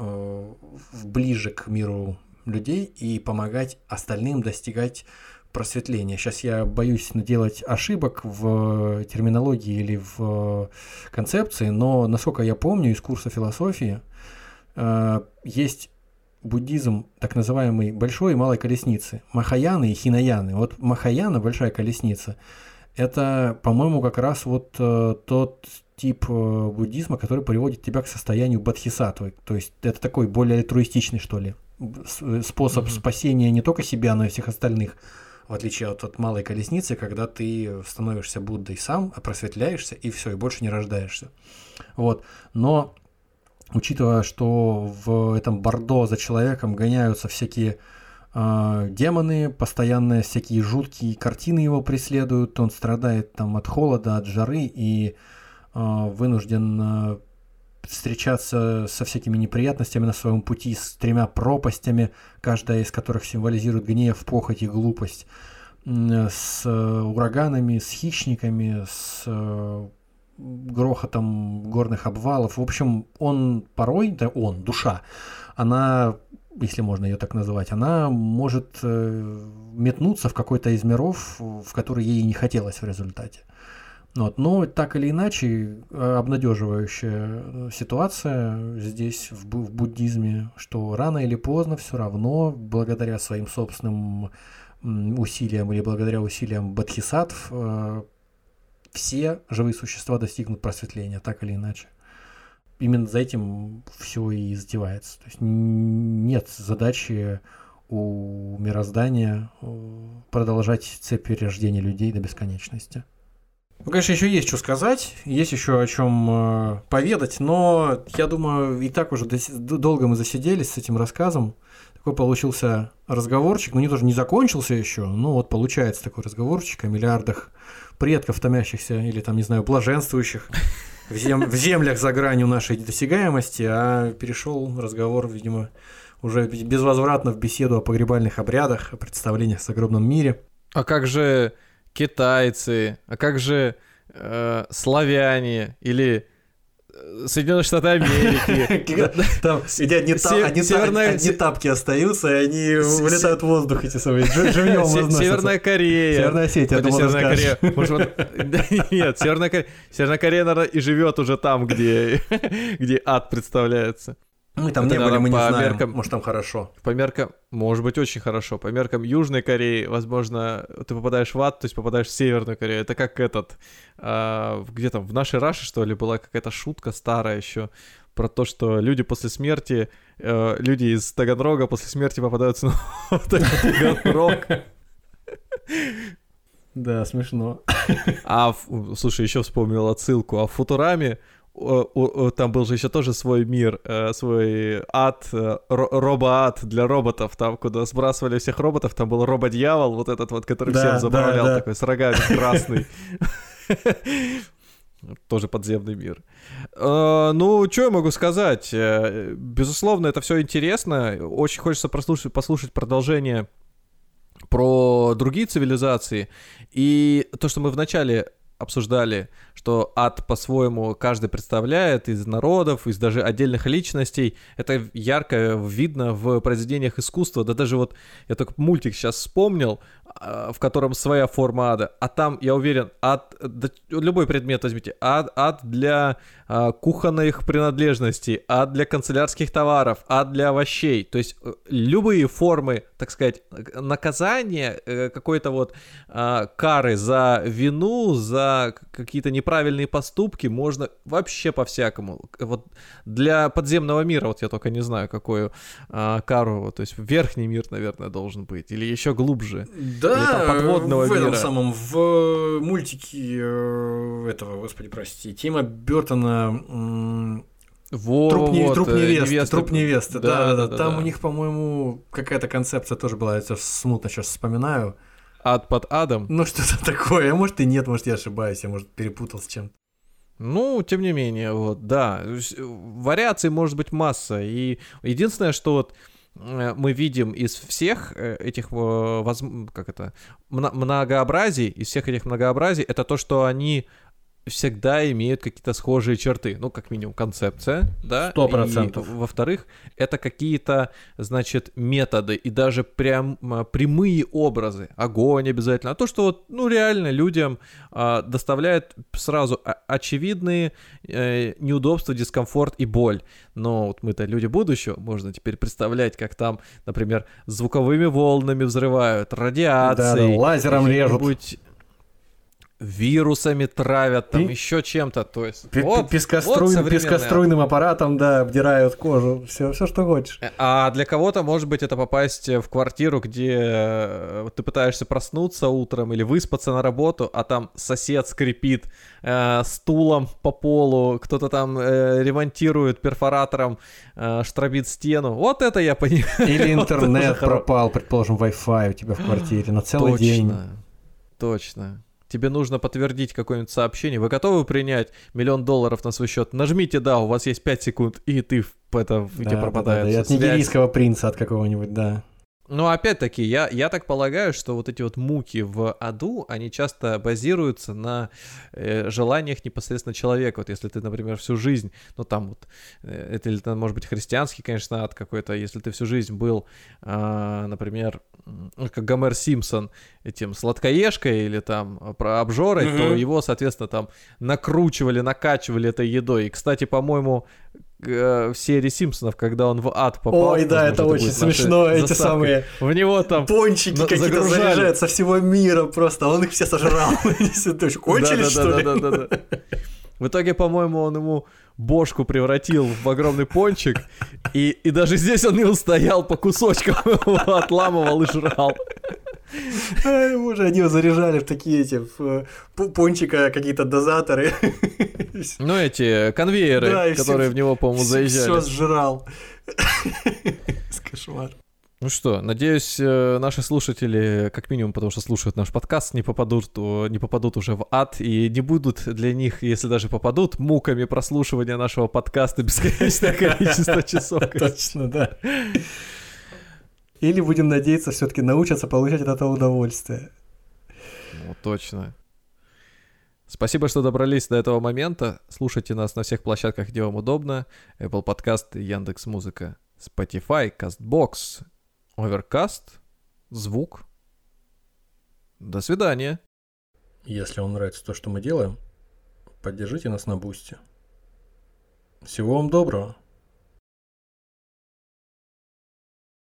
ближе к миру людей и помогать остальным достигать просветления. Сейчас я боюсь наделать ошибок в терминологии или в концепции, но, насколько я помню из курса философии, есть буддизм так называемый большой и малой колесницы, махаяны и хинаяны. Вот махаяна, большая колесница, это, по-моему, как раз вот тот тип буддизма, который приводит тебя к состоянию бодхисаттвы. То есть это такой более альтруистичный, что ли, способ спасения не только себя, но и всех остальных, в отличие от малой колесницы, когда ты становишься Буддой сам, просветляешься и все, и больше не рождаешься. Вот. Но учитывая, что в этом Бордо за человеком гоняются всякие демоны, постоянно всякие жуткие картины его преследуют, он страдает там от холода, от жары и вынужден встречаться со всякими неприятностями на своем пути, с 3 пропастями, каждая из которых символизирует гнев, похоть и глупость, с ураганами, с хищниками, с грохотом горных обвалов. В общем, он порой, душа, она, если можно ее так называть, она может метнуться в какой-то из миров, в который ей не хотелось в результате. Вот. Но так или иначе, обнадеживающая ситуация здесь в буддизме, что рано или поздно все равно, благодаря своим собственным усилиям или благодаря усилиям бодхисаттв, все живые существа достигнут просветления, так или иначе. Именно за этим все и затевается. То есть нет задачи у мироздания продолжать цепь перерождения людей до бесконечности. Ну, конечно, еще есть что сказать, есть еще о чем поведать, но я думаю, и так уже долго мы засиделись с этим рассказом. Такой получился разговорчик, но тоже не закончился еще, но вот получается такой разговорчик о миллиардах предков, томящихся или там, не знаю, блаженствующих в землях за гранью нашей досягаемости, а перешел разговор, видимо, уже безвозвратно в беседу о погребальных обрядах, о представлениях о загробном мире. А как же китайцы, а как же славяне или Соединенные Штаты Америки? Там одни тапки остаются, и они вылетают в воздух, эти самые, живьем возносятся. Северная Корея. Северная Осетия, я думал, расскажешь. Нет, Северная Корея, наверное, и живет уже там, где ад представляется. Мы там не были, мы не знаем, может, там хорошо. По меркам, может быть, очень хорошо. По меркам Южной Кореи, возможно, ты попадаешь в ад, то есть попадаешь в Северную Корею. Это как где там, в нашей Раше, что ли, была какая-то шутка старая еще про то, что люди после смерти, люди из Таганрога после смерти попадают снова в Таганрог. Да, смешно. Слушай, еще вспомнил отсылку. А в Футураме там был же еще тоже свой мир, свой ад, робо-ад для роботов, там, куда сбрасывали всех роботов, там был рободьявол, вот этот вот, который всем заправлял, такой с рогами красный. Тоже подземный мир. Ну, что я могу сказать? Безусловно, это все интересно. Очень хочется послушать продолжение про другие цивилизации. И то, что мы вначале обсуждали, что ад по-своему каждый представляет из народов, из даже отдельных личностей. Это ярко видно в произведениях искусства. Да даже вот я только мультик сейчас вспомнил, в котором своя форма ада. А там, я уверен, ад, да, любой предмет возьмите, ад для кухонных принадлежностей, ад для канцелярских товаров, ад для овощей. То есть любые формы, так сказать, наказания, какой-то вот кары за вину, за какие-то неправильные поступки можно вообще по-всякому. Вот для подземного мира, вот я только не знаю, какую кару, то есть верхний мир, наверное, должен быть, или еще глубже. Да, подводного в этом мира. самом, в мультике этого, господи, прости, Тима Бёртона «Труп невесты», да. Там у них, по-моему, какая-то концепция тоже была, я смутно сейчас вспоминаю. Ад под адом? Ну, что-то такое, а может и нет, может я ошибаюсь, я, может, перепутал с чем-то. Ну, тем не менее, вот, да, вариаций может быть масса, и единственное, что вот мы видим из всех этих многообразий, из всех этих многообразий, это то, что они всегда имеют какие-то схожие черты. Ну, как минимум, концепция, да? 100%. И, во-вторых, это какие-то, значит, методы и даже прямые образы. Огонь обязательно. А то, что вот, ну, реально людям доставляет сразу очевидные неудобства, дискомфорт и боль. Но вот мы-то люди будущего, можно теперь представлять, как там, например, звуковыми волнами взрывают, радиацией. Да, лазером режут. Вирусами травят, там еще чем-то, то есть пескоструйным аппаратом, да, обдирают кожу, все, что хочешь. А для кого-то, может быть, это попасть в квартиру, где ты пытаешься проснуться утром или выспаться на работу, а там сосед скрипит стулом по полу, кто-то там ремонтирует перфоратором, штробит стену. Вот это я понимаю. Или интернет пропал, предположим, Wi-Fi у тебя в квартире на целый день. Точно. Тебе нужно подтвердить какое-нибудь сообщение. Вы готовы принять $1 миллион на свой счет? Нажмите «да», у вас есть 5 секунд, и ты тебе пропадает. Да, и от нигерийского принца от какого-нибудь, да. Ну, опять-таки, я так полагаю, что вот эти вот муки в аду, они часто базируются на желаниях непосредственно человека. Вот если ты, например, всю жизнь, ну, там вот, это или, может быть, христианский, конечно, ад какой-то, если ты всю жизнь был, например, как Гомер Симпсон, этим сладкоежкой или там обжорой, то его, соответственно, там накручивали, накачивали этой едой. И, кстати, по-моему, в серии Симпсонов, когда он в ад попал. Ой, да, это очень смешно, эти самые в него там пончики какие-то заряжают со всего мира просто, он их все сожрал. Кончились, что ли? Да. В итоге, по-моему, он ему бошку превратил в огромный пончик, и даже здесь он не устоял, по кусочкам его отламывал и жрал. Ай, боже, они его заряжали в такие эти, пончика какие-то дозаторы. Ну, эти конвейеры, Да, и которые всё- в него, по-моему, заезжали. Все сжирал. Кошмар. Ну что, надеюсь, наши слушатели, как минимум, потому что слушают наш подкаст, не попадут уже в ад и не будут для них, если даже попадут, муками прослушивания нашего подкаста бесконечное количество часов. Точно, да. Или будем надеяться, все-таки научатся получать от этого удовольствие. Ну, точно. Спасибо, что добрались до этого момента. Слушайте нас на всех площадках, где вам удобно. Apple Podcast, Яндекс.Музыка, Spotify, CastBox, Overcast, звук. До свидания. Если вам нравится то, что мы делаем, поддержите нас на Бусти. Всего вам доброго.